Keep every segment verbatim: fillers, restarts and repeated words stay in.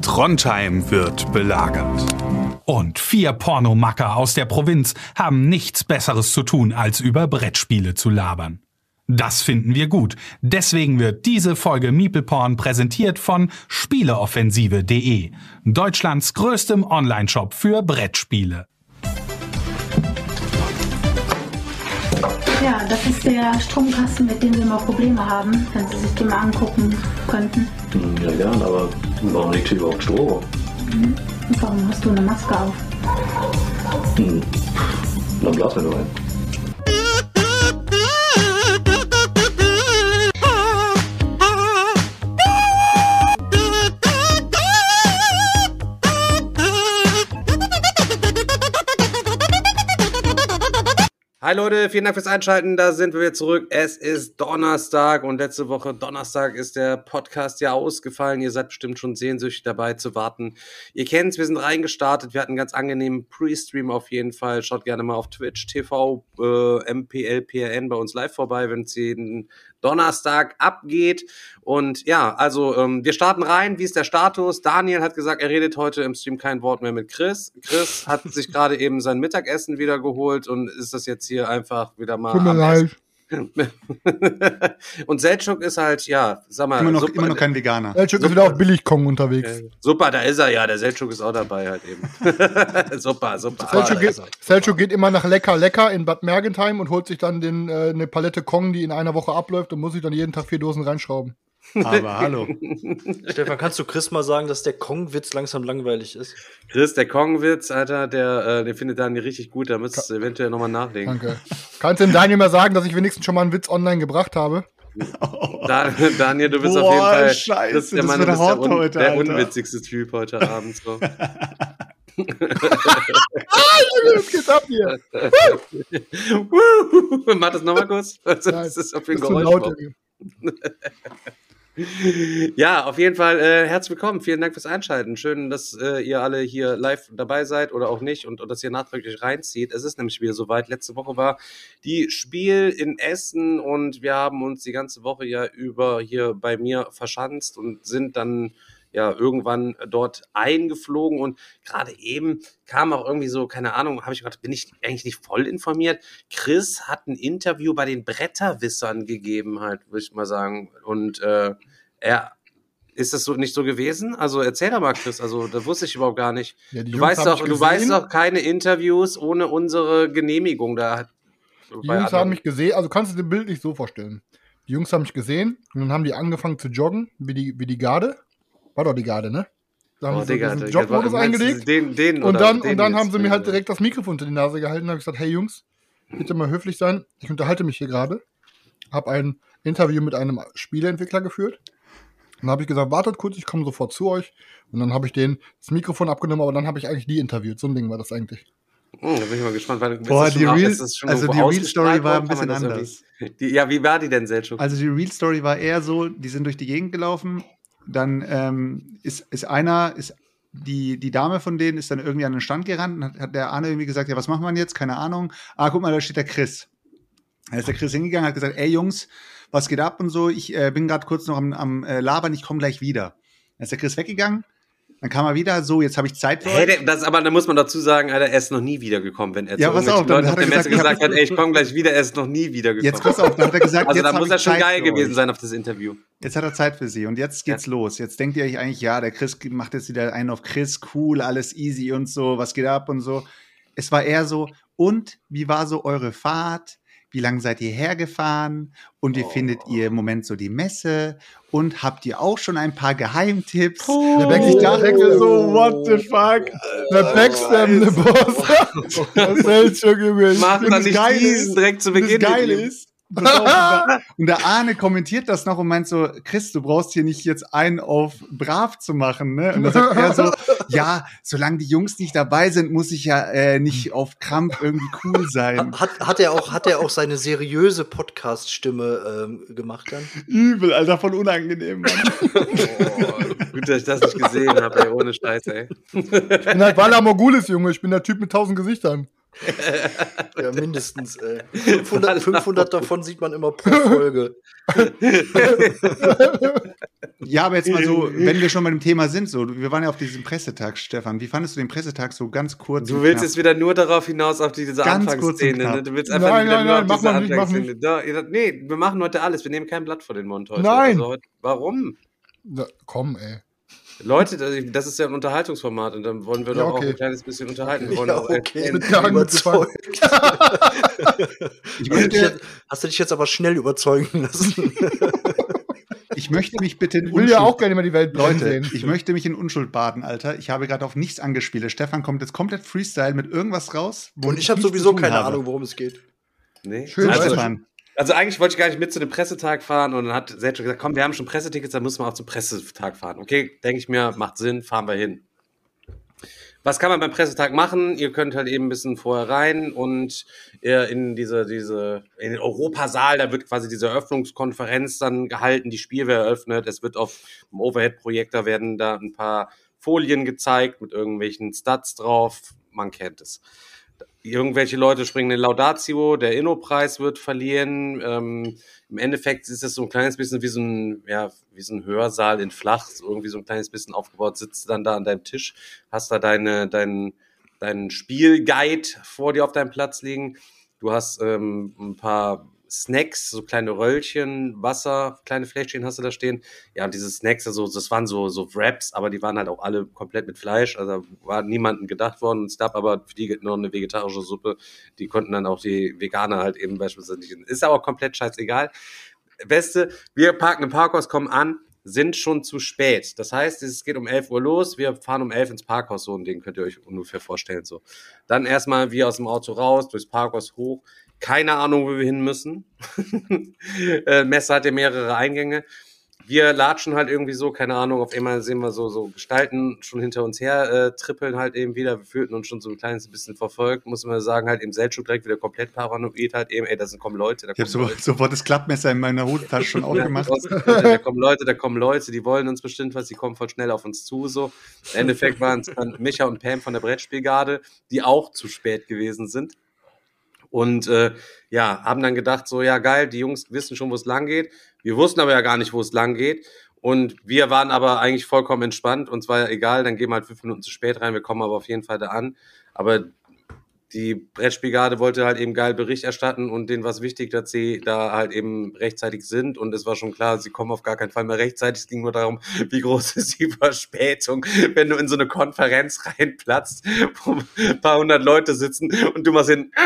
Trondheim wird belagert. Und vier Pornomacker aus der Provinz haben nichts Besseres zu tun, als über Brettspiele zu labern. Das finden wir gut. Deswegen wird diese Folge MeeplePorn präsentiert von Spieleoffensive punkt de, Deutschlands größtem Onlineshop für Brettspiele. Ja, das ist der Stromkasten, mit dem wir immer Probleme haben, wenn Sie sich den mal angucken könnten. Ja, gern, aber warum liegt hier überhaupt Strom? Mhm. Und warum hast du eine Maske auf? Hm. Dann blasen wir nur ein. Hi Leute, vielen Dank fürs Einschalten, da sind wir wieder zurück. Es ist Donnerstag und letzte Woche Donnerstag ist der Podcast ja ausgefallen. Ihr seid bestimmt schon sehnsüchtig dabei zu warten. Ihr kennt's, wir sind reingestartet, wir hatten einen ganz angenehmen Pre-Stream auf jeden Fall. Schaut gerne mal auf Twitch, T V, äh, M P L P R N bei uns live vorbei, wenn es jeden Donnerstag abgeht. Und ja, also ähm, wir starten rein. Wie ist der Status? Daniel hat gesagt, er redet heute im Stream kein Wort mehr mit Chris. Chris hat sich gerade eben sein Mittagessen wieder geholt und ist das jetzt hier einfach wieder mal Tut mir leid. Und Selçuk ist halt, ja, sag mal, immer noch, super, immer noch kein Veganer. Selçuk ist wieder auf Billigkong unterwegs. Äh, super, da ist er ja, der Selçuk ist auch dabei halt eben. super, super. Selçuk geht, Selçuk geht immer nach Lecker Lecker in Bad Mergentheim und holt sich dann den, äh, eine Palette Kong, die in einer Woche abläuft, und muss sich dann jeden Tag vier Dosen reinschrauben. Aber hallo. Stefan, kannst du Chris mal sagen, dass der Kong-Witz langsam langweilig ist? Chris, der Kong-Witz, Alter, der, äh, den findet Daniel richtig gut, da müsstest du eventuell nochmal nachlegen. Danke. Kannst du dem Daniel mal sagen, dass ich wenigstens schon mal einen Witz online gebracht habe? Da, Daniel, du bist Boah, auf jeden Fall Scheiße, das ist der, das Mann, wird du bist der, hart un, heute, der Alter. unwitzigste Typ heute Abend. So. Ah, was geht ab hier? Mach das nochmal kurz. Was Nein, ist das für ein ist zu Geräusch? laut überhaupt? irgendwie. Ja, auf jeden Fall äh, herzlich willkommen. Vielen Dank fürs Einschalten. Schön, dass äh, ihr alle hier live dabei seid oder auch nicht und, und dass ihr nachträglich reinzieht. Es ist nämlich wieder soweit. Letzte Woche war die Spiel in Essen und wir haben uns die ganze Woche ja über hier bei mir verschanzt und sind dann ja irgendwann dort eingeflogen, und gerade eben kam auch irgendwie so, keine Ahnung, habe ich gedacht, bin ich eigentlich nicht voll informiert? Chris hat ein Interview bei den Bretterwissern gegeben, halt, würde ich mal sagen, und äh, er, ist das so nicht so gewesen? Also erzähl doch mal, Chris, also das wusste ich überhaupt gar nicht. Ja, die du Jungs weißt haben doch, mich du weißt gesehen. doch keine Interviews ohne unsere Genehmigung da. Die Jungs haben mich gesehen, also kannst du dir Bild nicht so vorstellen. Die Jungs haben mich gesehen und dann haben die angefangen zu joggen, wie die, wie die Garde. War doch die Garde, ne? Da haben Oh, sie Digga, so diesen Digga, Jogmodus meinst du eingelegt. Den, den Und oder dann, den und dann jetzt? haben sie mir halt direkt das Mikrofon unter die Nase gehalten. Da habe ich gesagt, hey Jungs, bitte mal höflich sein. Ich unterhalte mich hier gerade. Habe ein Interview mit einem Spieleentwickler geführt. Dann habe ich gesagt, wartet kurz, ich komme sofort zu euch. Und dann habe ich denen das Mikrofon abgenommen, aber dann habe ich eigentlich die interviewt. So ein Ding war das eigentlich. Hm, da bin ich mal gespannt. Weil, ist Boah, das schon die auch- Real- ist das schon also irgendwo die Real Story ausgestrahlt war ein worden? Kann man bisschen das anders. irgendwie- Die, ja, wie war die denn, Selçuk? Also die Real Story war eher so, die sind durch die Gegend gelaufen, dann ähm, ist, ist einer, ist die, die Dame von denen ist dann irgendwie an den Stand gerannt und hat, hat der Arne irgendwie gesagt, ja, was macht man jetzt? Keine Ahnung. Ah, guck mal, da steht der Chris. Da ist der Chris hingegangen, hat gesagt, ey Jungs, was geht ab und so, ich äh, bin gerade kurz noch am, am äh, Labern, ich komme gleich wieder. Dann ist der Chris weggegangen, dann kam er wieder, so, jetzt habe ich Zeit für Hey, euch. der, das, aber da muss man dazu sagen, Alter, er ist noch nie wiedergekommen, wenn er Ja, zu pass irgendwelchen auf, dann Leuten hat auf er der Messe gesagt, ich hab gesagt hat, jetzt- ey, ich komme gleich wieder, er ist noch nie wiedergekommen. Jetzt pass auf, dann hat er gesagt, also jetzt da hab muss ich er schon Zeit geil für gewesen euch. sein auf das Interview. Jetzt hat er Zeit für sie und jetzt geht's Ja. los. Jetzt denkt ihr euch eigentlich, ja, der Chris macht jetzt wieder einen auf Chris, cool, alles easy und so, was geht ab und so. Es war eher so, und wie war so eure Fahrt? Wie lange seid ihr hergefahren? Und wie Oh. findet ihr im Moment so die Messe? Und habt ihr auch schon ein paar Geheimtipps? Der Und ich dachte so, what the fuck? Der Backstab, der Boss. Das Selçuk, Junge. Mach Und dann das nicht Geile diesen ist- direkt zu Und Beginn. das Geile mit ihm. ist, pass auf, und der- und der Arne kommentiert das noch und meint so, Chris, du brauchst hier nicht jetzt einen auf brav zu machen, ne? Und dann sagt er so, ja, solange die Jungs nicht dabei sind, muss ich ja äh, nicht auf Krampf irgendwie cool sein. Hat, hat, er auch, hat er auch seine seriöse Podcast-Stimme ähm, gemacht dann? Übel, Alter, voll unangenehm, Mann. Oh, gut, dass ich das nicht gesehen habe, ey, ohne Scheiß, ey. Ich bin halt Vala Morgulis, Junge. Ich bin der Typ mit tausend Gesichtern. Ja, mindestens, ey. fünfhundert, fünfhundert davon sieht man immer pro Folge. Ja, aber jetzt mal so, wenn wir schon bei dem Thema sind, so, wir waren ja auf diesem Pressetag, Stefan. Wie fandest du den Pressetag so ganz kurz? Du willst jetzt wieder nur darauf hinaus, auf diese Ganz Anfangsszene. kurz und Ne? Du willst einfach Nein, wieder nein, nur nein, auf mach diese mal nicht, mach Anfangsszene. Da, nee, wir machen heute alles. Wir nehmen kein Blatt vor den Mund heute. Nein. Also heute warum? Na, komm, ey. Leute, das- das ist ja ein Unterhaltungsformat und dann wollen wir Ja, doch auch okay. ein kleines bisschen unterhalten. Wir wollen Ja, auch okay. erzählen. Mit der Hand Überzeugt. Ich Hast du, dich möchte, jetzt, hast du dich jetzt aber schnell überzeugen lassen? ich möchte mich bitte in Ich will ja Unschuld- auch gerne mal die Welt brennen Leute, sehen. ich möchte mich in Unschuld baden, Alter. Ich habe gerade auf nichts angespielt. Der Stefan kommt jetzt komplett Freestyle mit irgendwas raus. womit Und ich habe nichts sowieso zu tun keine habe. Ahnung, worum es geht. Nee. Schön, Also, Stefan, also eigentlich wollte ich gar nicht mit zu dem Pressetag fahren und dann hat Sergio gesagt, komm, wir haben schon Pressetickets, dann müssen wir auch zum Pressetag fahren. Okay, denke ich mir, macht Sinn, fahren wir hin. Was kann man beim Pressetag machen? Ihr könnt halt eben ein bisschen vorher rein und ihr in diese, diese, in den Europasaal, da wird quasi diese Eröffnungskonferenz dann gehalten, die Spiel wird eröffnet, es wird auf dem Overhead-Projektor werden da ein paar Folien gezeigt mit irgendwelchen Stats drauf, man kennt es. Irgendwelche Leute springen in Laudatio, der Inno-Preis wird verliehen. Ähm, Im Endeffekt ist es so ein kleines bisschen wie so ein, ja, wie so ein Hörsaal in flach, so irgendwie so ein kleines bisschen aufgebaut, sitzt dann da an deinem Tisch, hast da deine, deinen, deinen Spielguide vor dir auf deinem Platz liegen. Du hast ähm, ein paar Snacks, so kleine Röllchen, Wasser, kleine Fläschchen hast du da stehen. Ja, und diese Snacks, also das waren so, so Wraps, aber die waren halt auch alle komplett mit Fleisch, also war niemandem gedacht worden. Und es gab aber für die noch eine vegetarische Suppe, die konnten dann auch die Veganer halt eben beispielsweise nicht. Ist aber komplett scheißegal. Beste, wir parken im Parkhaus, kommen an, sind schon zu spät. Das heißt, es geht um elf Uhr los, wir fahren um elf ins Parkhaus, so ein Ding könnt ihr euch ungefähr vorstellen. So. Dann erstmal wir aus dem Auto raus, durchs Parkhaus hoch. Keine Ahnung, wo wir hin müssen. äh, Messe hat ja mehrere Eingänge. Wir latschen halt irgendwie so, keine Ahnung, auf einmal sehen wir so, so Gestalten schon hinter uns her äh, trippeln halt eben wieder. Wir fühlten uns schon so ein kleines bisschen verfolgt, muss man sagen, halt im Seltschuk direkt wieder komplett paranoid halt eben, ey, da sind kommen Leute, da ich habe kommen so, Leute. sofort das Klappmesser in meiner Hosentasche schon aufgemacht. Ja, da kommen Leute, da kommen Leute, die wollen uns bestimmt was, die kommen voll schnell auf uns zu, so. Im Endeffekt waren es dann Micha und Pam von der Brettspielgarde, die auch zu spät gewesen sind. Und äh, ja, haben dann gedacht, so, ja geil, die Jungs wissen schon, wo es lang geht. Wir wussten aber ja gar nicht, wo es lang geht. Und wir waren aber eigentlich vollkommen entspannt. Uns war ja egal, dann gehen wir halt fünf Minuten zu spät rein. Wir kommen aber auf jeden Fall da an. Aber die Brettspielgarde wollte halt eben geil Bericht erstatten und denen war es wichtig, dass sie da halt eben rechtzeitig sind. Und es war schon klar, sie kommen auf gar keinen Fall mehr rechtzeitig. Es ging nur darum, wie groß ist die Verspätung, wenn du in so eine Konferenz reinplatzt, wo ein paar hundert Leute sitzen und du machst den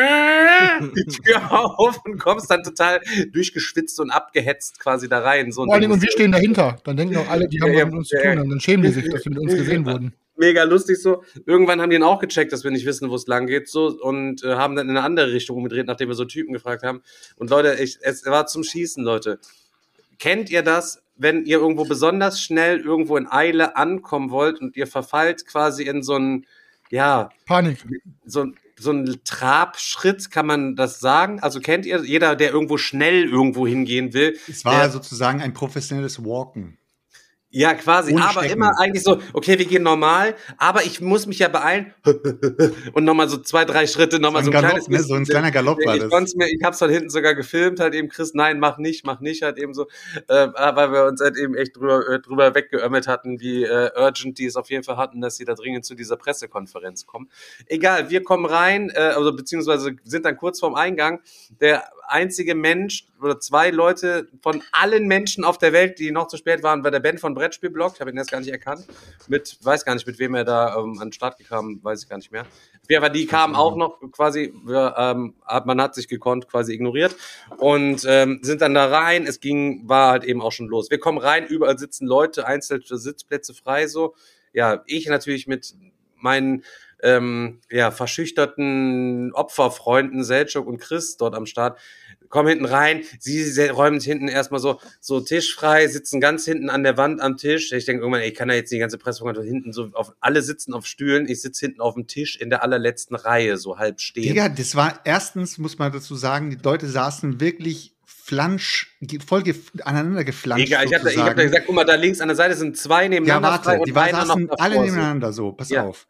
die Tür auf und kommst dann total durchgeschwitzt und abgehetzt quasi da rein. So ein Vor allen Dingen, Ding und wir ist- stehen dahinter. Dann denken auch alle, die haben Ja, was ja, mit uns zu ja, tun ja. haben. Dann schämen die sich, dass sie mit uns gesehen wurden. Mega lustig so. Irgendwann haben die dann auch gecheckt, dass wir nicht wissen, wo es lang geht, so, und äh, haben dann in eine andere Richtung umgedreht, nachdem wir so Typen gefragt haben. Und Leute, ich, es war zum Schießen, Leute. Kennt ihr das, wenn ihr irgendwo besonders schnell irgendwo in Eile ankommen wollt und ihr verfallt quasi in so einen, ja, Panik. so, so einen Trabschritt, kann man das sagen? Also kennt ihr, jeder, der irgendwo schnell irgendwo hingehen will, Es war der- sozusagen ein professionelles Walken. ja, quasi, Ohne aber Stecken. immer eigentlich so, okay, wir gehen normal, aber ich muss mich ja beeilen und nochmal so zwei, drei Schritte, nochmal So so ein ein Galopp, kleines ne? So ein kleiner Galopp war ich das. konnt's mir, ich hab's von hinten sogar gefilmt, halt eben, Chris, nein, mach nicht, mach nicht, halt eben so, äh, weil wir uns halt eben echt drüber, äh, drüber weggeömmelt hatten, wie äh, urgent die es auf jeden Fall hatten, dass sie da dringend zu dieser Pressekonferenz kommen. Egal, wir kommen rein, äh, also beziehungsweise sind dann kurz vorm Eingang, der einzige Mensch oder zwei Leute von allen Menschen auf der Welt, die noch zu spät waren, war der Ben von Brettspielblog. Ich habe ihn erst gar nicht erkannt. Mit, weiß gar nicht, mit wem er da ähm, an den Start gekam, weiß ich gar nicht mehr. Aber die kamen auch noch quasi, wir, ähm, hat- man hat sich gekonnt, quasi ignoriert und ähm, sind dann da rein. Es ging, war halt eben auch schon los. Wir kommen rein, überall sitzen Leute, einzelne Sitzplätze frei so. Ja, ich natürlich mit meinen ähm, ja, verschüchterten Opferfreunden Selçuk und Chris dort am Start, kommen hinten rein, sie se- räumen hinten erstmal so, so Tisch frei, sitzen ganz hinten an der Wand am Tisch. Ich denke irgendwann, ey, ich kann da jetzt die ganze Pressekonferenz hinten so, auf, alle sitzen auf Stühlen, ich sitze hinten auf dem Tisch in der allerletzten Reihe, so halb stehen. Digga, das war erstens, muss man dazu sagen, die Leute saßen wirklich flansch, ge- voll gef aneinander geflanscht. Digga, ich hab, da, ich hab da sozusagen. gesagt, guck mal, da links an der Seite sind zwei ja, nebeneinander frei warte, und die war, einer noch saßen davor, alle so. nebeneinander so, pass Ja. auf.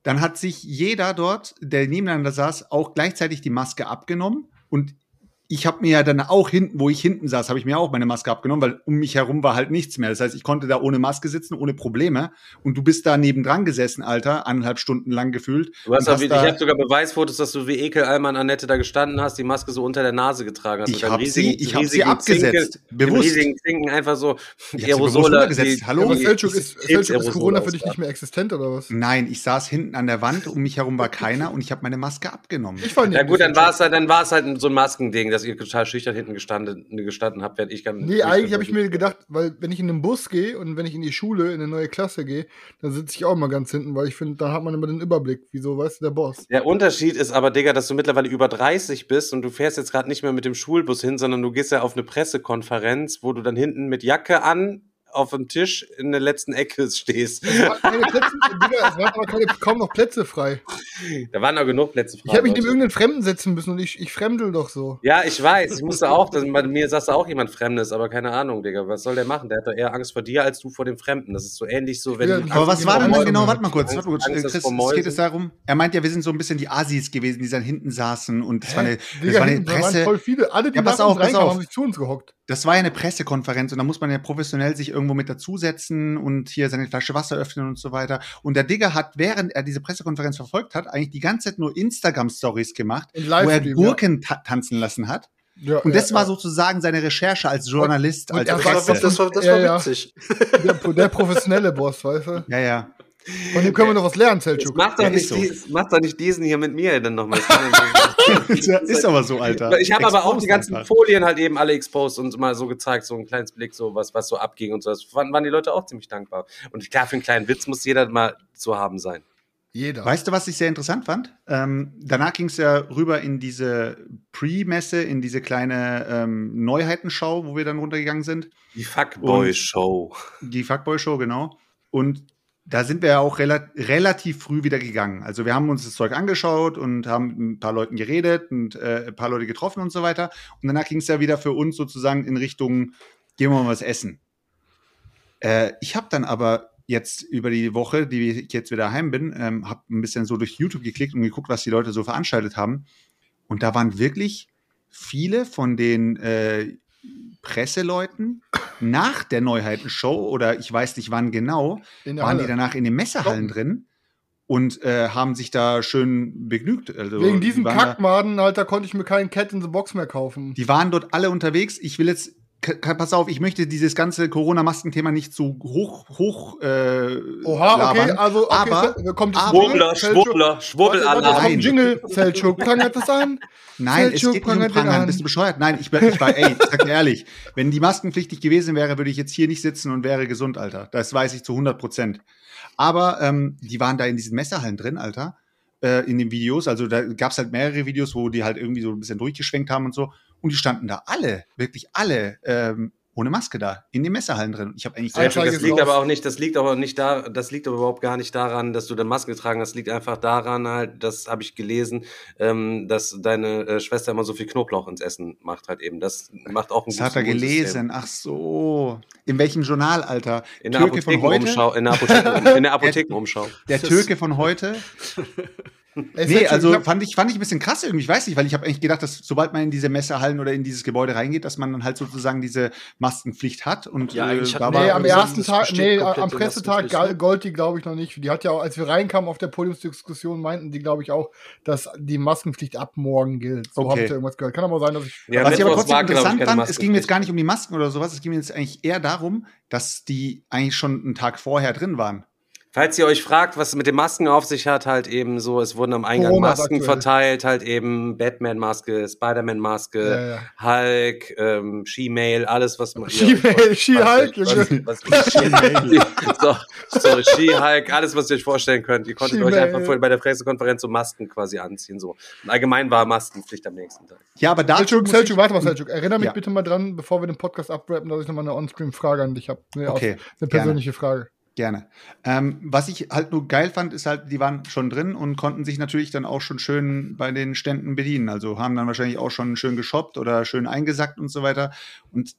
dann hat sich jeder dort, der nebeneinander saß, auch gleichzeitig die Maske abgenommen. Und ich habe mir ja dann auch hinten, wo ich hinten saß, habe ich mir auch meine Maske abgenommen, weil um mich herum war halt nichts mehr. Das heißt, ich konnte da ohne Maske sitzen, ohne Probleme. Und du bist da nebendran gesessen, Alter, eineinhalb Stunden lang gefühlt. Du hast und auch, ich habe sogar Beweisfotos, dass du wie Ekel Alman Annette da gestanden hast, die Maske so unter der Nase getragen hast. Ich habe sie, ich hab sie abgesetzt, Zinken, bewusst. riesigen Zinken einfach so Ich hab sie bewusst runtergesetzt. Hallo? Aber Die- Selçuk, ist, Selçuk, ist Krebsaerosol Corona für aus, dich ja. nicht mehr existent oder was? Nein, ich saß hinten an der Wand, um mich herum war keiner und ich habe meine Maske abgenommen. Ich fand Ja gut, dann war es halt, dann war es halt so ein Maskending, dass ihr total schüchtern hinten gestanden, gestanden habt, während ich ganz. Nee, eigentlich habe ich mir gedacht, weil wenn ich in den Bus gehe und wenn ich in die Schule, in eine neue Klasse gehe, dann sitze ich auch mal ganz hinten, weil ich finde, da hat man immer den Überblick. Wieso, weißt du, der Boss. Der Unterschied ist aber, Digga, dass du mittlerweile über dreißig bist und du fährst jetzt gerade nicht mehr mit dem Schulbus hin, sondern du gehst ja auf eine Pressekonferenz, wo du dann hinten mit Jacke an auf dem Tisch in der letzten Ecke stehst. Es waren keine Plätze, Digga, es waren aber keine, kaum noch Plätze frei. Da waren noch genug Plätze frei. Ich habe mich neben Leute. irgendeinen Fremden setzen müssen und ich, ich fremdel doch so. Ja, ich weiß. Ich musste auch, das, bei mir saß da auch jemand Fremdes, aber keine Ahnung, Digga. Was soll der machen? Der hat doch eher Angst vor dir als du vor dem Fremden. Das ist so ähnlich so, wenn Ja, du. Aber was Angst war denn vor da genau? Mäusen. Warte mal kurz. Warte mal kurz. Angst Chris, vor es Mäusen. geht es darum, er meint ja, wir sind so ein bisschen die Assis gewesen, die dann hinten saßen und das war eine, das Digga, war eine hinten, da waren Presse. voll viele. Alle, die Ja, pass nach uns auf, pass reinkamen, auf. haben sich zu uns gehockt. Das war ja eine Pressekonferenz und da muss man ja professionell sich irgendwo mit dazusetzen und hier seine Flasche Wasser öffnen und so weiter. Und der Digger hat, während er diese Pressekonferenz verfolgt hat, eigentlich die ganze Zeit nur Instagram-Stories gemacht, Und wo er Livestream, Gurken ta tanzen lassen hat. Ja, Und das ja, war ja. sozusagen seine Recherche als Journalist, Und als er Das war, Presse. witz- das war, das Ja, war ja. witzig. Der, der professionelle Boss, weißt du? Ja, ja. Von dem können wir noch was lernen, Jetzt Selçuk. mach doch, Ja, nicht ist so. dies, mach doch nicht diesen hier mit mir dann nochmal. Ist aber so, Alter. Ich habe aber auch Exposed die ganzen einfach. Folien halt eben alle exposed und mal so gezeigt, so ein kleines Blick, so was, was so abging und so. Das waren, waren die Leute auch ziemlich dankbar. Und klar, für einen kleinen Witz muss jeder mal zu haben sein. Jeder. Weißt du, was ich sehr interessant fand? Ähm, danach ging es ja rüber in diese Pre-Messe, in diese kleine ähm, Neuheitenschau, wo wir dann runtergegangen sind. Die Fuckboy-Show. Die Fuckboy-Show, genau. Und da sind wir ja auch rela relativ früh wieder gegangen. Also wir haben uns das Zeug angeschaut und haben mit ein paar Leuten geredet und äh, ein paar Leute getroffen und so weiter. Und danach ging es ja wieder für uns sozusagen in Richtung, gehen wir mal was essen. Äh, ich habe dann aber jetzt über die Woche, die ich jetzt wieder heim bin, ähm, habe ein bisschen so durch YouTube geklickt und geguckt, was die Leute so veranstaltet haben. Und da waren wirklich viele von den äh, Presseleuten nach der Neuheitenshow oder ich weiß nicht wann genau, In der waren die Halle. danach in den Messehallen drin und äh, haben sich da schön begnügt. Also, Wegen diesem die waren da- Kackmaden, Alter, konnte ich mir keinen Cat in the Box mehr kaufen. Die waren dort alle unterwegs. Ich will jetzt, k- k- pass auf, ich möchte dieses ganze Corona-Masken-Thema nicht zu hoch, hoch äh, Oha, labern. okay, also, okay, aber, Sel- kommt das aber- Schwurbler, Selçuk- Schwurbler, Warte, warte, Schwurbelalarm. kommt ein Jingle, Selçuk, prangert das an? Nein, es Selçuk, geht nicht um prangert den Prangern. an. Bist du bescheuert? Nein, ich, bin- ich war, ey, ich sag dir ehrlich, wenn die maskenpflichtig gewesen wäre, würde ich jetzt hier nicht sitzen und wäre gesund, Alter. Das weiß ich zu hundert Prozent. Aber ähm, die waren da in diesen Messerhallen drin, Alter, äh, in den Videos. Also da gab's halt mehrere Videos, wo die halt irgendwie so ein bisschen durchgeschwenkt haben und so. Und die standen da alle, wirklich alle, ähm, ohne Maske da, in den Messerhallen drin. Und ich habe eigentlich Alter, sehr Das jetzt liegt raus. aber auch nicht, das liegt aber nicht da, das liegt aber überhaupt gar nicht daran, dass du dann Maske getragen hast. Das liegt einfach daran halt, das habe ich gelesen, ähm, dass deine äh, Schwester immer so viel Knoblauch ins Essen macht halt eben. Das macht auch ein Das hat er gutes Immunsystem. gelesen. Ach so. In welchem Journal, Alter? In der Türke von heute? Apothekenumschau, in der Apotheken, in der Apothekenumschau. Der Türke von heute? Ey, Nee, Selçuk, also ich hab- fand ich, fand ich ein bisschen krass irgendwie. Ich weiß nicht, weil ich habe eigentlich gedacht, dass sobald man in diese Messehallen oder in dieses Gebäude reingeht, dass man dann halt sozusagen diese Maskenpflicht hat. Und Ja, eigentlich äh, hat- da Nee, war- am gesagt, ersten das Tag, besteht nee, komplett am in Pressetag Maskenpflicht, ne? gal- gold die, glaube ich, noch nicht. Die hat ja, auch, als wir reinkamen auf der Podiumsdiskussion, meinten die, glaube ich, auch, dass die Maskenpflicht ab morgen gilt. So Okay. habe ich da irgendwas gehört. Kann aber sein, dass ich. Ja, Was ich aber Mittwochs trotzdem war, glaub ich, interessant keine fand, es ging mir jetzt Maskenpflicht. gar nicht um die Masken oder sowas, es ging mir jetzt eigentlich eher darum, dass die eigentlich schon einen Tag vorher drin waren. Falls ihr euch fragt, was mit den Masken auf sich hat, halt eben so, es wurden am Eingang Corona Masken aktuell. verteilt, halt eben Batman-Maske, Spider-Man-Maske, Ja, ja. Hulk, ähm, She-Mail, alles, was man... She-Mail, She-Hulk, Junge. Was, was, She-Mail. so, sorry, She-Hulk, alles, was ihr euch vorstellen könnt. Ihr konntet euch She-Mail. einfach vorhin bei der Pressekonferenz so Masken quasi anziehen. So. Und allgemein war Maskenpflicht am nächsten Tag. Ja, aber dazu Selçuk, muss Selçuk, ich- warte mal, Selçuk. Erinnere mich Ja. bitte mal dran, bevor wir den Podcast abrappen, dass ich nochmal eine On-Screen-Frage an dich habe. Nee, Okay, aus- eine persönliche Frage. Gerne. Ähm, was ich halt nur geil fand, ist halt, die waren schon drin und konnten sich natürlich dann auch schon schön bei den Ständen bedienen. Also haben dann wahrscheinlich auch schon schön geshoppt oder schön eingesackt und so weiter. Und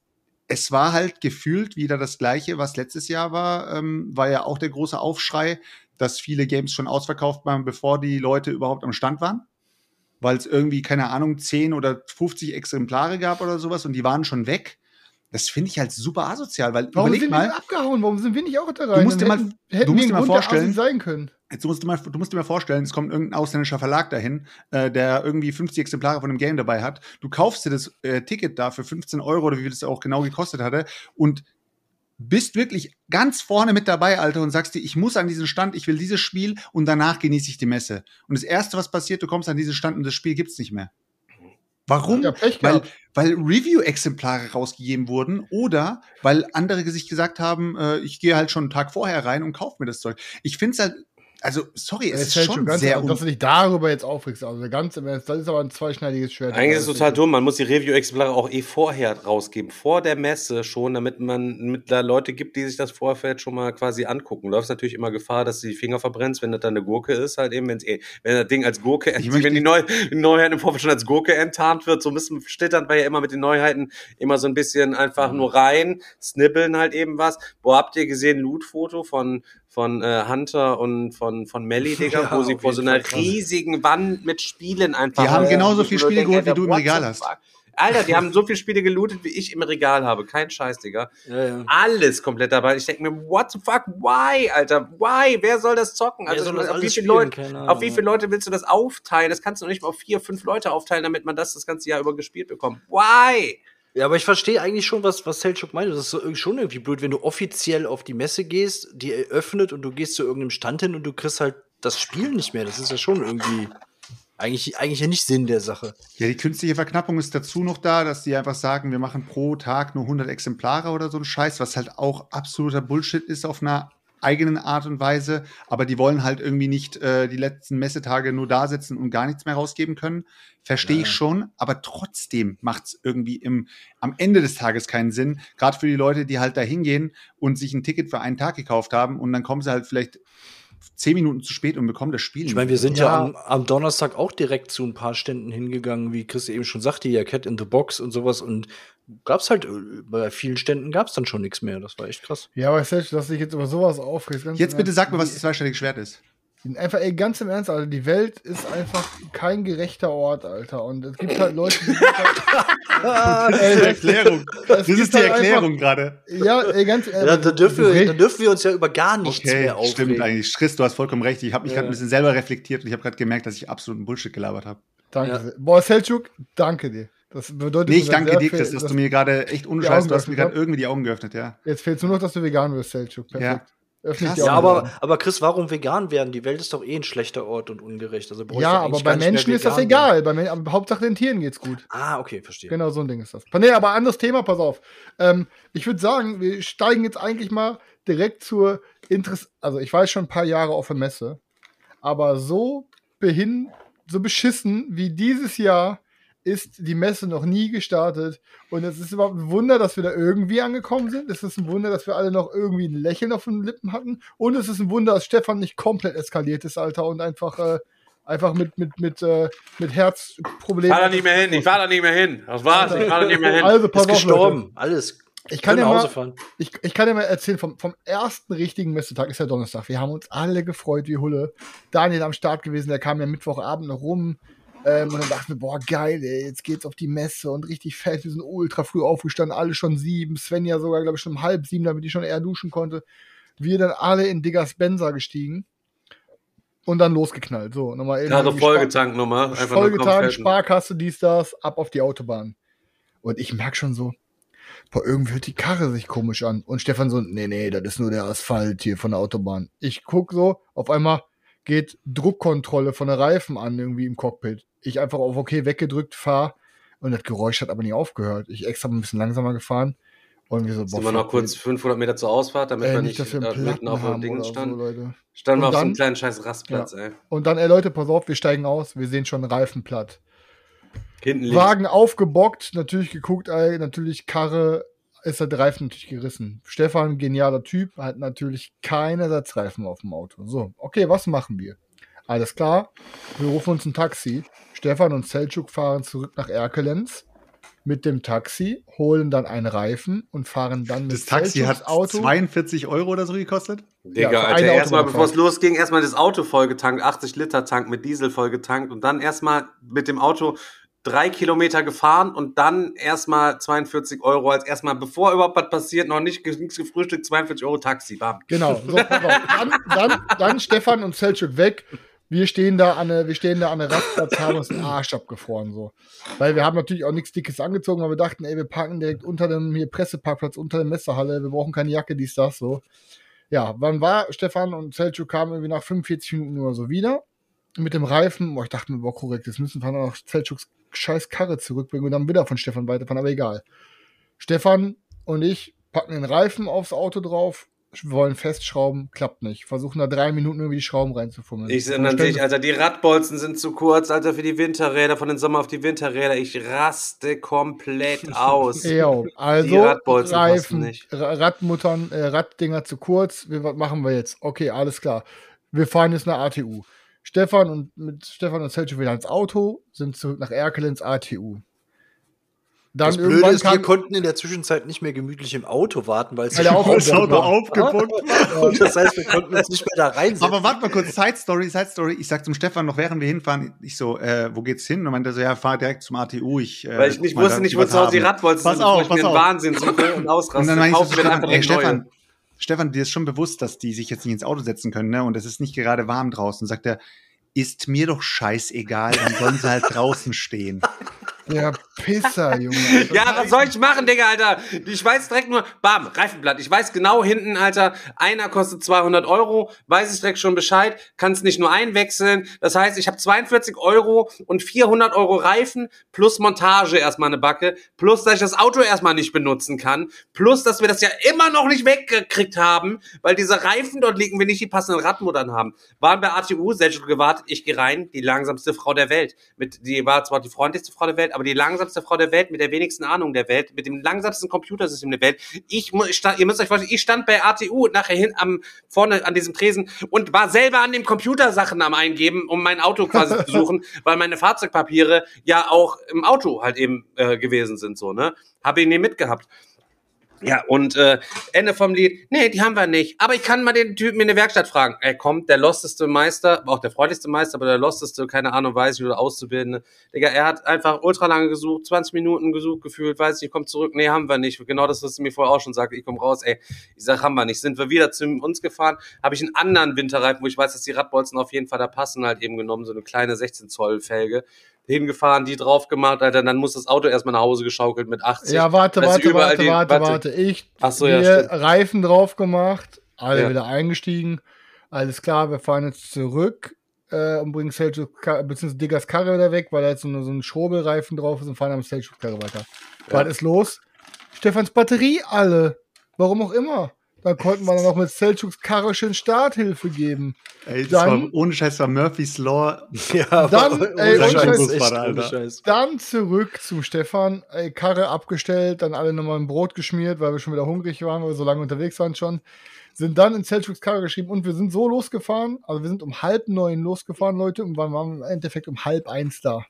es war halt gefühlt wieder das Gleiche, was letztes Jahr war. Ähm, war ja auch der große Aufschrei, dass viele Games schon ausverkauft waren, bevor die Leute überhaupt am Stand waren. Weil es irgendwie, keine Ahnung, zehn oder fünfzig Exemplare gab oder sowas und die waren schon weg. Das finde ich halt super asozial, weil Warum überleg sind mal, wir abgehauen? Warum sind wir nicht auch da rein? Du musst dir mal- hätten, hätten du musst wir dir einen mal Grund, der vorstellen- Assi sein können. Jetzt musst du, mal, du musst dir mal vorstellen, es kommt irgendein ausländischer Verlag dahin, äh, der irgendwie fünfzig Exemplare von einem Game dabei hat. Du kaufst dir das äh, Ticket da für fünfzehn Euro oder wie viel das auch genau gekostet hatte und bist wirklich ganz vorne mit dabei, Alter, und sagst dir, ich muss an diesen Stand, ich will dieses Spiel und danach genieße ich die Messe. Und das Erste, was passiert, du kommst an diesen Stand und das Spiel gibt's nicht mehr. Warum? Ja, Pech weil, gehabt. weil Review-Exemplare rausgegeben wurden oder weil andere sich gesagt haben, äh, ich gehe halt schon einen Tag vorher rein und kaufe mir das Zeug. Ich finde es halt, also, sorry, es Ey, ist Selchuk, schon ganz sehr ehrlich, dass du dich darüber jetzt aufregst. Also ganz im Ernst, das ist aber ein zweischneidiges Schwert. Eigentlich ist es Also, total dumm. Man muss die Review-Exemplare auch eh vorher rausgeben. Vor der Messe schon, damit man mit da Leute gibt, die sich das Vorfeld schon mal quasi angucken. Du läufst natürlich immer Gefahr, dass du die Finger verbrennst, wenn das dann eine Gurke ist, halt eben, wenn's eh, wenn das Ding als Gurke, Ich möchte- wenn die, Neu die Neuheit im Vorfeld schon als Gurke enttarnt wird, so ein bisschen schlittern wir ja immer mit den Neuheiten immer so ein bisschen einfach nur rein, snibbeln halt eben was. Boah, habt ihr gesehen, Loot-Foto von von äh, Hunter und von von Melly, Digga, Ja, wo sie auf vor jeden so einer Fall krass. riesigen Wand mit Spielen einfach. Die haben Ja, genauso wo viel ich mir Spiele denke, geholt, wie Alter, du im what Regal the hast. fuck? Alter, die haben so viele Spiele gelootet, wie ich im Regal habe. Kein Scheiß, Digga. Ja, ja. Alles komplett dabei. Ich denke mir, what the fuck, why, Alter, why? Wer soll das zocken? Wer Also, soll das auf, wie alles viele spielen? Leute, Keine Ahnung, auf wie viele ja. Leute willst du das aufteilen? Das kannst du noch nicht mal auf vier, fünf Leute aufteilen, damit man das das ganze Jahr über gespielt bekommt. Why? Ja, aber ich verstehe eigentlich schon, was, was Selchuk meint. Das ist so irgendwie schon irgendwie blöd, wenn du offiziell auf die Messe gehst, die eröffnet und du gehst zu irgendeinem Stand hin und du kriegst halt das Spiel nicht mehr. Das ist ja schon irgendwie eigentlich, eigentlich ja nicht Sinn der Sache. Ja, die künstliche Verknappung ist dazu noch da, dass die einfach sagen, wir machen pro Tag nur hundert Exemplare oder so ein Scheiß, was halt auch absoluter Bullshit ist auf einer eigenen Art und Weise, aber die wollen halt irgendwie nicht äh, die letzten Messetage nur da sitzen und gar nichts mehr rausgeben können. Verstehe ich schon, aber trotzdem macht es irgendwie im, am Ende des Tages keinen Sinn, gerade für die Leute, die halt da hingehen und sich ein Ticket für einen Tag gekauft haben und dann kommen sie halt vielleicht zehn Minuten zu spät und bekommen das Spiel Ich meine, wir sind ja, Ja. am, am Donnerstag auch direkt zu ein paar Ständen hingegangen, wie Chris eben schon sagte, ja, Cat in the Box und sowas. Und gab's halt, äh, bei vielen Ständen gab's dann schon nichts mehr. Das war echt krass. Ja, aber Selchuk, dass du dich jetzt über sowas aufregst. ganz Jetzt im bitte Ernst, sag mir, was die- das zweistellige Schwert ist. Einfach, ey, ganz im Ernst, Alter, die Welt ist einfach kein gerechter Ort, Alter. Und es gibt halt Leute, die sind halt, ey, das- Erklärung. Das gibt ist die halt Erklärung gerade. Ja, ey, ganz ehrlich. Ja, da, dürfen du wir, red- da dürfen wir uns ja über gar nichts Okay, mehr aufregen. stimmt eigentlich. Chris, du hast vollkommen recht. Ich habe mich Ja. gerade ein bisschen selber reflektiert und ich habe gerade gemerkt, dass ich absoluten Bullshit gelabert habe. Danke. Ja. sehr. Boah, Selchuk, danke dir. Das bedeutet Nee, ich mir danke sehr dir, viel, Chris, dass du mir gerade echt ohne die Scheiß, Augen du hast mir geöffnet gerade hast. irgendwie die Augen geöffnet, ja. Jetzt fehlt nur noch, dass du vegan wirst, Selchuk. Perfekt. Öffne ich Krass. die Ja, Augen. aber, aber Chris, warum vegan werden? Die Welt ist doch eh ein schlechter Ort und ungerecht. Also bräuchte Ja, eigentlich aber gar bei nicht mehr Menschen ist das vegan egal. werden. Bei Men aber Hauptsache den Tieren geht's gut. Ah, okay, verstehe. Genau, so ein Ding ist das. Nee, aber anderes Thema, pass auf. Ähm, ich würde sagen, wir steigen jetzt eigentlich mal direkt zur Interess... Also ich war schon ein paar Jahre auf der Messe, aber so behin, so beschissen wie dieses Jahr ist die Messe noch nie gestartet. Und es ist überhaupt ein Wunder, dass wir da irgendwie angekommen sind. Es ist ein Wunder, dass wir alle noch irgendwie ein Lächeln auf den Lippen hatten. Und es ist ein Wunder, dass Stefan nicht komplett eskaliert ist, Alter, und einfach, äh, einfach mit, mit, mit, äh, mit Herzproblemen. Ich fahr da nicht mehr hin, ich fahr da nicht mehr hin. Das war's, ich fahr da nicht mehr hin. Also, pass Ist auf, gestorben. Leute. Alles. Ich kann Können ja nach Hause mal, fahren. ich, ich kann dir mal erzählen, vom, vom ersten richtigen Messetag ist ja Donnerstag. Wir haben uns alle gefreut wie Hulle. Daniel am Start gewesen, der kam ja Mittwochabend noch rum. Ähm, und dann dachten wir, boah, geil, ey, jetzt geht's auf die Messe und richtig fett. Wir sind ultra früh aufgestanden, alle schon sieben. Svenja sogar, glaube ich, schon um halb sieben, damit ich schon eher duschen konnte. Wir dann alle in Diggers Benzer gestiegen und dann losgeknallt. So, nochmal eben. Gerade irgendwie Vollgetankt nochmal. Spar- Einfach nur Vollgetankt, komplett. Sparkasse, dies, das, ab auf die Autobahn. Und ich merk schon so, boah, irgendwie hört die Karre sich komisch an. Und Stefan so, nee, nee, das ist nur der Asphalt hier von der Autobahn. Ich guck so, auf einmal geht Druckkontrolle von der Reifen an, irgendwie im Cockpit. Ich einfach auf OK weggedrückt, fahr und das Geräusch hat aber nie aufgehört. Ich extra ein bisschen langsamer gefahren und wir so, Sind wir noch fuck, kurz fünfhundert Meter zur Ausfahrt, damit ey, wir nicht, nicht, dass wir einen äh, mitten Platten auf dem haben Ding oder standen. so, Leute. Standen wir Und auf so einem dann- kleinen scheiß Rastplatz, ey. Und dann, ey Leute, pass auf, wir steigen aus, wir sehen schon einen Reifen platt. Hinten links. Wagen aufgebockt, natürlich geguckt, ey, natürlich Karre, ist der Reifen natürlich gerissen. Stefan, genialer Typ, hat natürlich keine Ersatzreifen auf dem Auto. So, okay, was machen wir? Alles klar, wir rufen uns ein Taxi. Stefan und Selchuk fahren zurück nach Erkelenz. mit dem Taxi, holen dann einen Reifen und fahren dann mit Das Taxi Selçuks hat Auto. zweiundvierzig Euro oder so gekostet? Digga, Ja, für Alter, eine erstmal, Autobahn bevor es fahren. losging, erstmal das Auto vollgetankt, achtzig Liter Tank mit Diesel vollgetankt und dann erstmal mit dem Auto drei Kilometer gefahren und dann erstmal zweiundvierzig Euro als erstmal, bevor überhaupt was passiert, noch nicht nichts gefrühstückt, zweiundvierzig Euro Taxi, bam. Genau, so, pass auf. dann, dann, dann Stefan und Selçuk weg. Wir stehen da an der, wir stehen da an der Rastplatz, haben uns den Arsch abgefroren, so. Weil wir haben natürlich auch nichts Dickes angezogen, aber wir dachten, ey, wir parken direkt unter dem hier Presseparkplatz, unter der Messehalle, wir brauchen keine Jacke, dies, das, so. Ja, wann war Stefan und Selçuk kamen irgendwie nach fünfundvierzig Minuten oder so wieder mit dem Reifen. Boah, ich dachte mir, boah, korrekt, jetzt müssen wir noch Selçuks scheiß Karre zurückbringen und dann wieder von Stefan weiterfahren, aber egal. Stefan und ich packen den Reifen aufs Auto drauf, wollen festschrauben, klappt nicht. Versuchen da drei Minuten irgendwie die Schrauben reinzufummeln. Ich sehe natürlich, Alter, die Radbolzen sind zu kurz, Alter, für die Winterräder, von den Sommer auf die Winterräder. Ich raste komplett aus. Jo, Die also Radbolzen passen Reifen, nicht. Ra- Radmuttern, äh, Raddinger zu kurz. Wir, was machen wir jetzt? Okay, alles klar. Wir fahren jetzt nach A T U. Stefan und mit Stefan und Selçuk wieder ins Auto, sind zurück nach Erkelenz ins A T U. Dann Das Blöde irgendwann ist, wir kam, konnten in der Zwischenzeit nicht mehr gemütlich im Auto warten, weil es Weil er auch Das Auto aufgebaut aufgebockt. Und das heißt, wir konnten uns nicht mehr da reinsetzen. Aber warte mal kurz, Side Story, Side Story. Ich sag zum Stefan noch, während wir hinfahren, ich so, äh, wo geht's hin? Und meinte so, ja, fahr direkt zum A T U. Ich, äh, Weil ich nicht guck mal, wusste, da- nicht, was wo zu Hause die haben. Radbolzen Pass sind, auf, bevor ich pass mir einen auf. Wahnsinn suche und ausraste. Und dann meine ich so kaufen zu wir Stefan, einfach ey, eine Stefan, neue. Stefan, dir ist schon bewusst, dass die sich jetzt nicht ins Auto setzen können, ne? Und es ist nicht gerade warm draußen. Sagt er, ist mir doch scheißegal, dann sollen sie halt draußen stehen. der Pisser, Junge. Ja, was soll ich machen, Digga, Alter? Ich weiß direkt nur, bam, Reifenblatt. Ich weiß genau hinten, Alter, einer kostet zweihundert Euro, weiß ich direkt schon Bescheid, kann es nicht nur einwechseln. Das heißt, ich habe zweiundvierzig Euro und vierhundert Euro Reifen plus Montage erstmal eine Backe, plus, dass ich das Auto erstmal nicht benutzen kann, plus, dass wir das ja immer noch nicht weggekriegt haben, weil diese Reifen dort liegen, wir nicht die passenden Radmuttern haben. Waren bei A T U, selbst gewartet, ich gehe rein, die langsamste Frau der Welt. Mit, die war zwar die freundlichste Frau der Welt, aber die langsamste Frau der Welt mit der wenigsten Ahnung der Welt, mit dem langsamsten Computersystem der Welt. Ich, mu- ich stand, ihr müsst euch vorstellen, ich stand bei A T U nachher hin am, vorne an diesem Tresen und war selber an dem Computer Sachen am Eingeben, um mein Auto quasi zu suchen, weil meine Fahrzeugpapiere ja auch im Auto halt eben äh, gewesen sind, so, ne? Habe ich nie mitgehabt. Ja, und äh, Ende vom Lied, nee, die haben wir nicht. Aber ich kann mal den Typen in der Werkstatt fragen. Er kommt, der losteste Meister, auch der freundlichste Meister, aber der losteste, keine Ahnung, weiß ich, oder Auszubildende. Digga, er hat einfach ultra lange gesucht, zwanzig Minuten gesucht, gefühlt, weiß nicht, kommt zurück, nee, haben wir nicht. Genau das, was du mir vorher auch schon sagte, ich komme raus, ey, ich sag, haben wir nicht. Sind wir wieder zu uns gefahren, habe ich einen anderen Winterreifen, wo ich weiß, dass die Radbolzen auf jeden Fall da passen, halt eben genommen, so eine kleine sechzehn Zoll Felge. Hingefahren, die drauf gemacht, Alter, dann muss das Auto erstmal nach Hause geschaukelt mit achtzig. Ja, warte, Dass warte, überall warte, die- warte, warte. warte. Ich, Ach so, ja, wir stimmt. Reifen drauf gemacht, alle Ja. wieder eingestiegen. Alles klar, wir fahren jetzt zurück äh, und bringen Selçuk, beziehungsweise Diggers Karre wieder weg, weil da jetzt so, eine, so ein Schobelreifen drauf ist und fahren dann mit Selçuk Karre weiter. Ja. Was ist los? Stefans Batterie alle. Warum auch immer. Dann konnten wir dann noch mit Selçuks Karre schön Starthilfe geben. Ey, das Dann- war, ohne Scheiß war Murphy's Law. Ja, aber Dann, ohne ey, Scheiß, ohne Scheiß, echt, Fußballer, ohne Alter. Scheiß. Dann zurück zum Stefan, ey, Karre abgestellt, dann alle nochmal ein Brot geschmiert, weil wir schon wieder hungrig waren, weil wir so lange unterwegs waren schon. Sind dann in Selçuks Karre geschrieben und wir sind so losgefahren, also wir sind um halb neun losgefahren, Leute, und waren waren im Endeffekt um halb eins da.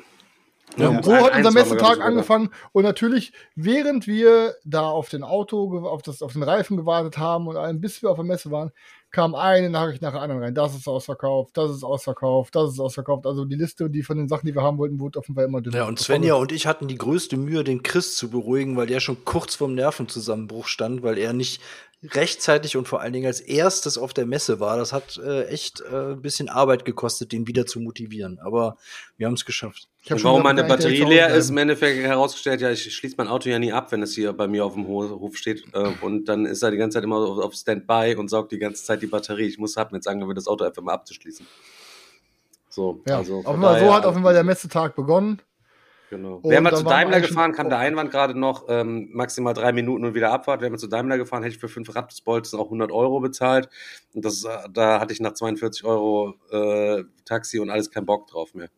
Ja, und um so halb hat eins unser waren wir, glaub Messetag ich, angefangen und natürlich, während wir da auf den Auto, ge- auf, das, auf den Reifen gewartet haben und allem, bis wir auf der Messe waren, kam eine Nachricht nach der anderen rein. Das ist ausverkauft, das ist ausverkauft, das ist ausverkauft. Also die Liste, die von den Sachen, die wir haben wollten, wurde offenbar immer dünner. Ja, und Svenja und ich hatten die größte Mühe, den Chris zu beruhigen, weil der schon kurz vorm Nervenzusammenbruch stand, weil er nicht rechtzeitig und vor allen Dingen als erstes auf der Messe war. Das hat äh, echt äh, ein bisschen Arbeit gekostet, den wieder zu motivieren. Aber wir haben es geschafft. Ich hab Und schon warum gedacht, meine kann ich Batterie direkt leer zu Hause ist, im bleiben. Endeffekt herausgestellt, ja, ich schließe mein Auto ja nie ab, wenn es hier bei mir auf dem Ho- Hof steht. Äh, und dann ist er die ganze Zeit immer auf, auf Standby und saugt die ganze Zeit die Batterie. Ich muss hab mir jetzt angewöhnt, das Auto einfach mal abzuschließen. So, Ja, also auf von jeden Fall, so daher- hat auf jeden Fall der Messetag begonnen. Genau. Und Wären wir dann zu waren wir Daimler eigentlich gefahren, schon- kam der Einwand gerade noch, ähm, maximal drei Minuten und wieder Abfahrt. Wären wir zu Daimler gefahren, hätte ich für fünf Radbolzen auch hundert Euro bezahlt. Und das, äh, da hatte ich nach zweiundvierzig Euro äh, Taxi und alles keinen Bock drauf mehr.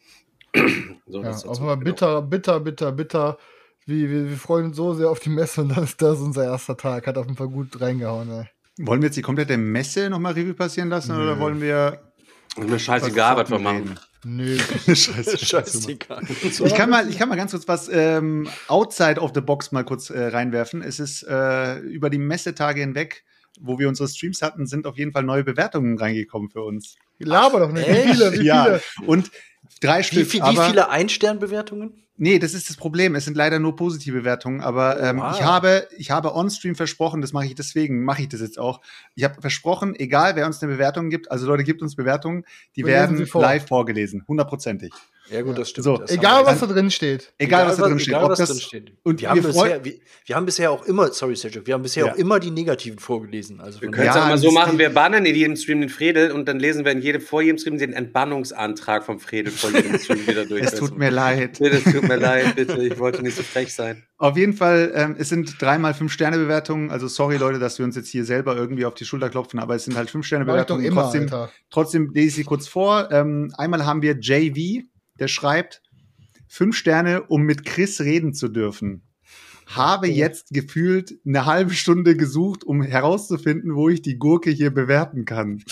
so, Ja, das dazu. auf jeden Fall Genau. bitter, bitter, bitter, bitter. Wir, wir, wir freuen uns so sehr auf die Messe und dann ist das unser erster Tag. Hat auf jeden Fall gut reingehauen, ey. Wollen wir jetzt die komplette Messe nochmal Revue passieren lassen Nö. oder wollen wir. Und mir scheißegal, was wir machen. Nö. Scheiße, Scheißegal. Ich kann mal, ich kann mal ganz kurz was ähm, outside of the box mal kurz äh, reinwerfen. Es ist äh, über die Messetage hinweg, wo wir unsere Streams hatten, sind auf jeden Fall neue Bewertungen reingekommen für uns. Laber doch nicht. Wie Echt? viele? Wie viele? Ja, und drei Wie, Stück. viel, wie aber, viele Ein-Stern-Bewertungen? Nee, das ist das Problem. Es sind leider nur positive Bewertungen, aber ähm, Wow. ich habe, ich habe on-stream versprochen, das mache ich deswegen, mache ich das jetzt auch. Ich habe versprochen, egal wer uns eine Bewertung gibt, also Leute, gibt uns Bewertungen, die Wir lesen werden sie vor. live vorgelesen, hundertprozentig. Ja, gut, das stimmt. So, Das Egal, haben wir. was da drin steht. Egal, was da drin steht. Egal, Ob was das, drin steht. und wir, haben wir freuen- bisher, wir, wir haben bisher auch immer, sorry, Sergio, wir haben bisher Ja. auch immer die negativen vorgelesen. Also Wir von können es Ja, auch mal das so ist machen, die- wir bannen in jedem Stream den Fredel und dann lesen wir in jedem, vor jedem Stream den Entbannungsantrag vom Fredel vor jedem Stream wieder durch. Es tut mir leid. Bitte, es tut mir leid, bitte, ich wollte nicht so frech sein. Auf jeden Fall, ähm, es sind dreimal Fünf-Sterne-Bewertungen. Also sorry, Leute, dass wir uns jetzt hier selber irgendwie auf die Schulter klopfen, aber es sind halt Mach ich doch Fünf-Sterne-Bewertungen. immer, Trotzdem, Alter. trotzdem lese ich sie kurz vor. Ähm, einmal haben wir J V, der schreibt, fünf Sterne, um mit Chris reden zu dürfen. Habe jetzt gefühlt eine halbe Stunde gesucht, um herauszufinden, wo ich die Gurke hier bewerten kann.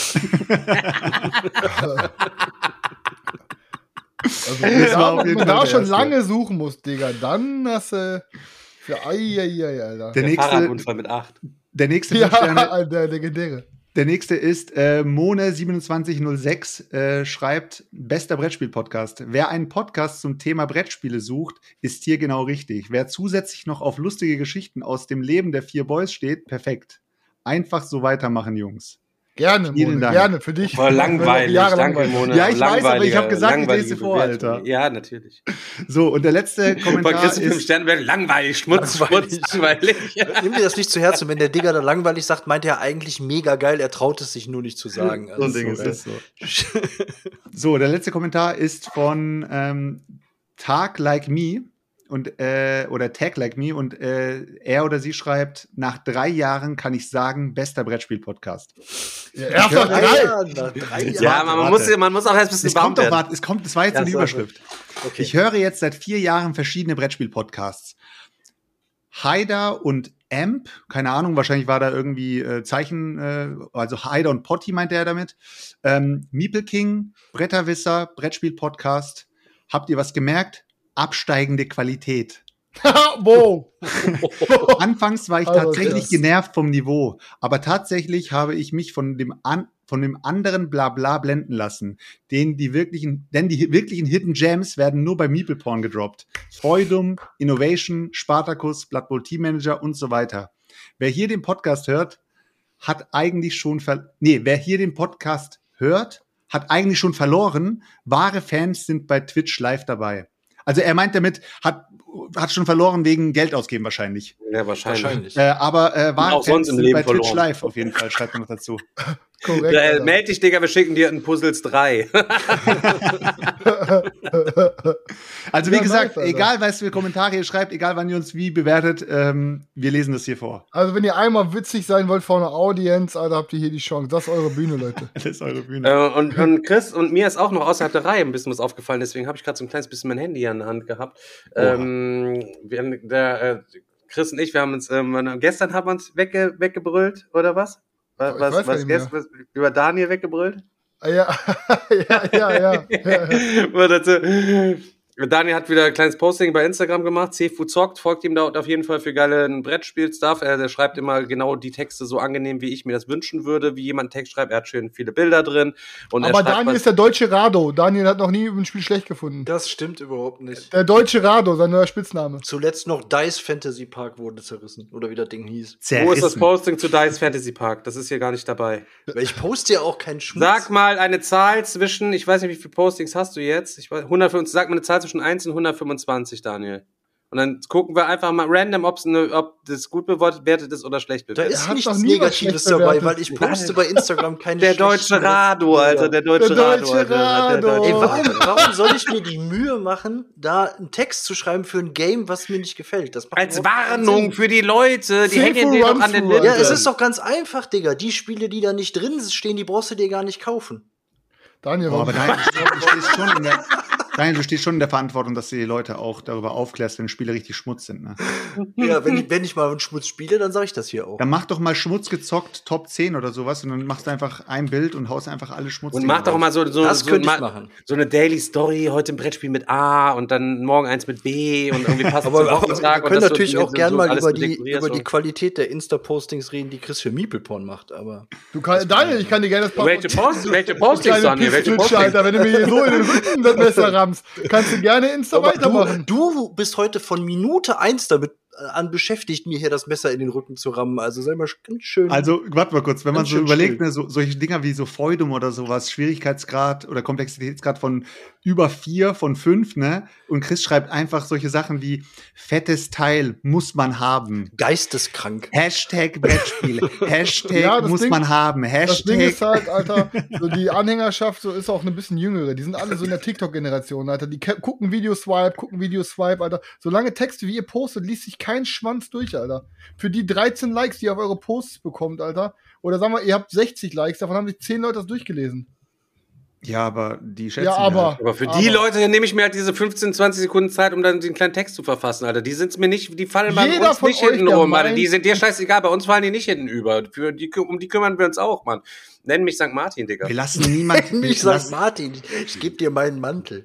Also, Das war auf wenn jeden man Fall da der schon erste. lange suchen muss, Digga, dann hast du für Eieiei, Alter. Der Der nächste, Fahrradunfall mit acht. der nächste Ja, fünf Sterne, Alter, der legendäre. Der nächste ist äh, Mone siebenundzwanzig null sechs, äh, schreibt, bester Brettspiel-Podcast. Wer einen Podcast zum Thema Brettspiele sucht, ist hier genau richtig. Wer zusätzlich noch auf lustige Geschichten aus dem Leben der vier Boys steht, perfekt. Einfach so weitermachen, Jungs. Gerne, Vielen Mone, Dank. gerne, für dich. Voll langweilig, Jahre danke langweilig. Mona. Ja, ich weiß, aber ich hab Langweilige- gesagt, ich lese langweilige sie vor, Bewertung. Alter. Ja, natürlich. So, und der letzte Bei Kommentar Christen fünf ist, Sterne werden langweilig, Schmutz, Langweilig. Schmutz, langweilig. Nimm dir das nicht zu Herzen. Wenn der Digger da langweilig sagt, meint er eigentlich mega geil. Er traut es sich nur nicht zu sagen. So ein Ding ist es so. So, der letzte Kommentar ist von ähm, Tag Like Me und äh, oder Tag Like Me und äh, er oder sie schreibt: Nach drei Jahren kann ich sagen, bester Brettspiel-Podcast. Ja, ernsthaft, höre- drei? Ja, nach drei Ja, Jahren. man, man, warte. muss, man muss auch erst ein bisschen Es kommt bauen doch, werden. warte, es kommt, das war jetzt Ja, nur die so, Überschrift. Okay. Ich höre jetzt seit vier Jahren verschiedene Brettspiel-Podcasts. Haider und Amp, keine Ahnung, wahrscheinlich war da irgendwie äh, Zeichen, äh, also Haider und Potti meinte er damit. Ähm, Meeple King, Bretterwisser, Brettspiel-Podcast. Habt ihr was gemerkt? Absteigende Qualität. Wow. Anfangs war ich Also, tatsächlich das- genervt vom Niveau, aber tatsächlich habe ich mich von dem an, von dem anderen Blabla blenden lassen. Den die wirklichen, denn die wirklichen Hidden Gems werden nur bei Meeple Porn gedroppt. Freudum, Innovation, Spartacus, Blood Bowl Team Manager und so weiter. Wer hier den Podcast hört, hat eigentlich schon ver nee, wer hier den Podcast hört, hat eigentlich schon verloren. Wahre Fans sind bei Twitch live dabei. Also er meint damit, hat, hat schon verloren wegen Geld ausgeben wahrscheinlich. Ja, wahrscheinlich. Wahrscheinlich. Äh, aber äh, wahre auch Fans sonst im sind Leben bei Twitch verloren. live auf jeden Fall, schreibt er noch dazu. Korrekt. Äh, Alter. meld dich, Digga, wir schicken dir ein Puzzles drei. Also wie Ja, gesagt, nice, Alter. egal was für Kommentare ihr schreibt, egal wann ihr uns wie bewertet, ähm, wir lesen das hier vor. Also, wenn ihr einmal witzig sein wollt vor einer Audience, Alter, habt ihr hier die Chance. Das ist eure Bühne, Leute. Das ist eure Bühne. Äh, und, und Chris und mir ist auch noch außerhalb der Reihe ein bisschen was aufgefallen, deswegen habe ich gerade so ein kleines bisschen mein Handy an der Hand gehabt. Ähm, wir haben, der, äh, Chris und ich, wir haben uns, ähm, gestern haben wir uns wegge weggebrüllt, oder was? Was, Ich was, weiß gar was, nicht gest- was über Daniel weggebrüllt? Ah, Ja, ja, ja, ja. ja. Nur dazu, Daniel hat wieder ein kleines Posting bei Instagram gemacht. Cefu zockt, folgt ihm da auf jeden Fall für geile Brettspiel-Stuff. Er der schreibt immer genau die Texte so angenehm, wie ich mir das wünschen würde, wie jemand einen Text schreibt. Er hat schön viele Bilder drin. Und er Aber schreibt Daniel was- ist der deutsche Rado. Daniel hat noch nie ein Spiel schlecht gefunden. Das stimmt überhaupt nicht. Der deutsche Rado, sein neuer Spitzname. Zuletzt noch Dice Fantasy Park wurde zerrissen. Oder wie das Ding hieß. Wo ist das Zerrissen. Posting zu Dice Fantasy Park? Das ist hier gar nicht dabei. Weil ich poste ja auch keinen Schmutz. Sag mal eine Zahl zwischen, ich weiß nicht, wie viele Postings hast du jetzt? Ich weiß, hundertfünfzig, sag mal eine Zahl zwischen eins und hundertfünfundzwanzig, Daniel. Und dann gucken wir einfach mal random, ob's eine, ob das gut bewertet ist oder schlecht Da bewertet. ist hat nichts noch nie was Negatives schlecht dabei, bewertet. weil ich poste bei Instagram keine Der schlechten deutsche Rado, Alter, der deutsche Der Rado, deutsche Alter. Der Rado. deutsche Ey, Oh. warum, warum soll ich mir die Mühe machen, da einen Text zu schreiben für ein Game, was mir nicht gefällt? Das macht Als überhaupt keinen Warnung Sinn. für die Leute, die Safe hängen dir doch an den Run-Through, Lippen. Ja, es ist doch ganz einfach, Digga. Die Spiele, die da nicht drin stehen, die brauchst du dir gar nicht kaufen. Daniel, Boah, warum? aber nein, ich, glaub, ich lese schon in der, Daniel, du stehst schon in der Verantwortung, dass du die Leute auch darüber aufklärst, wenn Spiele richtig Schmutz sind. Ne? Ja, wenn ich, wenn ich mal einen Schmutz spiele, dann sage ich das hier auch. Dann mach doch mal Schmutz gezockt, Top zehn oder sowas und dann machst du einfach ein Bild und haust einfach alle Schmutz. Und mach doch mal so, so, Das so, könnte ich mal, machen. so eine Daily Story, heute ein Brettspiel mit A und dann morgen eins mit B und irgendwie passt Aber, zum aber wir Wochentag. können und das natürlich so, auch so gern mal alles über die, dekoriert über die und- Qualität der Insta-Postings reden, die Chris für Meeple-Porn macht. Aber Du kann, Daniel, ich kann dir gerne das Welche Post, welche Postings Kleine dann hier? Welche Pissflitsche, Postings? Alter, wenn du mir hier so in den Rücken das Messer rammst, kannst du gerne Insta Aber weitermachen. du, du bist heute von Minute eins damit äh, an beschäftigt, mir hier das Messer in den Rücken zu rammen. Also sei mal ganz schön. Also, warte mal kurz, wenn man Ganz so schön überlegt, still. ne, so, solche Dinger wie so Feudum oder sowas, Schwierigkeitsgrad oder Komplexitätsgrad von über vier, von fünf, ne? Und Chris schreibt einfach solche Sachen wie fettes Teil muss man haben. Geisteskrank. Hashtag Brettspiel. Hashtag Ja, das muss Ding- man haben. Das Ding Hashtag. ist halt, Alter, so die Anhängerschaft so ist auch ein bisschen jüngere. Die sind alle so in der TikTok-Generation, Alter. Die ke- gucken Videoswipe, gucken Videoswipe, Alter. Solange Texte wie ihr postet, liest sich kein Schwanz durch, Alter. Für die dreizehn Likes, die ihr auf eure Posts bekommt, Alter. Oder sagen wir, ihr habt sechzig Likes, davon haben sich zehn Leute das durchgelesen. Ja, aber die schätzen Ja, aber. halt. Aber für die aber- Leute nehme ich mir halt diese fünfzehn, zwanzig Sekunden Zeit, um dann den kleinen Text zu verfassen, Alter. Die sind's mir nicht, die fallen bei Jeder uns von nicht euch, hinten der rum, Alter. meint- Die sind dir scheißegal, bei uns fallen die nicht hinten über. Für die, um die kümmern wir uns auch, Mann. Nenn mich Sankt Martin, Digga. Wir lassen niemanden. Ich wir sag lassen- Martin, ich gebe dir meinen Mantel.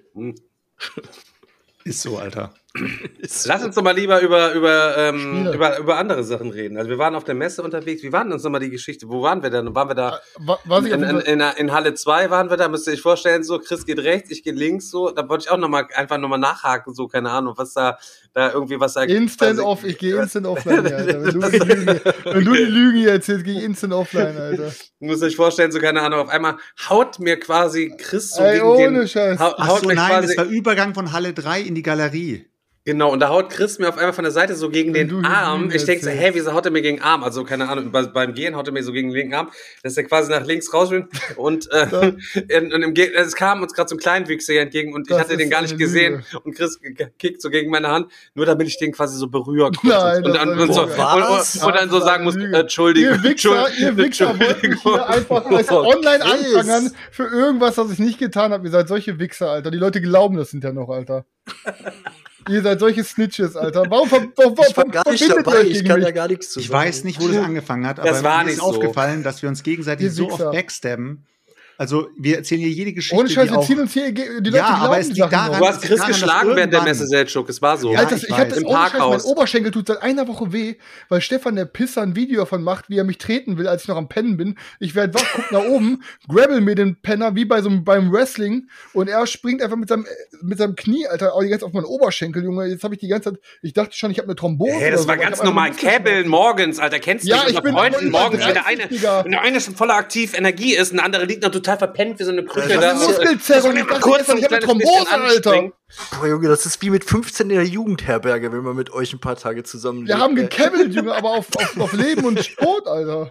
Ist so, Alter. Lass uns doch mal lieber über, über, ähm, Spiele. über, über andere Sachen reden. Also wir waren auf der Messe unterwegs. Wie war denn uns nochmal die Geschichte? Wo waren wir denn? Waren wir da? Wa- Was ich auf In, jeden in, Fall- in, in Halle zwei waren wir da, müsst ihr euch vorstellen, so, Chris geht rechts, ich gehe links, so, da wollte ich auch nochmal, einfach nochmal nachhaken, so, keine Ahnung, was da, da irgendwie, was da. Instant was- off, ich gehe instant offline, hier, Alter. Wenn du, die Lügen, wenn du die Lügen hier erzählst, gehe ich instant offline, Alter. Muss euch vorstellen, so, keine Ahnung, auf einmal haut mir quasi Chris so Ey, gegen ohne den, Scheiß. hau- Ach haut so, mir nein, quasi, das war Übergang von Halle drei in die Galerie. genau, und da haut Chris mir auf einmal von der Seite so gegen Wenn den du hier Arm. Lügen Ich denke so, erzählst. hä, wieso haut er mir gegen den Arm? Also, keine Ahnung, bei, beim Gehen haut er mir so gegen den linken Arm, dass er quasi nach links raus will. Und, äh, in, und im Ge es kam uns gerade so ein Kleinwüchser hier entgegen und ich Das hatte den ist gar nicht eine gesehen. Lüge. Und Chris g- kickt so gegen meine Hand, nur damit ich den quasi so berühre. kurz. Nein, und, das dann, ist und, eine so, Lüge. und, und, Was? und dann so Das ist sagen eine muss, Lüge. äh, Entschuldigung. Ihr Wichser, ihr Wichser wollt mich hier einfach weißt, du, Oh, online Chris. anfangen für irgendwas, was ich nicht getan habe. Ihr seid solche Wichser, Alter. Die Leute glauben das hinterher noch, Alter. Ihr seid solche Snitches, Alter. Warum, ver warum, Ich war warum gar nicht verbindet ihr dabei, euch ich gegen kann mich? da gar nichts zu Ich sagen. weiß nicht, wo das angefangen hat, aber Das war mir nicht ist so. aufgefallen, dass wir uns gegenseitig Ihr so oft Wichser. backstabben. Also, wir erzählen hier jede Geschichte, Ohne Scheiß, die wir auch... ziehen uns hier, die Leute Ja, glauben aber es die liegt Sachen daran, noch. Du hast Chris daran, dass geschlagen während der irgendwann- Messe, Seltschuk. Es war so. Ja, Alter, ich ich, hab weiß. das Im ohne Scheiß, mein Parkhaus. Oberschenkel tut seit einer Woche weh, weil Stefan der Pisser ein Video davon macht, wie er mich treten will, als ich noch am Pennen bin. Ich werde wach, guck nach oben, grabbel mir den Penner wie bei so einem, beim Wrestling und er springt einfach mit seinem, mit seinem Knie, Alter, auch die ganze Zeit auf meinen Oberschenkel, Junge. Jetzt habe ich die ganze Zeit, ich dachte schon, ich habe eine Thrombose. Hey, das oder war so. Ich ganz hab einfach normal. nur Muskelschmerzen. Käbeln morgens, Alter. Kennst du Ja, nicht? ich Unter bin Freunden über morgens, wenn der dreißig, eine, Digga. wenn der eine schon voller aktiv Energie ist und der andere liegt noch total verpennt wie so eine Krücke. Das da. ist Muskelzerrung. Ich dachte gestern, ich hab eine Thrombose, Alter. Boah, Junge, das ist wie mit fünfzehn in der Jugendherberge, wenn man mit euch ein paar Tage zusammenlebt. Wir haben ey. gekebbelt, Junge, aber auf, auf, auf Leben und Tod, Alter.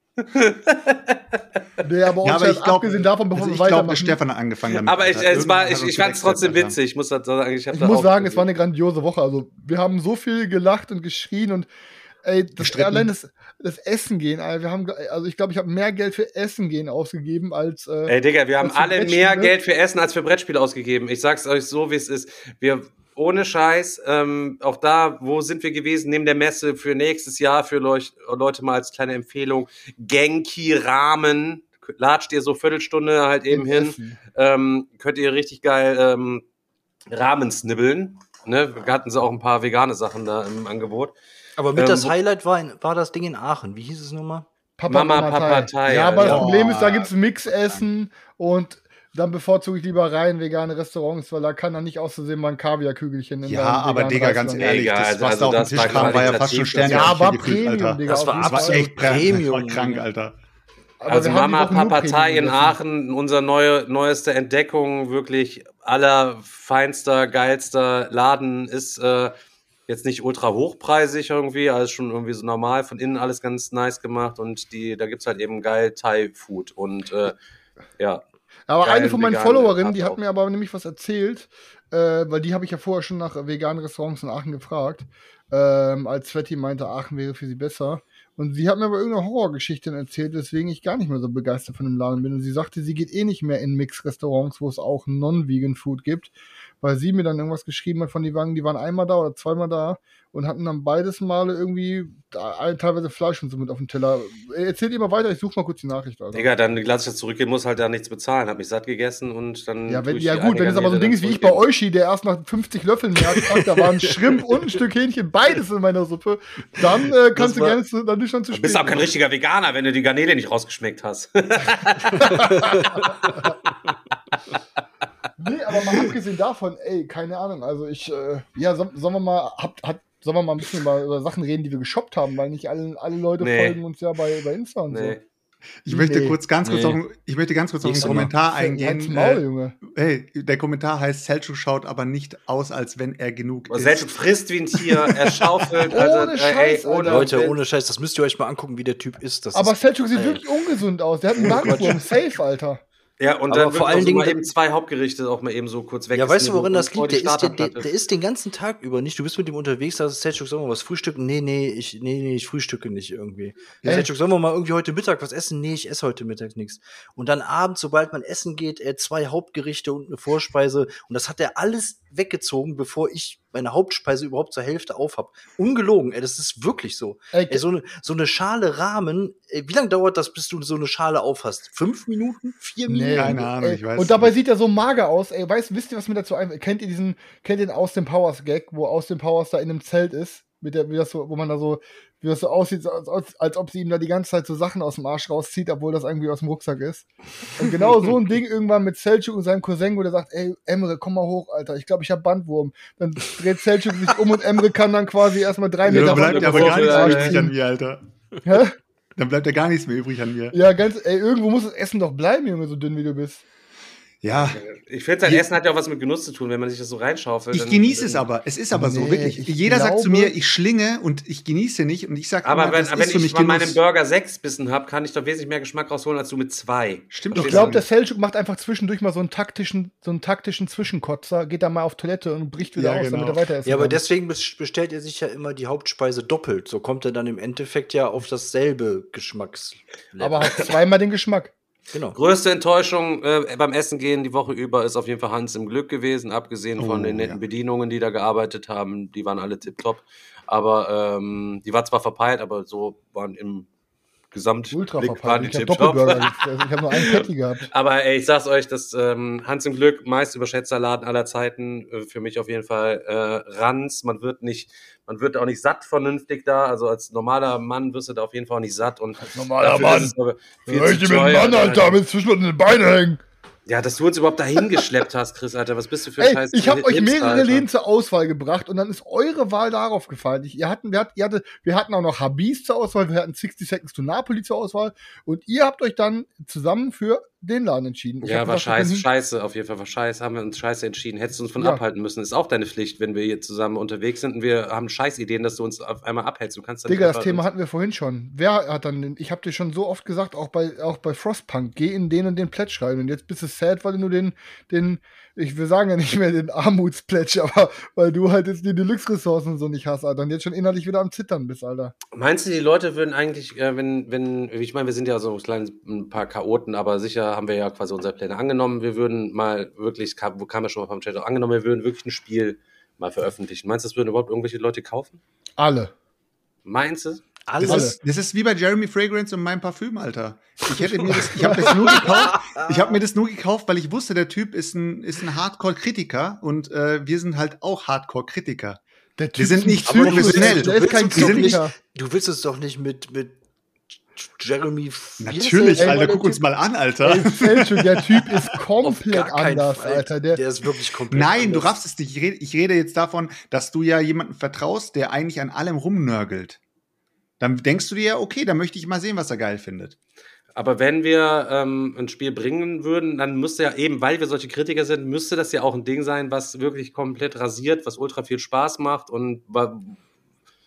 Nee, aber, Ja, aber ich glaube, abgesehen davon, bevor also wir ich glaube, weitermachen. der Stefan hat angefangen damit. Aber ich, Alter. es war, Irgendwann ich, hat uns ich fand es gewechselt, trotzdem Alter. witzig. Ich muss das sagen, ich habe Ich da muss auch- sagen, es war eine grandiose Woche. Also, wir haben so viel gelacht und geschrien und ey, das, Gestritten. allein das, das Essen gehen, Alter, wir haben, also ich glaube, ich habe mehr Geld für Essen gehen ausgegeben als. Äh, Ey, Digga, wir haben als für alle mehr Brettspiele. Geld für Essen als für Brettspiele ausgegeben. Ich sag's euch so, wie es ist. Wir, ohne Scheiß, ähm, auch da, wo sind wir gewesen? Neben der Messe für nächstes Jahr, für Leuch Leute mal als kleine Empfehlung. Genki Ramen. Latscht ihr so Viertelstunde halt eben im hin. Essen. Ähm, könnt ihr richtig geil ähm, Ramen snibbeln. Ne? Wir hatten sie auch ein paar vegane Sachen da im Angebot. Aber mit Ähm, das wo- Highlight war, in, war das Ding in Aachen. Wie hieß es nochmal? Papa, Mama, Mama, Papa, Thai. Thai, Ja, aber ja. das Problem ist, da Boah. gibt's Mixessen und dann bevorzuge ich lieber rein vegane Restaurants, weil da kann dann nicht auszusehen mal ein Kaviarkügelchen in Ja, deinem aber veganen Digga, ganz Reisland. ehrlich, Egal, das, was also da auf dem das Tisch war kam, war ja fast schon qualitativ- Sterne. Ja, war gefühlt, Premium, Alter. Digga. Das auf war jeden Das war Fall. echt Premium, Premium, krank, Junge. Alter. Aber Also wir haben Mama, die Woche nur Papa Premium Thai in gegessen. Aachen, unsere neue, neueste Entdeckung, wirklich allerfeinster, geilster Laden, ist äh, jetzt nicht ultra hochpreisig irgendwie, alles schon irgendwie so normal, von innen alles ganz nice gemacht und die, da gibt's halt eben geil Thai-Food und äh, ja. Aber Geil, eine von meinen vegan, Followerinnen, passt die hat auch. mir aber nämlich was erzählt, äh, weil die habe ich ja vorher schon nach veganen Restaurants in Aachen gefragt, ähm, als Sveti meinte, Aachen wäre für sie besser. Und sie hat mir aber irgendeine Horrorgeschichte erzählt, weswegen ich gar nicht mehr so begeistert von dem Laden bin. Und sie sagte, sie geht eh nicht mehr in Mix-Restaurants, wo es auch Non-Vegan-Food gibt, weil sie mir dann irgendwas geschrieben hat von die Wagen, die waren einmal da oder zweimal da und hatten dann beides Male irgendwie da, teilweise Fleisch und so mit auf dem Teller. Erzählt ihr mal weiter, ich suche mal kurz die Nachricht. Alter. Digga, dann lass ich das zurückgehen, muss halt da nichts bezahlen. Hab mich satt gegessen und dann. Ja, wenn, tue ich ja die gut, eine wenn es aber so ein Garnele Ding ist dann wie ich bei zurückgeben. Oishi, der erst nach fünfzig Löffeln mehr hat, da war ein Schrimp und ein Stück Hähnchen, beides in meiner Suppe, dann äh, kannst du war- gerne, zu, dann ist schon zu Du spät. bist auch kein richtiger Veganer, wenn du die Garnele nicht rausgeschmeckt hast. Nee, aber mal abgesehen davon, ey, keine Ahnung, also ich, äh, ja, so, sollen wir mal, habt, hat, sollen wir mal ein bisschen über, über Sachen reden, die wir geshoppt haben, weil nicht alle, alle Leute Nee. folgen uns ja bei, bei Insta und Nee. Ich möchte Nee. kurz ganz kurz Nee. auf, ich möchte ganz kurz auf Nächstes einen Kommentar so. eingehen. Halt's Maul, Äh, Junge. hey, der Kommentar heißt, Selchuk schaut aber nicht aus, als wenn er genug ist. Selchuk frisst wie ein Tier, er schaufelt. Also, Ohne äh, Scheiß, ey, ohne, Alter. Leute, ohne Scheiß, das müsst ihr euch mal angucken, wie der Typ ist. Das Aber ist, Selchuk sieht ey. wirklich ungesund aus. Der hat einen Magenwurm. Safe, Alter. Ja, und Aber dann vor vor allen allen Dingen- mal eben zwei Hauptgerichte auch mal eben so kurz weg. Ja, weißt du, worin das bevor liegt? die Der ist, der, der, Starterplatte- der ist den ganzen Tag über nicht. Du bist mit ihm unterwegs, da ist Selchuk, sollen wir was frühstücken? Nee, nee, ich, nee, nee, ich frühstücke nicht irgendwie. Ja, Ey. Selchuk, sollen wir mal irgendwie heute Mittag was essen? Nee, ich esse heute Mittag nichts. Und dann abends, sobald man essen geht, er zwei Hauptgerichte und eine Vorspeise. Und das hat er alles weggezogen, bevor ich meine Hauptspeise überhaupt zur Hälfte auf hab. Ungelogen, ey, das ist wirklich so. Ey, Ey, so eine so eine Schale Ramen, ey, wie lange dauert das, bis du so eine Schale auf hast? Fünf Minuten? Vier Minuten? Nee, Keine Ahnung, ey, ich weiß Und dabei nicht. sieht er so mager aus. Ey, weißt, wisst ihr, was mir dazu einfällt? Kennt ihr diesen, kennt ihr den Austin Powers Gag, wo Austin Powers da in einem Zelt ist, mit der, wie das so, wo man da so, wie das so aussieht, als, als, als ob sie ihm da die ganze Zeit so Sachen aus dem Arsch rauszieht, obwohl das irgendwie aus dem Rucksack ist. Und genau so ein Ding irgendwann mit Selchuk und seinem Cousin, wo der sagt, ey, Emre, komm mal hoch, Alter, ich glaube, ich hab Bandwurm. Dann dreht Selchuk sich um und Emre kann dann quasi erstmal drei Ja, Meter dann bleibt von ja aber der gar nichts mehr Arsch übrig ziehen. an mir, Alter. Hä? Dann bleibt ja gar nichts mehr übrig an mir. Ja, ganz, ey, irgendwo muss das Essen doch bleiben, Junge, so dünn wie du bist. Ja, Ich finde, sein Essen hat ja auch was mit Genuss zu tun, wenn man sich das so reinschaufelt. ich dann- genieße es dann- aber. Es ist aber so, Nee, wirklich. ich Jeder sagt zu glaube- mir, ich schlinge und ich genieße nicht. Und ich sage Aber immer, wenn, das wenn ist für ich mich von meinem Genuss. Burger sechs Bissen habe, kann ich doch wesentlich mehr Geschmack rausholen als du mit zwei. Stimmt Ich doch glaube, gar der nicht. Selchuk macht einfach zwischendurch mal so einen taktischen, so einen taktischen Zwischenkotzer, geht da mal auf Toilette und bricht wieder Ja, aus, genau. damit er weiter essen Ja, aber kann. deswegen bes- bestellt er sich ja immer die Hauptspeise doppelt. So kommt er dann im Endeffekt ja auf dasselbe Geschmackslevel. Aber hat zweimal den Geschmack. genau. Größte Enttäuschung äh, beim Essen gehen die Woche über ist auf jeden Fall Hans im Glück gewesen, abgesehen von Oh, den netten ja. Bedienungen, die da gearbeitet haben. Die waren alle tipptopp. Aber ähm, die war zwar verpeilt, aber so waren im Ultra Gesamtblick waren verpackt. die Ich habe tipptopp. Doppelburger. Also ich habe nur einen Patty gehabt. Aber ey, ich sag's euch, das ähm, Hans im Glück, meist überschätzter Laden aller Zeiten, äh, für mich auf jeden Fall äh, Ranz. Man wird nicht, man wird auch nicht satt vernünftig da. Also als normaler Mann wirst du da auf jeden Fall auch nicht satt. Und normaler dafür Mann. ist es aber viel Hör ich zu dir mit dem teuer. Mann, Alter, mit zwischen den Beinen hängen. Ja, dass du uns überhaupt dahin geschleppt hast, Chris, Alter. Was bist du für ein Ey, scheiß ich habe euch Hipster, mehrere Alter. Läden zur Auswahl gebracht und dann ist eure Wahl darauf gefallen. Ich, ihr hatten, wir, hatten, ihr hatte, wir hatten auch noch Habib's zur Auswahl, wir hatten sixty Seconds to Napoli zur Auswahl und ihr habt euch dann zusammen für den Laden entschieden. Ich Ja, hab war gesagt, wir können scheiße, hin- scheiße, auf jeden Fall war scheiße, haben wir uns scheiße entschieden. Hättest du uns von Ja. abhalten müssen, ist auch deine Pflicht, wenn wir hier zusammen unterwegs sind und wir haben Scheißideen, dass du uns auf einmal abhältst. Du kannst dann Digga, nicht das einfach Thema uns- hatten wir vorhin schon. Wer hat dann den, ich habe dir schon so oft gesagt, auch bei, auch bei Frostpunk, geh in den und den Pledge rein. Und jetzt bist du sad, weil du nur den, den, ich will sagen ja nicht mehr den Armutspledge, aber weil du halt jetzt die Deluxe-Ressourcen so nicht hast, Alter. Und jetzt schon innerlich wieder am Zittern bist, Alter. Meinst du, die Leute würden eigentlich, äh, wenn, wenn, ich meine, wir sind ja so ein kleines, ein paar Chaoten, aber sicher haben wir ja quasi unsere Pläne angenommen. Wir würden mal wirklich, kam, wo kam ja schon mal vom Chat auch angenommen, wir würden wirklich ein Spiel mal veröffentlichen. Meinst du, das würden überhaupt irgendwelche Leute kaufen? Alle. Meinst du? Alles. Alle. Das ist, das ist wie bei Jeremy Fragrance und meinem Parfüm, Alter. Ich hätte mir das, ich habe das nur gekauft. Ich habe mir das nur gekauft, weil ich wusste, der Typ ist ein, ist ein Hardcore-Kritiker und äh, wir sind halt auch Hardcore-Kritiker. Der Typ Wir sind ist ein nicht Psycho, professionell. Der ist kein Du willst uns doch nicht- Kritiker. Du willst es doch nicht mit, mit Jeremy. wie heißt Natürlich, der? Ey, Alter, weil der guck uns Typ- mal an, Alter. Ey, Selchuk, der Typ ist Auf komplett gar keinen anders, Fall. Alter. Der, Der ist wirklich komplett Nein, du anders. raffst es nicht. Ich rede, ich rede jetzt davon, dass du ja jemanden vertraust, der eigentlich an allem rumnörgelt. Dann denkst du dir ja, okay, dann möchte ich mal sehen, was er geil findet. Aber wenn wir ähm, ein Spiel bringen würden, dann müsste ja eben, weil wir solche Kritiker sind, müsste das ja auch ein Ding sein, was wirklich komplett rasiert, was ultra viel Spaß macht und wa-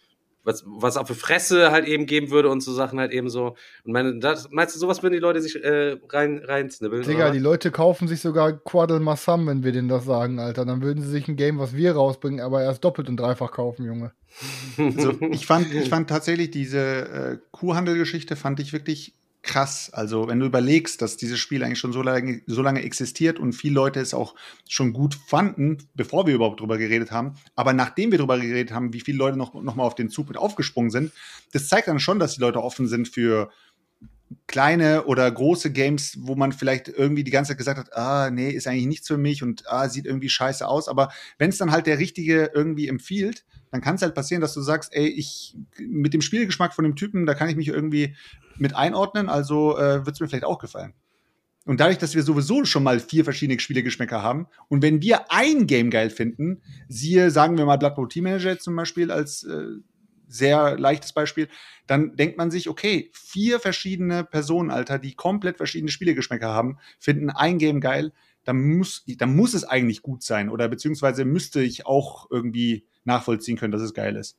was, was auf die Fresse halt eben geben würde und so Sachen halt eben so. Und meine, das, meinst du, sowas würden die Leute sich äh, rein, reinsnibbeln? Digga, oder? die Leute kaufen sich sogar Quaddle Massam, wenn wir denen das sagen, Alter. Dann würden sie sich ein Game, was wir rausbringen, aber erst doppelt und dreifach kaufen, Junge. Also ich fand, ich fand tatsächlich diese äh, Kuhhandel-Geschichte fand ich wirklich krass. Also wenn du überlegst, dass dieses Spiel eigentlich schon so lange, so lange existiert und viele Leute es auch schon gut fanden, bevor wir überhaupt drüber geredet haben, aber nachdem wir drüber geredet haben, wie viele Leute noch, noch mal auf den Zug mit aufgesprungen sind, das zeigt dann schon, dass die Leute offen sind für kleine oder große Games, wo man vielleicht irgendwie die ganze Zeit gesagt hat, ah, nee, ist eigentlich nichts für mich und ah, sieht irgendwie scheiße aus. Aber wenn es dann halt der Richtige irgendwie empfiehlt, dann kann es halt passieren, dass du sagst, ey, ich mit dem Spielgeschmack von dem Typen, da kann ich mich irgendwie mit einordnen, also äh, wird es mir vielleicht auch gefallen. Und dadurch, dass wir sowieso schon mal vier verschiedene Spielegeschmäcker haben und wenn wir ein Game geil finden, siehe, sagen wir mal Blood Bowl Team Manager zum Beispiel als äh, sehr leichtes Beispiel, dann denkt man sich, okay, vier verschiedene Personen, Alter, die komplett verschiedene Spielegeschmäcker haben, finden ein Game geil, dann muss, dann muss es eigentlich gut sein oder beziehungsweise müsste ich auch irgendwie nachvollziehen können, dass es geil ist.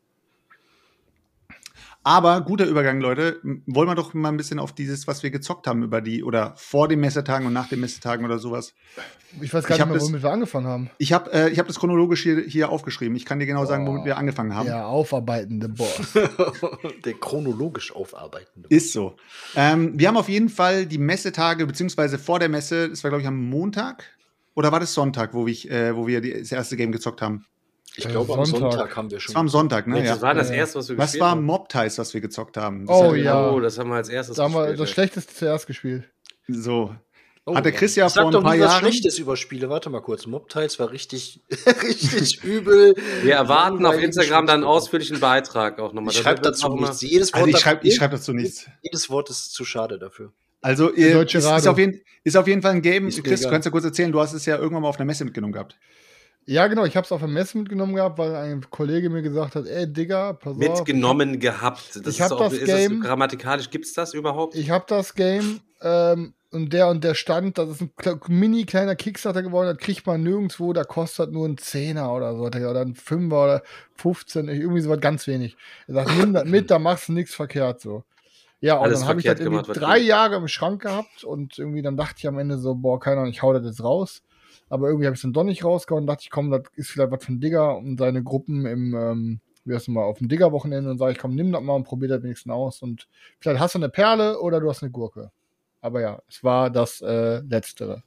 Aber guter Übergang, Leute. Wollen wir doch mal ein bisschen auf dieses, was wir gezockt haben über die, oder vor den Messetagen und nach den Messetagen oder sowas. Ich weiß gar Ich nicht hab mehr, das- womit wir angefangen haben. Ich habe äh, ich hab das chronologisch hier, hier aufgeschrieben. Ich kann dir genau sagen, womit wir angefangen haben. Ja, aufarbeitende Boss. Der chronologisch aufarbeitende. Ist so. Ähm, wir haben auf jeden Fall die Messetage, beziehungsweise vor der Messe, das war, glaube ich, am Montag. Oder war das Sonntag, wo, ich, äh, wo wir die, das erste Game gezockt haben? Ich Äh, glaube, am Sonntag. Sonntag haben wir schon. Das war am Sonntag, ne? Mensch, das Ja. war das Ja. erste, was wir Was gespielt war haben. Mob Ties, was wir gezockt haben? Das Oh hat- ja. Oh, das haben wir als erstes Da haben wir gespielt. das ey. Schlechteste zuerst gespielt. So. Oh, Hat der Chris ja ich sag vor ein doch paar nie was Jahren- Schlechtes über Spiele. Warte mal kurz. Mob Tiles war richtig, richtig übel. Wir erwarten auf Langweilig Instagram dann einen Schmutzspiel. ausführlichen Beitrag auch nochmal. Ich Das schreibe wird dazu auch immer- nichts. Jedes Wort Also ich dafür- schreibe ich schreib dazu nichts. Jedes Wort ist zu schade dafür. Also ihr, Deutsche ist, ist, Radio. auf jeden, ist auf jeden Fall ein Game. Ist mir Chris, egal. kannst du kurz erzählen, du hast es ja irgendwann mal auf einer Messe mitgenommen gehabt. Ja, genau. Ich habe es auf der Messe mitgenommen gehabt, weil ein Kollege mir gesagt hat, ey, Digga, pass auf. mitgenommen gehabt. Das ich ist hab auch, das ist Game- das grammatikalisch, gibt's das überhaupt? Ich habe das Game ähm, und der und der Stand, das ist ein kle- mini kleiner Kickstarter geworden, das kriegt man nirgendwo, da kostet nur ein Zehner oder so, oder ein Fünfer oder fünfzehn, irgendwie sowas ganz wenig. Er sagt, nimm das mit, da machst du nichts verkehrt so. Ja, und Alles dann habe ich das verkehrt irgendwie gemacht, was drei geht. Jahre im Schrank gehabt und irgendwie dann dachte ich am Ende so, boah, keine Ahnung, ich hau das jetzt raus. Aber irgendwie habe ich es dann doch nicht rausgehauen und dachte ich, komm, das ist vielleicht was für ein Digger und seine Gruppen im, ähm, wie heißt das mal, auf dem Digger-Wochenende und sage ich, komm, nimm das mal und probier das wenigstens aus und vielleicht hast du eine Perle oder du hast eine Gurke. Aber ja, es war das äh, Letztere.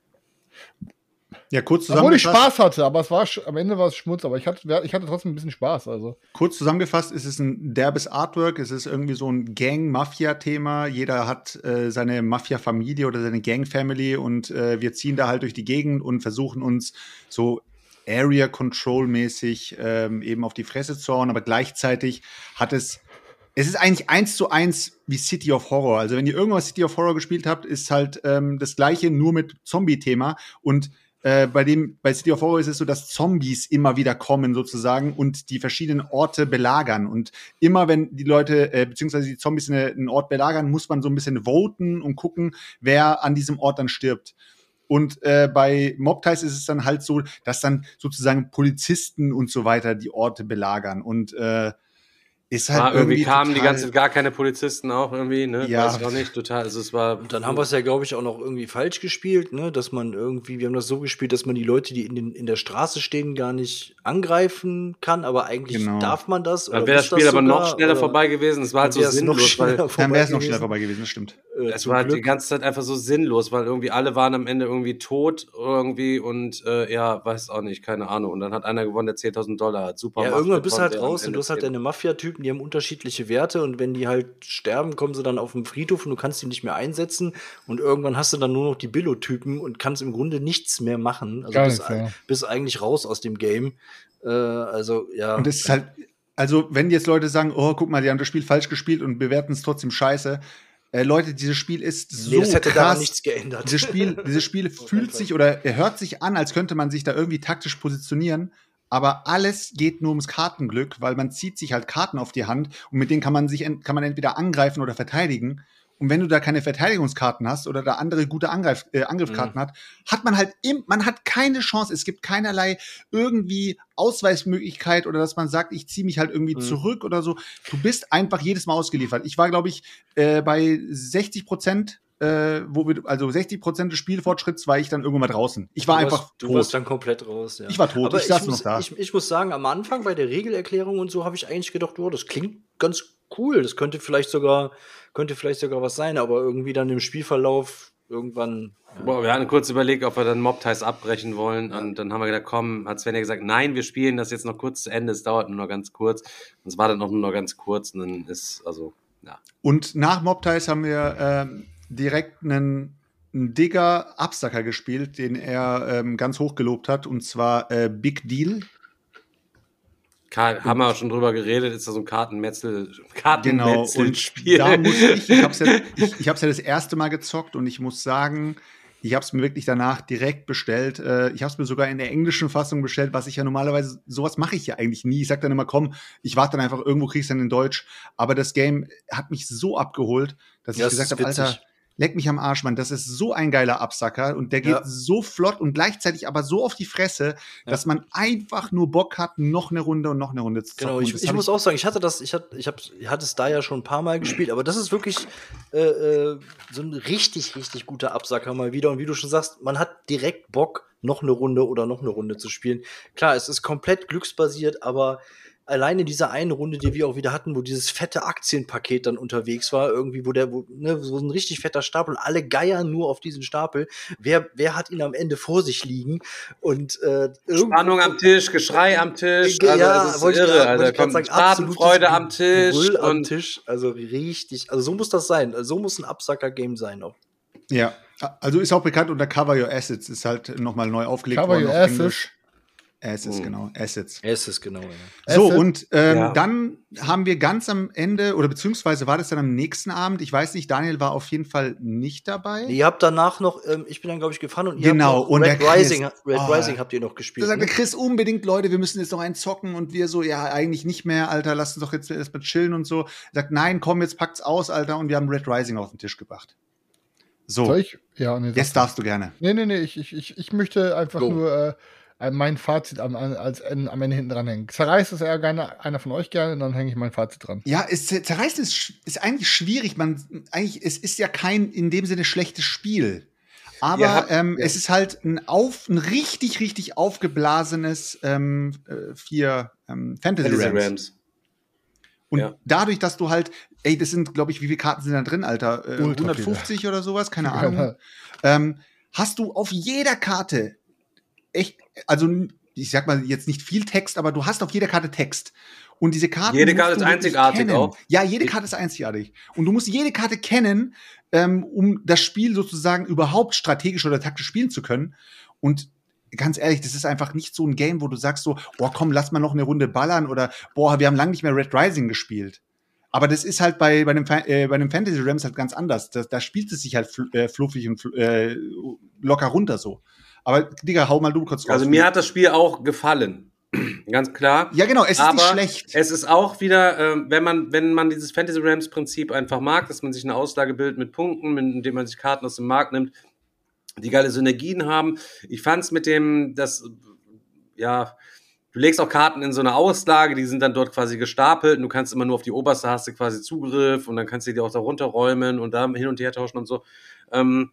Ja, kurz Obwohl ich zusammengefasst, Spaß hatte, aber es war sch- am Ende war es Schmutz, aber ich hatte, ich hatte trotzdem ein bisschen Spaß. Also. kurz zusammengefasst ist es ein derbes Artwork, es ist irgendwie so ein Gang-Mafia-Thema. Jeder hat äh, seine Mafia-Familie oder seine Gang-Family und äh, wir ziehen da halt durch die Gegend und versuchen uns so Area-Control-mäßig ähm, eben auf die Fresse zu hauen, aber gleichzeitig hat es Es ist eigentlich eins zu eins wie City of Horror. Also wenn ihr irgendwas City of Horror gespielt habt, ist halt ähm, das Gleiche, nur mit Zombie-Thema. Und äh, bei dem bei City of Horror ist es so, dass Zombies immer wieder kommen sozusagen und die verschiedenen Orte belagern. Und immer wenn die Leute, äh, beziehungsweise die Zombies eine, einen Ort belagern, muss man so ein bisschen voten und gucken, wer an diesem Ort dann stirbt. Und äh, bei Mob Ties ist es dann halt so, dass dann sozusagen Polizisten und so weiter die Orte belagern. Und äh, ist halt War, irgendwie kamen die total- ganze gar keine Polizisten auch irgendwie, ne? Ja. Weiß ich auch nicht, total. Also es war. Und dann haben wir es ja, glaube ich, auch noch irgendwie falsch gespielt, ne? Dass man irgendwie, wir haben das so gespielt, dass man die Leute, die in, den, in der Straße stehen, gar nicht angreifen kann, aber eigentlich Genau. darf man das. Dann oder wäre das muss Spiel aber sogar, noch schneller oder vorbei gewesen. Es war halt dann so wär's noch sinnlos, weil schneller Dann wäre es noch vorbei schneller gewesen. vorbei gewesen, das stimmt. Äh, es zum war halt die Glück. ganze Zeit einfach so sinnlos, weil irgendwie alle waren am Ende irgendwie tot irgendwie und äh, ja, weiß auch nicht, keine Ahnung. Und dann hat einer gewonnen, der zehntausend Dollar hat. Super. Ja, Mafia irgendwann bist du halt konnte am raus und Ende du hast halt zählen. deine Mafia-Typen, die haben unterschiedliche Werte und wenn die halt sterben, kommen sie dann auf den Friedhof und du kannst die nicht mehr einsetzen und irgendwann hast du dann nur noch die Billo-Typen und kannst im Grunde nichts mehr machen. Also Gar bist, nichts, ja. bist eigentlich raus aus dem Game. Äh, also, ja. Und es ist halt, also wenn jetzt Leute sagen, oh, guck mal, die haben das Spiel falsch gespielt und bewerten es trotzdem scheiße. Äh, Leute, dieses Spiel ist so nee, das hätte krass. daran nichts geändert. Dieses Spiel, dieses Spiel fühlt sich oder er hört sich an, als könnte man sich da irgendwie taktisch positionieren. Aber alles geht nur ums Kartenglück, weil man zieht sich halt Karten auf die Hand und mit denen kann man sich ent- kann man entweder angreifen oder verteidigen. Und wenn du da keine Verteidigungskarten hast oder da andere gute Angreif, äh, Angriffskarten Mhm. hat, hat man halt im, man hat keine Chance. Es gibt keinerlei irgendwie Ausweismöglichkeit oder dass man sagt, ich ziehe mich halt irgendwie Mhm. zurück oder so. Du bist einfach jedes Mal ausgeliefert. Ich war, glaube ich, äh, bei sechzig Prozent, äh, wo wir, also sechzig Prozent des Spielfortschritts war ich dann irgendwann mal draußen. Ich war Du einfach warst, du tot. warst dann komplett raus, ja. Ich war tot, Aber ich saß muss, noch da. Ich, ich muss sagen, am Anfang bei der Regelerklärung und so habe ich eigentlich gedacht, oh, das klingt ganz cool. Das könnte vielleicht sogar, könnte vielleicht sogar was sein, aber irgendwie dann im Spielverlauf irgendwann. Ja. Boah, wir hatten kurz überlegt, ob wir dann Mob-Ties abbrechen wollen. Und dann haben wir gedacht, komm, hat Sven ja gesagt, nein, wir spielen das jetzt noch kurz zu Ende. Es dauert nur noch ganz kurz. Und es war dann auch nur noch ganz kurz. Und dann ist, also, ja. Und nach Mob-Ties haben wir ähm, direkt einen, einen Digger Absacker gespielt, den er ähm, ganz hoch gelobt hat, und zwar äh, Big Deal. Karl, haben wir auch schon drüber geredet, ist da so ein Kartenmetzel, Genau, und Kartenmetzelspiel. da muss ich, ich habe es ja, ich, ich hab's ja das erste Mal gezockt und ich muss sagen, ich habe es mir wirklich danach direkt bestellt. Äh, ich habe es mir sogar in der englischen Fassung bestellt, was ich ja normalerweise, sowas mache ich ja eigentlich nie. Ich sag dann immer, komm, ich warte dann einfach, irgendwo krieg's dann in Deutsch. Aber das Game hat mich so abgeholt, dass Ja, ich es gesagt ist habe, Alter, witzig. leck mich am Arsch, Mann, das ist so ein geiler Absacker und der geht Ja. so flott und gleichzeitig aber so auf die Fresse, dass man einfach nur Bock hat, noch eine Runde und noch eine Runde zu zocken. Genau, Und ich, das ich hab muss auch sagen, ich hatte das, ich hatte, ich, hab, ich hatte es da ja schon ein paar Mal gespielt, aber das ist wirklich äh, äh, so ein richtig, richtig guter Absacker mal wieder. Und wie du schon sagst, man hat direkt Bock, noch eine Runde oder noch eine Runde zu spielen. Klar, es ist komplett glücksbasiert, aber alleine diese eine Runde, die wir auch wieder hatten, wo dieses fette Aktienpaket dann unterwegs war, irgendwie, wo der, wo, ne, so ein richtig fetter Stapel, alle geiern nur auf diesen Stapel. Wer, wer hat ihn am Ende vor sich liegen? Und äh, Spannung am Tisch, Geschrei am Tisch, Ja, also es ist wollte ich irre, grad- also wollte ich grad kommt sagen, absolutes Schadenfreude am Tisch Brüll am und Tisch, also richtig, also so muss das sein, so muss ein Absacker-Game sein auch. Ja, also ist auch bekannt unter Cover Your Assets, ist halt nochmal neu aufgelegt Cover worden Your auf Assets. Englisch. Assets, Mhm. genau, Assets. Es ist genau, ja. So, Assets. und ähm, Ja. dann haben wir ganz am Ende, oder beziehungsweise war das dann am nächsten Abend, ich weiß nicht, Daniel war auf jeden Fall nicht dabei. Ihr habt danach noch, ähm, ich bin dann, glaube ich, gefahren und ihr Genau, habt noch und Red der Chris- Rising, Red Oh. Rising habt ihr noch Da gespielt. sagte Ne? Chris unbedingt, Leute, wir müssen jetzt noch einen zocken und wir so, ja, eigentlich nicht mehr, Alter, lasst uns doch jetzt erstmal chillen und so. Er sagt, nein, komm, jetzt packt's aus, Alter, und wir haben Red Rising auf den Tisch gebracht. So, Soll ich? Ja, nee, jetzt darfst du gerne. nee, nee, nee, ich, ich, ich, ich möchte einfach Go. nur äh, mein Fazit am, an- als, an, am Ende hinten dran hängen. Zerreißt es eher gerne einer von euch gerne, dann hänge ich mein Fazit dran. Ja, es zerreißen ist, sch- ist eigentlich schwierig. Man, eigentlich, es ist ja kein in dem Sinne schlechtes Spiel. Aber Ihr habt- ähm, ja. es ist halt ein, auf, ein richtig, richtig aufgeblasenes ähm, äh, vier ähm, Fantasy, Fantasy Rams. Rams. Und Ja. dadurch, dass du halt, ey, das sind, glaube ich, wie viele Karten sind da drin, Alter? Äh, Ultra hundertfünfzig oder sowas, keine Ja. Ahnung. Ähm, hast du auf jeder Karte echt, also ich sag mal jetzt nicht viel Text, aber du hast auf jeder Karte Text. Und diese Karten. Jede musst Karte du ist wirklich einzigartig kennen. auch. Ja, jede Karte ist einzigartig. Und du musst jede Karte kennen, ähm, um das Spiel sozusagen überhaupt strategisch oder taktisch spielen zu können. Und ganz ehrlich, das ist einfach nicht so ein Game, wo du sagst so, boah, komm, lass mal noch eine Runde ballern oder boah, wir haben lange nicht mehr Red Rising gespielt. Aber das ist halt bei, bei, einem, Fa- äh, bei einem Fantasy Rams halt ganz anders. Da, da spielt es sich halt fl äh, fluffig und fl äh, locker runter so. Aber, Digga, hau mal du kurz raus. Also mir hat das Spiel auch gefallen. Ganz klar. Ja, genau, es ist Aber nicht schlecht. Es ist auch wieder, ähm, wenn man, wenn man dieses Fantasy Rams Prinzip einfach mag, dass man sich eine Auslage bildet mit Punkten, mit, indem man sich Karten aus dem Markt nimmt, die geile Synergien haben. Ich fand's mit dem, das, ja, du legst auch Karten in so eine Auslage, die sind dann dort quasi gestapelt und du kannst immer nur auf die oberste hast du quasi Zugriff und dann kannst du die auch da runterräumen und da hin und her tauschen und so. Ähm,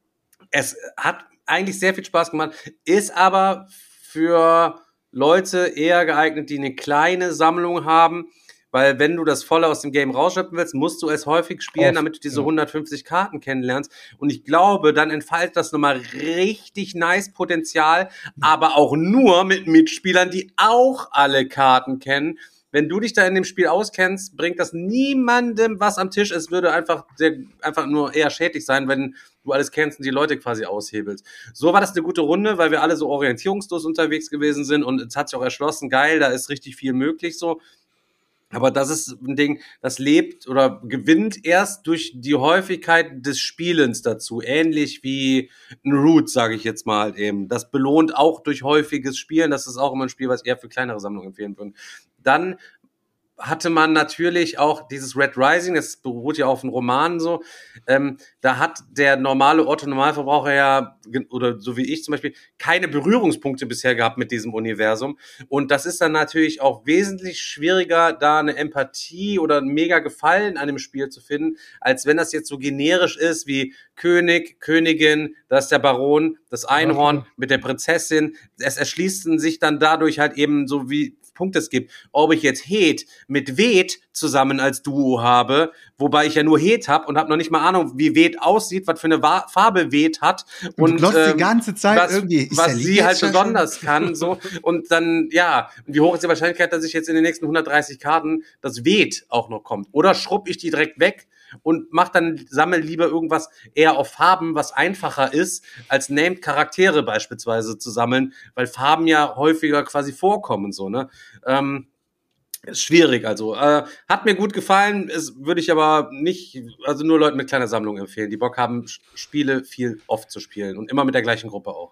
es hat eigentlich sehr viel Spaß gemacht, ist aber für Leute eher geeignet, die eine kleine Sammlung haben, weil wenn du das volle aus dem Game rausschöpfen willst, musst du es häufig spielen, Oft, damit du diese ja. hundertfünfzig Karten kennenlernst. Und ich glaube, dann entfaltet das nochmal richtig nice Potenzial, aber auch nur mit Mitspielern, die auch alle Karten kennen. Wenn du dich da in dem Spiel auskennst, bringt das niemandem was am Tisch. Es würde einfach, sehr, einfach nur eher schädlich sein, wenn du alles kennst und die Leute quasi aushebelst. So war das eine gute Runde, weil wir alle so orientierungslos unterwegs gewesen sind und es hat sich auch erschlossen, geil, da ist richtig viel möglich so. Aber das ist ein Ding, das lebt oder gewinnt erst durch die Häufigkeit des Spielens dazu. Ähnlich wie ein Root, sage ich jetzt mal halt eben. Das belohnt auch durch häufiges Spielen. Das ist auch immer ein Spiel, was eher für kleinere Sammlungen empfehlen würden. Dann hatte man natürlich auch dieses Red Rising, das beruht ja auf einem Roman so, ähm, da hat der normale Otto-Normalverbraucher ja, oder so wie ich zum Beispiel, keine Berührungspunkte bisher gehabt mit diesem Universum und das ist dann natürlich auch wesentlich schwieriger, da eine Empathie oder ein mega Gefallen an dem Spiel zu finden, als wenn das jetzt so generisch ist wie König, Königin, da ist der Baron, das Einhorn Ja, mit der Prinzessin, es erschließen sich dann dadurch halt eben so wie Punkte es gibt. Ob ich jetzt Het mit Weet zusammen als Duo habe, wobei ich ja nur Het habe und habe noch nicht mal Ahnung, wie Weet aussieht, was für eine Wa- Farbe Weet hat. Und, Und, du glotzt ähm, die ganze Zeit was, irgendwie. Ist was der sie Liga halt jetzt besonders schon? kann. So. Und dann, ja, wie hoch ist die Wahrscheinlichkeit, dass ich jetzt in den nächsten hundertdreißig Karten das Weet auch noch kommt? Oder schrubb ich die direkt weg und mach dann, sammel lieber irgendwas eher auf Farben, was einfacher ist, als Named Charaktere beispielsweise zu sammeln, weil Farben ja häufiger quasi vorkommen, so, ne? Ähm, ist schwierig, also. Äh, hat mir gut gefallen, es würde ich aber nicht, also nur Leuten mit kleiner Sammlung empfehlen, die Bock haben, Sch- Spiele viel oft zu spielen und immer mit der gleichen Gruppe auch.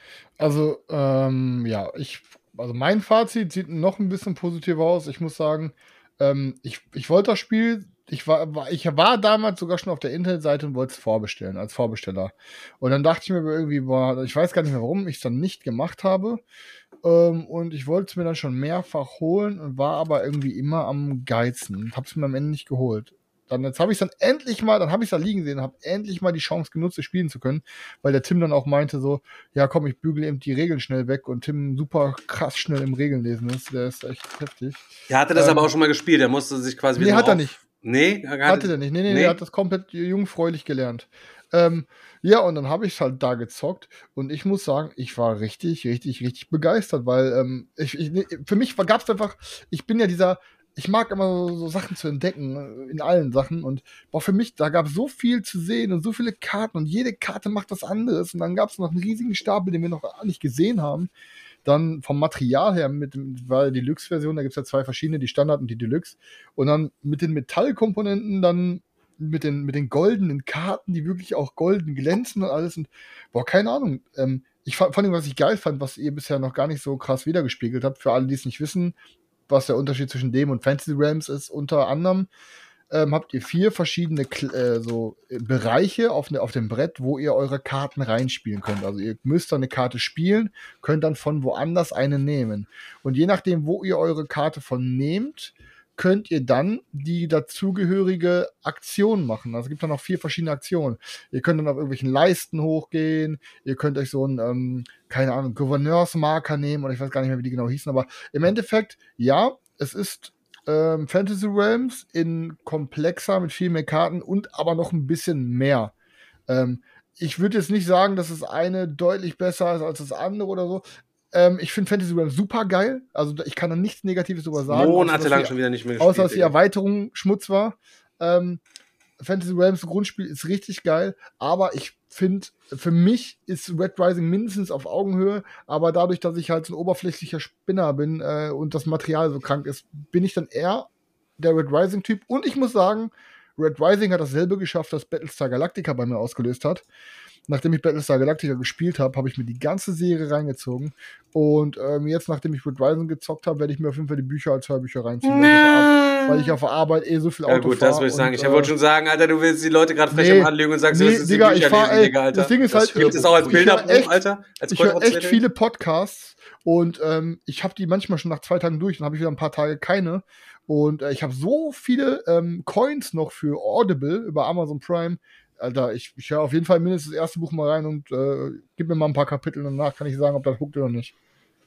Also, ähm, ja, ich, also mein Fazit sieht noch ein bisschen positiver aus. Ich muss sagen, ähm, ich, ich wollte das Spiel, ich war, war, ich war damals sogar schon auf der Internetseite und wollte es vorbestellen, als Vorbesteller. Und dann dachte ich mir irgendwie, boah, ich weiß gar nicht mehr, warum ich es dann nicht gemacht habe. Ähm, und ich wollte es mir dann schon mehrfach holen und war aber irgendwie immer am Geizen und habe es mir am Ende nicht geholt. Dann, jetzt habe ich es dann endlich mal, dann habe ich es da liegen sehen, habe endlich mal die Chance genutzt, es spielen zu können, weil der Tim dann auch meinte so, ja komm, ich bügele eben die Regeln schnell weg und Tim super krass schnell im Regeln lesen ist, der ist echt heftig. Er hatte das Ähm, aber auch schon mal gespielt, er musste sich quasi Nee, wieder hat er auf- nicht. Nee, er Hatte der nicht. Nee, nee, nee, er hat das komplett jungfräulich gelernt. Ähm, ja, und dann habe ich es halt da gezockt und ich muss sagen, ich war richtig, richtig, richtig begeistert, weil ähm, ich, ich, nee, für mich gab es einfach, ich bin ja dieser, ich mag immer so, so Sachen zu entdecken, äh, in allen Sachen und boah, für mich, da gab es so viel zu sehen und so viele Karten und jede Karte macht was anderes und dann gab es noch einen riesigen Stapel, den wir noch gar nicht gesehen haben. Dann vom Material her, mit dem, war die Deluxe-Version, da gibt es ja zwei verschiedene, die Standard und die Deluxe. Und dann mit den Metallkomponenten, dann mit den, mit den goldenen Karten, die wirklich auch golden glänzen und alles. Und boah, keine Ahnung. Ähm, ich fand, vor allem, was ich geil fand, was ihr bisher noch gar nicht so krass wiedergespiegelt habt, für alle, die es nicht wissen, was der Unterschied zwischen dem und Fantasy Realms ist, unter anderem, ähm, habt ihr vier verschiedene Kl- äh, so äh, Bereiche auf, ne, auf dem Brett, wo ihr eure Karten reinspielen könnt. Also ihr müsst dann eine Karte spielen, könnt dann von woanders eine nehmen. Und je nachdem, wo ihr eure Karte von nehmt, könnt ihr dann die dazugehörige Aktion machen. Also es gibt dann noch vier verschiedene Aktionen. Ihr könnt dann auf irgendwelchen Leisten hochgehen, ihr könnt euch so einen, ähm, keine Ahnung, Gouverneursmarker nehmen oder ich weiß gar nicht mehr, wie die genau hießen, aber im Endeffekt, ja, es ist ähm, Fantasy Realms in komplexer mit viel mehr Karten und aber noch ein bisschen mehr. Ähm, ich würde jetzt nicht sagen, dass das eine deutlich besser ist als das andere oder so. Ähm, ich finde Fantasy Realms super geil. Also ich kann da nichts Negatives drüber sagen. Monatelang außer, dass schon die, wieder nicht mehr gespielt. außer dass die Digga. Erweiterung Schmutz war. Ähm, Fantasy Realms Grundspiel ist richtig geil, aber ich finde, für mich ist Red Rising mindestens auf Augenhöhe, aber dadurch, dass ich halt so ein oberflächlicher Spinner bin äh, und das Material so krank ist, bin ich dann eher der Red Rising-Typ. Und ich muss sagen, Red Rising hat dasselbe geschafft, das Battlestar Galactica bei mir ausgelöst hat. Nachdem ich Battlestar Galactica gespielt habe, habe ich mir die ganze Serie reingezogen. Und ähm, jetzt, nachdem ich Red Rising gezockt habe, werde ich mir auf jeden Fall die Bücher als Hörbücher reinziehen. Weil ich auf der Ar- weil ich auf der Arbeit eh so viel Ja Auto gut, fahre. das würde ich sagen. und, Ich wollte schon sagen, Alter, du willst die Leute gerade frech Nee, am Anlügen und sagst, nee, das ist Digga, die ich Bücher fahr, lesen, ey, Digga, Alter. das Ding ist halt, gibt es auch als ich höre Bilderbuch, echt- Alter? Als Ich höre echt Kurzzeile? viele Podcasts und ähm, ich habe die manchmal schon nach zwei Tagen durch, dann habe ich wieder ein paar Tage keine. Und äh, ich habe so viele ähm, Coins noch für Audible über Amazon Prime. Alter, ich, ich höre auf jeden Fall mindestens das erste Buch mal rein und äh, gib mir mal ein paar Kapitel und danach kann ich sagen, ob das huckt oder nicht.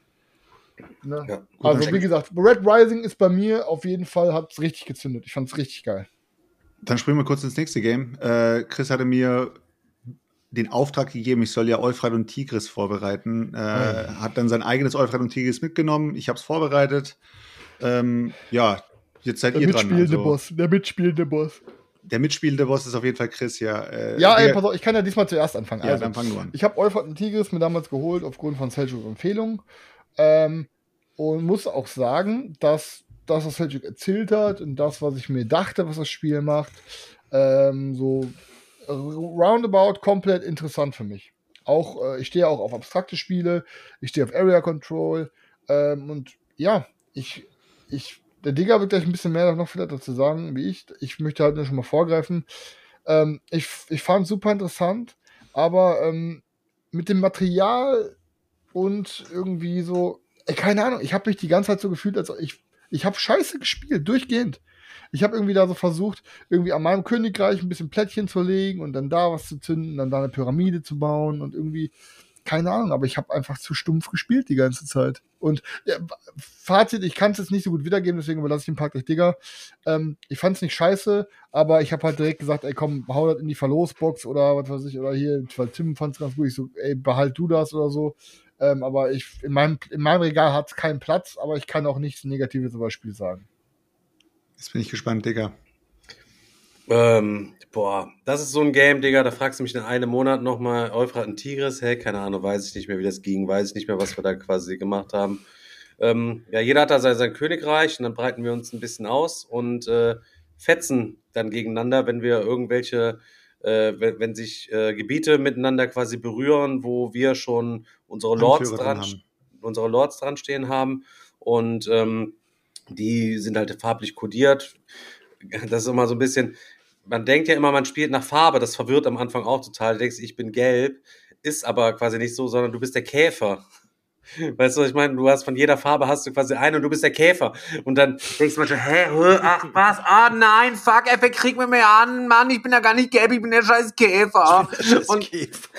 Ne? Ja, gut, Also, dann wie gesagt, Red Rising ist bei mir auf jeden Fall, hat es richtig gezündet. Ich fand es richtig geil. Dann springen wir kurz ins nächste Game. Äh, Chris hatte mir den Auftrag gegeben, ich soll ja Euphrat und Tigris vorbereiten. Äh, Oh. Hat dann sein eigenes Euphrat und Tigris mitgenommen. Ich habe es vorbereitet. Ähm, ja, jetzt seid Der ihr dran. mitspielende Also, Boss. Der mitspielende Boss. der mitspielende Boss ist auf jeden Fall Chris, ja. Äh, Ja, ey, der- pass auf, ich kann ja diesmal zuerst anfangen. Ja, also, dann fang du an. ich habe Euphrat und Tigris mir damals geholt aufgrund von Selçuks Empfehlung. Ähm, und muss auch sagen, dass das, was Selçuk erzählt hat und das, was ich mir dachte, was das Spiel macht, ähm, so roundabout komplett interessant für mich. Auch, äh, ich stehe auch auf abstrakte Spiele, ich stehe auf Area Control ähm, und ja, ich, ich der Digger wird gleich ein bisschen mehr noch vielleicht dazu sagen, wie ich. Ich möchte halt nur schon mal vorgreifen. Ähm, ich ich fand es super interessant, aber ähm, mit dem Material und irgendwie so, ey, keine Ahnung, ich habe mich die ganze Zeit so gefühlt, als ich, ich habe scheiße gespielt, durchgehend. Ich habe irgendwie da so versucht, irgendwie an meinem Königreich ein bisschen Plättchen zu legen und dann da was zu zünden, dann da eine Pyramide zu bauen und irgendwie, keine Ahnung, aber ich habe einfach zu stumpf gespielt die ganze Zeit. Und ja, Fazit, ich kann es jetzt nicht so gut wiedergeben, deswegen überlasse ich den Park gleich Digger. Ähm, ich fand es nicht scheiße, aber ich habe halt direkt gesagt, ey komm, hau das in die Verlosbox oder was weiß ich, oder hier, weil Tim fand es ganz gut, ich so, ey, behalt du das oder so. Ähm, aber ich, in meinem, in meinem Regal hat es keinen Platz, aber ich kann auch nichts Negatives über das Spiel sagen. Jetzt bin ich gespannt, Digga. Ähm, boah, das ist so ein Game, Digga, da fragst du mich in einem Monat nochmal, Euphrat und Tigris, hey, keine Ahnung, weiß ich nicht mehr, wie das ging, weiß ich nicht mehr, was wir da quasi gemacht haben. Ähm, ja, jeder hat da sein, sein Königreich und dann breiten wir uns ein bisschen aus und äh, fetzen dann gegeneinander, wenn wir irgendwelche, äh, wenn, wenn sich äh, Gebiete miteinander quasi berühren, wo wir schon unsere Lords Anführer dran, dran haben. unsere Lords dran stehen haben und ähm, die sind halt farblich kodiert. Das ist immer so ein bisschen, man denkt ja immer, man spielt nach Farbe, das verwirrt am Anfang auch total. Du denkst, ich bin gelb, ist aber quasi nicht so, sondern du bist der Käfer. Weißt du, was ich meine? Du hast von jeder Farbe hast du quasi einen und du bist der Käfer. Und dann denkst du manchmal, hä, hä, ach was, ah nein, fuck, ey, krieg mir mehr an, Mann, ich bin ja gar nicht gelb, ich bin der scheiß Käfer. Scheiß Und Käfer.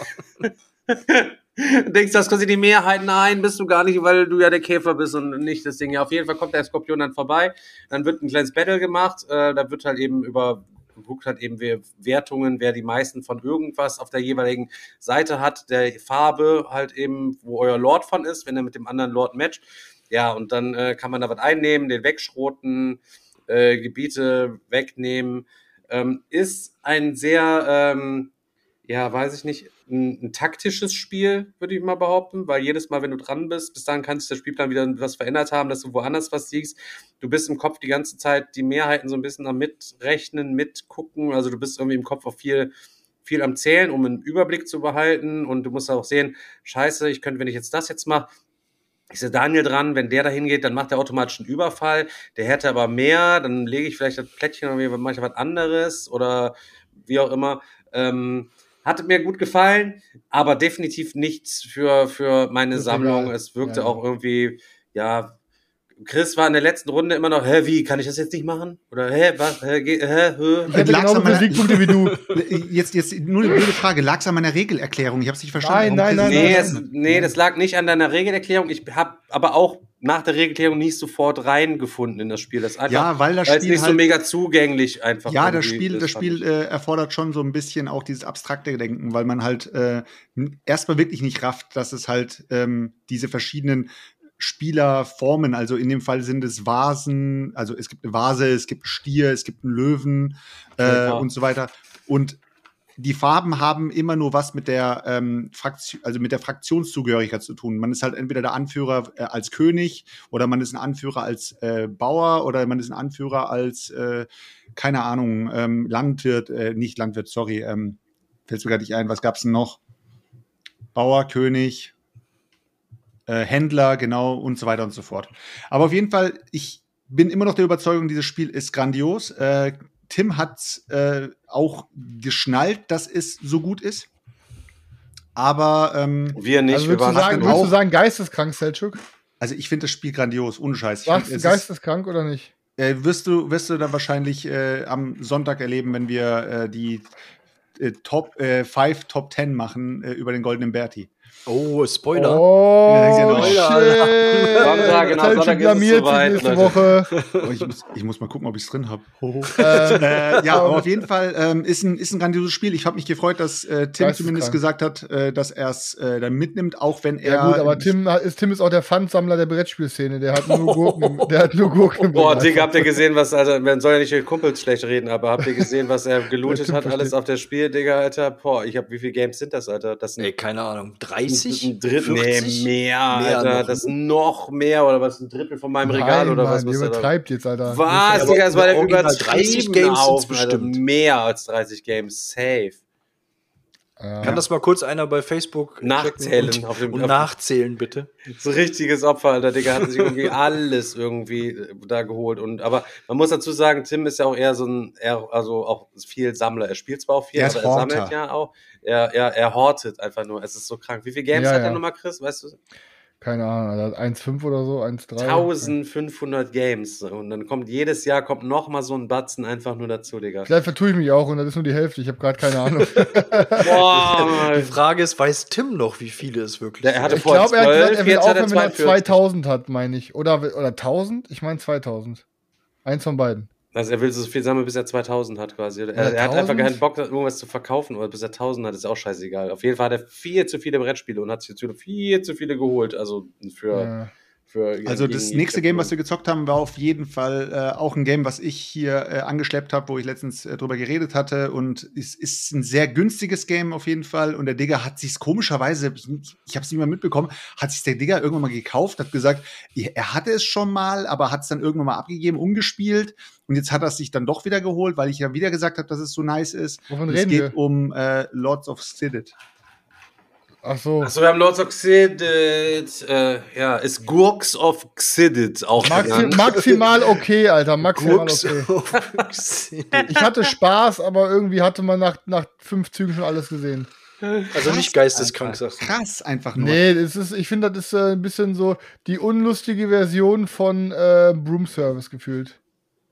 denkst, das quasi die Mehrheit, nein, bist du gar nicht, weil du ja der Käfer bist und nicht das Ding. Ja, auf jeden Fall kommt der Skorpion dann vorbei, dann wird ein kleines Battle gemacht, äh, da wird halt eben über, guckt halt eben wer, Wertungen, wer die meisten von irgendwas auf der jeweiligen Seite hat, der Farbe halt eben, wo euer Lord von ist, wenn er mit dem anderen Lord matcht. Ja, und dann äh, kann man da was einnehmen, den wegschroten, äh, Gebiete wegnehmen. Ähm, ist ein sehr, ähm, ja, weiß ich nicht, ein, ein taktisches Spiel, würde ich mal behaupten, weil jedes Mal, wenn du dran bist, bis dahin kann sich der Spielplan wieder was verändert haben, dass du woanders was siehst. Du bist im Kopf die ganze Zeit die Mehrheiten so ein bisschen am Mitrechnen, mitgucken, also du bist irgendwie im Kopf auch viel, viel am Zählen, um einen Überblick zu behalten und du musst auch sehen, scheiße, ich könnte, wenn ich jetzt das jetzt mache, ist der Daniel dran, wenn der da hingeht, dann macht er automatisch einen Überfall, der hätte aber mehr, dann lege ich vielleicht das Plättchen oder mache ich was anderes oder wie auch immer. Ähm, Hat mir gut gefallen, aber definitiv nichts für, für meine Das ist Sammlung. egal. Es wirkte Ja. auch irgendwie, ja, Chris war in der letzten Runde immer noch, hä, wie, kann ich das jetzt nicht machen? Oder, hä, was, hä, ge, hä, hä? Ich hätte Lag's genauso an meiner- viele Siegpunkte wie du. Jetzt, jetzt nur eine blöde Frage. Lag es an meiner Regelerklärung? Ich habe es nicht verstanden. Nein, Warum nein, kriegst nein, du- Nee, es, nee, das lag nicht an deiner Regelerklärung. Ich habe aber auch nach der Regelerklärung nicht sofort reingefunden in das Spiel. Das ist einfach, Ja, weil das weil es Spiel nicht so halt- mega zugänglich einfach Ja, das irgendwie Spiel, ist, das fand Spiel ich. äh, erfordert schon so ein bisschen auch dieses abstrakte Denken, weil man halt äh, n- erstmal wirklich nicht rafft, dass es halt ähm, diese verschiedenen Spielerformen, also in dem Fall sind es Vasen, also es gibt eine Vase, es gibt einen Stier, es gibt einen Löwen äh, Ja. und so weiter. Und die Farben haben immer nur was mit der ähm, Fraktion, also mit der Fraktionszugehörigkeit zu tun. Man ist halt entweder der Anführer äh, als König oder man ist ein Anführer als äh, Bauer oder man ist ein Anführer als äh, keine Ahnung ähm, Landwirt, äh, nicht Landwirt, sorry, ähm, fällt mir gerade nicht ein. Was gab's denn noch? Bauer, König, äh, Händler, genau und so weiter und so fort. Aber auf jeden Fall, ich bin immer noch der Überzeugung, dieses Spiel ist grandios. Äh, Tim hat äh, auch geschnallt, dass es so gut ist. Aber ähm, Wir nicht, Also wir würdest du waren sagen, auch- würdest du sagen geisteskrank, Selchuk? also ich finde das Spiel grandios, ohne Scheiß. Ich Sagst find, du es ist, geisteskrank oder nicht? äh, wirst du wirst du dann wahrscheinlich äh, am Sonntag erleben, wenn wir äh, die äh, Top äh, fünf Top zehn machen äh, über den goldenen Berti. Oh, Spoiler. Oh, Ja, genau. shit. Sonntag, genau, Selchuk Sonntag ist es blamiert sich soweit, nächste Leute. Woche. Oh, ich, muss, ich muss mal gucken, ob ich es drin habe. Ähm, äh, ja, aber auf jeden Fall ähm, ist, ein, ist ein grandioses Spiel. Ich habe mich gefreut, dass äh, Tim Geisteskrank. zumindest gesagt hat, äh, dass er es äh, dann mitnimmt, auch wenn er. Ja gut, aber Tim ist, Tim ist auch der Pfandsammler der Brettspielszene. Der hat nur Gurken, im- der hat nur Gurken im Boah, Regal. Digga, habt ihr gesehen, was, also, man soll ja nicht den Kumpels schlecht reden, aber habt ihr gesehen, was er gelootet Tim hat, alles versteht. auf der Spiel, Digga, Alter? Boah, ich hab, wie viele Games sind das, Alter? Das sind Ey, keine Ahnung. dreißig? ein Drittel, nee, vierzig? mehr, Mehr Alter, noch. das ist noch mehr, oder was, ein Drittel von meinem Regal, Nein, oder was, Mann, was ihr er da- übertreibt jetzt, Alter. Was, aber Digga, das war der original übertrieben dreißig Games auf, sind's Alter. bestimmt. Mehr als dreißig Games, safe. Äh, Kann das mal kurz einer bei Facebook Nachzählen checken und, auf dem- und auf- nachzählen, bitte? So richtiges Opfer, Alter, Digga, hat sich irgendwie alles irgendwie äh, da geholt. Und aber man muss dazu sagen, Tim ist ja auch eher so ein, eher, also auch viel Sammler. Er spielt zwar auch viel, Er ist aber er sammelt Horter. ja auch. Er, er, er hortet einfach nur. Es ist so krank. Wie viele Games Ja, hat er ja. nochmal, Chris? Weißt du? Keine Ahnung, also eins Komma fünf oder so, eins Komma drei. eintausendfünfhundert Games. Und dann kommt jedes Jahr kommt noch mal so ein Batzen einfach nur dazu, Digga. Vielleicht vertue ich mich auch und das ist nur die Hälfte. Ich habe gerade keine Ahnung. Boah, Die Frage ist, weiß Tim noch, wie viele es wirklich Der- er hatte Ich vorher glaube, er hat gesagt, er will jetzt hat er aufhören, wenn er zweiundvierzig. zweitausend hat, meine ich. Oder, oder tausend? Ich meine zweitausend. Eins von beiden. Also er will so viel sammeln, bis er zweitausend hat quasi. Er, Oder er hat einfach tausend? keinen Bock, irgendwas zu verkaufen, oder bis er tausend hat, ist auch scheißegal. Auf jeden Fall hat er viel zu viele Brettspiele und hat sich jetzt viel zu viele geholt. Also für. Ja. für Also gegen das die nächste Game, was wir Kämpfe. gezockt haben, war auf jeden Fall äh, auch ein Game, was ich hier äh, angeschleppt habe, wo ich letztens äh, drüber geredet hatte. Und es ist ein sehr günstiges Game auf jeden Fall. Und der Digger hat sich's komischerweise, ich habe es nicht mehr mitbekommen, hat sich der Digger irgendwann mal gekauft, hat gesagt, er hatte es schon mal, aber hat es dann irgendwann mal abgegeben, umgespielt. Und jetzt hat er es sich dann doch wieder geholt, weil ich ja wieder gesagt habe, dass es so nice ist. Wovon Und es reden geht wir? um äh, Lords of Sidit. Ach so. Achso, wir haben Lords of Xidit, äh, ja, ist Gurks of Xidit auch Maxi genannt. maximal okay, Alter. Maximal Gurks okay. auf Xidit. Ich hatte Spaß, aber irgendwie hatte man nach, nach fünf Zügen schon alles gesehen. Also nicht geisteskrank, sagst du. Krass einfach nur. Nee, das ist, ich finde, das ist äh, ein bisschen so die unlustige Version von äh, Broom Service gefühlt.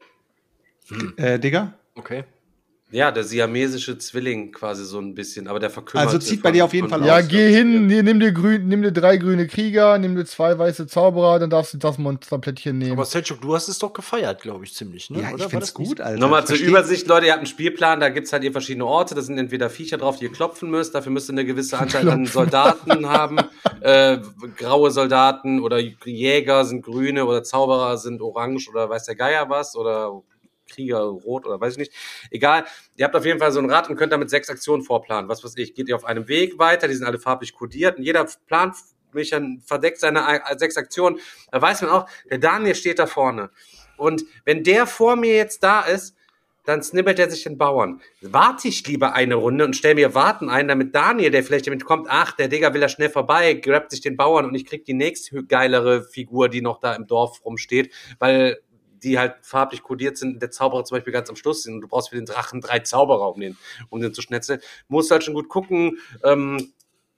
Äh, Digger? Okay. Ja, der siamesische Zwilling quasi so ein bisschen, aber der verkümmert. Also zieht bei dir auf jeden Fall Ja, aus. geh hin, nimm nimm dir, grün, nimm dir drei grüne Krieger, nimm dir zwei weiße Zauberer, dann darfst du das Monsterplättchen nehmen. Aber Selchuk, du hast es doch gefeiert, glaube ich, ziemlich, ne? Ja, Oder? ich War find's das nicht gut, Alter. Nochmal zur Versteh- Übersicht, Leute, ihr habt einen Spielplan, da gibt's halt ihr verschiedene Orte, da sind entweder Viecher drauf, die ihr klopfen müsst, dafür müsst ihr eine gewisse Anzahl an Soldaten haben, äh, graue Soldaten oder Jäger sind grüne oder Zauberer sind orange oder weiß der Geier was oder Krieger rot oder weiß ich nicht. Egal, ihr habt auf jeden Fall so ein Rad und könnt damit sechs Aktionen vorplanen. Was weiß ich, geht ihr auf einem Weg weiter, die sind alle farblich kodiert und jeder Plan verdeckt seine sechs Aktionen. Da weiß man auch, der Daniel steht da vorne. Und wenn der vor mir jetzt da ist, dann snibbelt er sich den Bauern. Warte ich lieber eine Runde und stell mir Warten ein, damit Daniel, der vielleicht damit kommt, ach, der Digger will da schnell vorbei, grabt sich den Bauern und ich krieg die nächste geilere Figur, die noch da im Dorf rumsteht, weil die halt farblich kodiert sind, der Zauberer zum Beispiel ganz am Schluss sind und du brauchst für den Drachen drei Zauberer, um den, um den zu schnetzeln. Musst halt schon gut gucken, ähm,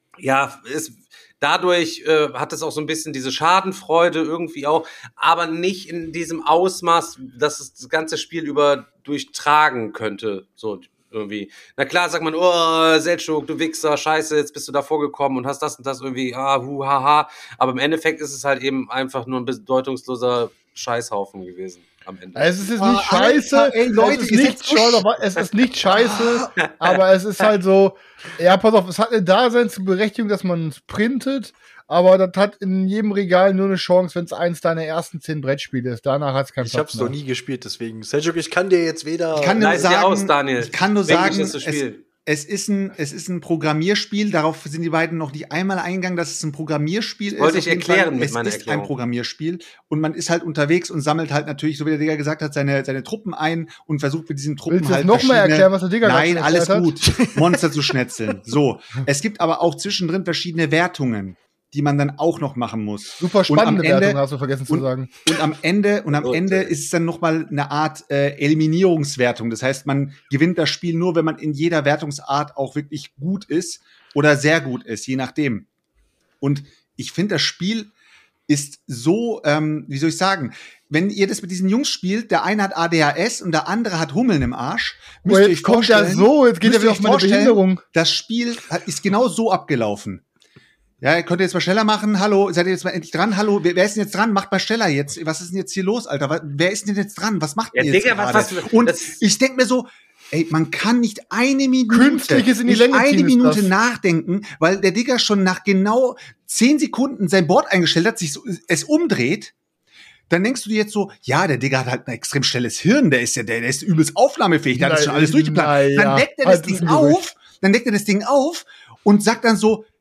ja, ist, dadurch äh, hat es auch so ein bisschen diese Schadenfreude irgendwie auch, aber nicht in diesem Ausmaß, dass es das ganze Spiel über durchtragen könnte, so irgendwie. Na klar sagt man, oh, Selchuk, du Wichser, scheiße, jetzt bist du da vorgekommen und hast das und das irgendwie, ah, hu, ha, ha. Aber im Endeffekt ist es halt eben einfach nur ein bedeutungsloser Scheißhaufen gewesen am Ende. Es ist jetzt Ah, nicht scheiße, Alter, ey, Leute, es, ist ihr nicht, seid so schau doch mal, es ist nicht scheiße, aber es ist halt so, ja, pass auf, es hat eine Daseinsberechtigung, dass man es printet, aber das hat in jedem Regal nur eine Chance, wenn es eins deiner ersten zehn Brettspiele ist. Danach hat es keinen Ich Platz hab's noch mehr. nie gespielt, deswegen. Selchuk, ich kann dir jetzt weder. Ich kann nur Leise dir sagen, aus, Daniel. ich kann nur Welches sagen, ist das es, Spiel? es, ist ein, es ist ein Programmierspiel. Darauf sind die beiden noch nicht einmal eingegangen, dass es ein Programmierspiel ist. Wollte Auf ich jeden erklären Fall, mit es meiner ist Erklärung. ein Programmierspiel und man ist halt unterwegs und sammelt halt natürlich, so wie der Digger gesagt hat, seine, seine Truppen ein und versucht mit diesen Truppen Willst du halt jetzt noch mal verschiedene- erklären, was der Digger gerade Nein, schon alles erklärt hat? gut. Monster zu schnetzeln. So. Es gibt aber auch zwischendrin verschiedene Wertungen, die man dann auch noch machen muss. Super spannende Und am Ende- Wertung, hast du vergessen zu und- sagen. Und am Ende, und am Gott, Ende ey. ist es dann noch mal eine Art äh, Eliminierungswertung. Das heißt, man gewinnt das Spiel nur, wenn man in jeder Wertungsart auch wirklich gut ist oder sehr gut ist, je nachdem. Und ich finde, das Spiel ist so, ähm, wie soll ich sagen, wenn ihr das mit diesen Jungs spielt, der eine hat A D H S und der andere hat Hummeln im Arsch, Oh, müsst ihr euch jetzt kommt er vorstellen, so, jetzt geht er müsst ihr wieder euch auf meine vorstellen, Behinderung. das Spiel hat- ist genau so abgelaufen. Ja, ihr könnt ihr jetzt mal schneller machen. Hallo, seid ihr jetzt mal endlich dran? Hallo, wer, wer ist denn jetzt dran? Macht mal schneller jetzt. Was ist denn jetzt hier los, Alter? Was, wer ist denn jetzt dran? Was macht Ja, ihr jetzt Digga, was- gerade? was- Und das- ich denk mir so, ey, man kann nicht eine Minute, Künstliches in die nicht Länge eine ziehen ist Minute das. nachdenken, weil der Digger schon nach genau zehn Sekunden sein Board eingestellt hat, sich so, es umdreht. Dann denkst du dir jetzt so, ja, der Digger hat halt ein extrem schnelles Hirn, der ist ja, der, der ist übelst aufnahmefähig, der hat das schon alles durchgeplant. Na ja, Dann deckt er das halt Ding ein Gerücht. auf, dann deckt er das Ding auf und sagt dann so,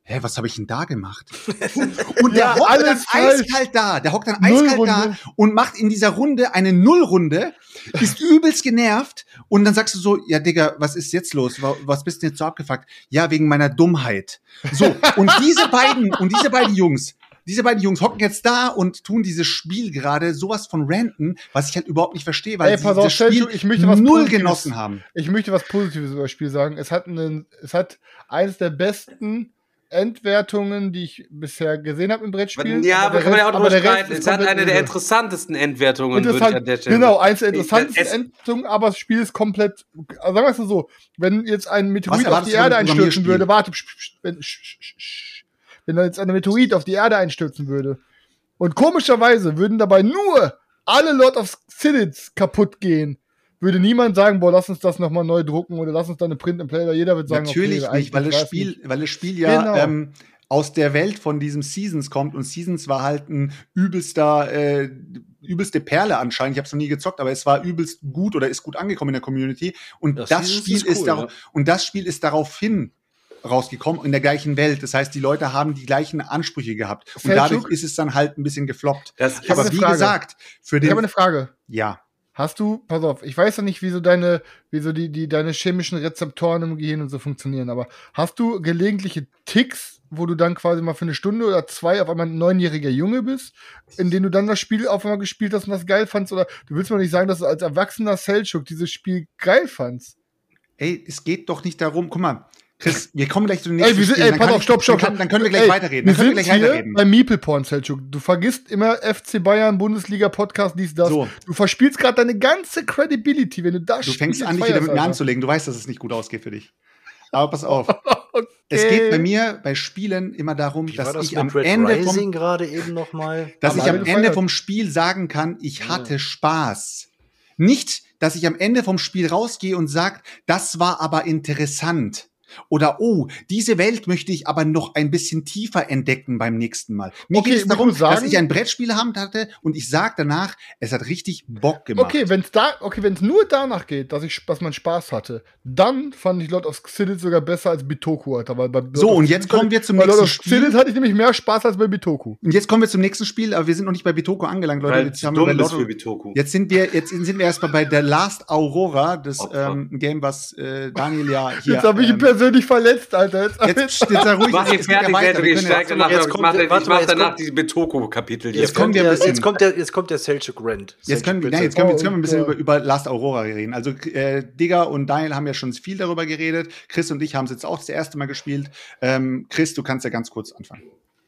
hä, was habe ich denn da gemacht? Und der Ja, hockt dann alles falsch. eiskalt da, der hockt dann eiskalt da Nullrunde. und macht in dieser Runde eine Nullrunde, ist übelst genervt und dann sagst du so, ja Digga, was ist jetzt los? Wa- Was bist du jetzt so abgefuckt? Ja, wegen meiner Dummheit. So, und diese beiden, und diese beiden Jungs, diese beiden Jungs hocken jetzt da und tun dieses Spiel gerade sowas von ranten, was ich halt überhaupt nicht verstehe, weil Ey, sie pass das auf, Spiel Selchuk, ich möchte was null Positives- genossen haben. Ich möchte was Positives über das Spiel sagen. Es hat, einen, es hat eines der besten Endwertungen, die ich bisher gesehen habe im Brettspiel. Ja, aber kann man ja auch drüber der Rest streiten. ist Es hat komplett eine der irre. interessantesten Endwertungen, würde ich Interessant, an der Stelle genau, eins der Ich- interessantesten es- Endwertungen, aber das Spiel ist komplett, also sagen wir es mal so, wenn jetzt ein Meteorit auf erwartest die du von Erde einem einstürzen Programmierspiel? würde, warte, psch, psch, psch, wenn, sch, sch, sch, sch, wenn da jetzt ein Meteorit auf die Erde einstürzen würde und komischerweise würden dabei nur alle Lord of Xylids kaputt gehen, würde niemand sagen, boah, lass uns das nochmal neu drucken oder lass uns da eine Print and Play, oder jeder wird sagen, Natürlich okay, nicht, weil das eigentlich Spiel, nicht. weil das Spiel ja Genau. ähm, aus der Welt von diesem Seasons kommt und Seasons war halt ein übelster, äh, übelste Perle anscheinend. Ich habe es noch nie gezockt, aber es war übelst gut oder ist gut angekommen in der Community. Und Ja, das Seasons Spiel ist ist, cool, darauf, ja. und das Spiel ist daraufhin rausgekommen in der gleichen Welt. Das heißt, die Leute haben die gleichen Ansprüche gehabt und Selchuk? dadurch ist es dann halt ein bisschen gefloppt. Das Ich hab Aber eine wie Frage. gesagt, für Ich den habe eine Frage. ja. Hast du, pass auf, ich weiß ja nicht, wieso deine, wieso die, die, deine chemischen Rezeptoren im Gehirn und so funktionieren, aber hast du gelegentliche Ticks, wo du dann quasi mal für eine Stunde oder zwei auf einmal ein neunjähriger Junge bist, in denen du dann das Spiel auf einmal gespielt hast und das geil fandst? Oder du willst mir nicht sagen, dass du als erwachsener Selchuk dieses Spiel geil fandst? Ey, es geht doch nicht darum, guck mal, Chris, wir kommen gleich zu den Ey, nächsten wir sind, Spielen, ey, dann pass kann auf, ich- stopp, stopp, dann, kann, stopp. dann können wir gleich Ey, weiterreden. Wir Dann können wir sind gleich hier weiterreden. bei Meeple Porn, Selchuk. Du vergisst immer F C Bayern, Bundesliga-Podcast, dies, das. So. Du verspielst gerade deine ganze Credibility, wenn du das Du fängst Spiel an, dich feierst, wieder mit mir Alter. anzulegen. Du weißt, dass es nicht gut ausgeht für dich. Aber pass auf. Okay. Es geht bei mir bei Spielen immer darum, Wie dass war das ich mit am Red Ende Rising vom, gerade eben noch mal? dass Aber ich am alle Ende gefeiert. vom Spiel sagen kann, ich hatte Spaß. Nicht, dass ich am Ende vom Spiel rausgehe und sage, das war aber interessant. Oder, oh, diese Welt möchte ich aber noch ein bisschen tiefer entdecken beim nächsten Mal. Mir Okay, geht es aber ich darum, muss sagen- dass ich ein Brettspielabend hatte und ich sag danach, es hat richtig Bock gemacht. Okay, wenn es da, okay, wenn es nur danach geht, dass ich, dass man Spaß hatte, dann fand ich Lord of Xylids sogar besser als Bitoku, Alter. Weil bei Lord So, of und Xylids jetzt kommen wir zum bei Lord nächsten of Xylids Spiel. hatte ich nämlich mehr Spaß als bei Bitoku. Und jetzt kommen wir zum nächsten Spiel, aber wir sind noch nicht bei Bitoko angelangt, Leute. Weil Jetzt du haben wir bei dumm bist Lotto- für Bitoku. Jetzt sind wir, jetzt sind wir erstmal bei The Last Aurora, das Opfer. ähm, Game, was äh, Daniel ja hier. Jetzt habe ich ihn ähm, persönlich verletzt, Alter. Jetzt, jetzt, jetzt sei ruhig, Mach ihn es geht ja fertig, weiter. Cedric, Wir ich können steige jetzt- danach, jetzt ich kommt mache der- ich warte mach mal, jetzt danach kommt- diese Bitoku-Kapitel hier. Jetzt kommen kommt wir der, ein bisschen- jetzt kommt der, jetzt kommt der Selchuk Rant. Jetzt Selchuk, können, wir- bitte. nein, jetzt können, wir- jetzt können wir ein bisschen Oh, über, über Last Aurora reden. Also äh, Digger und Daniel haben ja schon viel darüber geredet. Chris und ich haben es jetzt auch das erste Mal gespielt. Ähm, Chris, du kannst ja ganz kurz anfangen.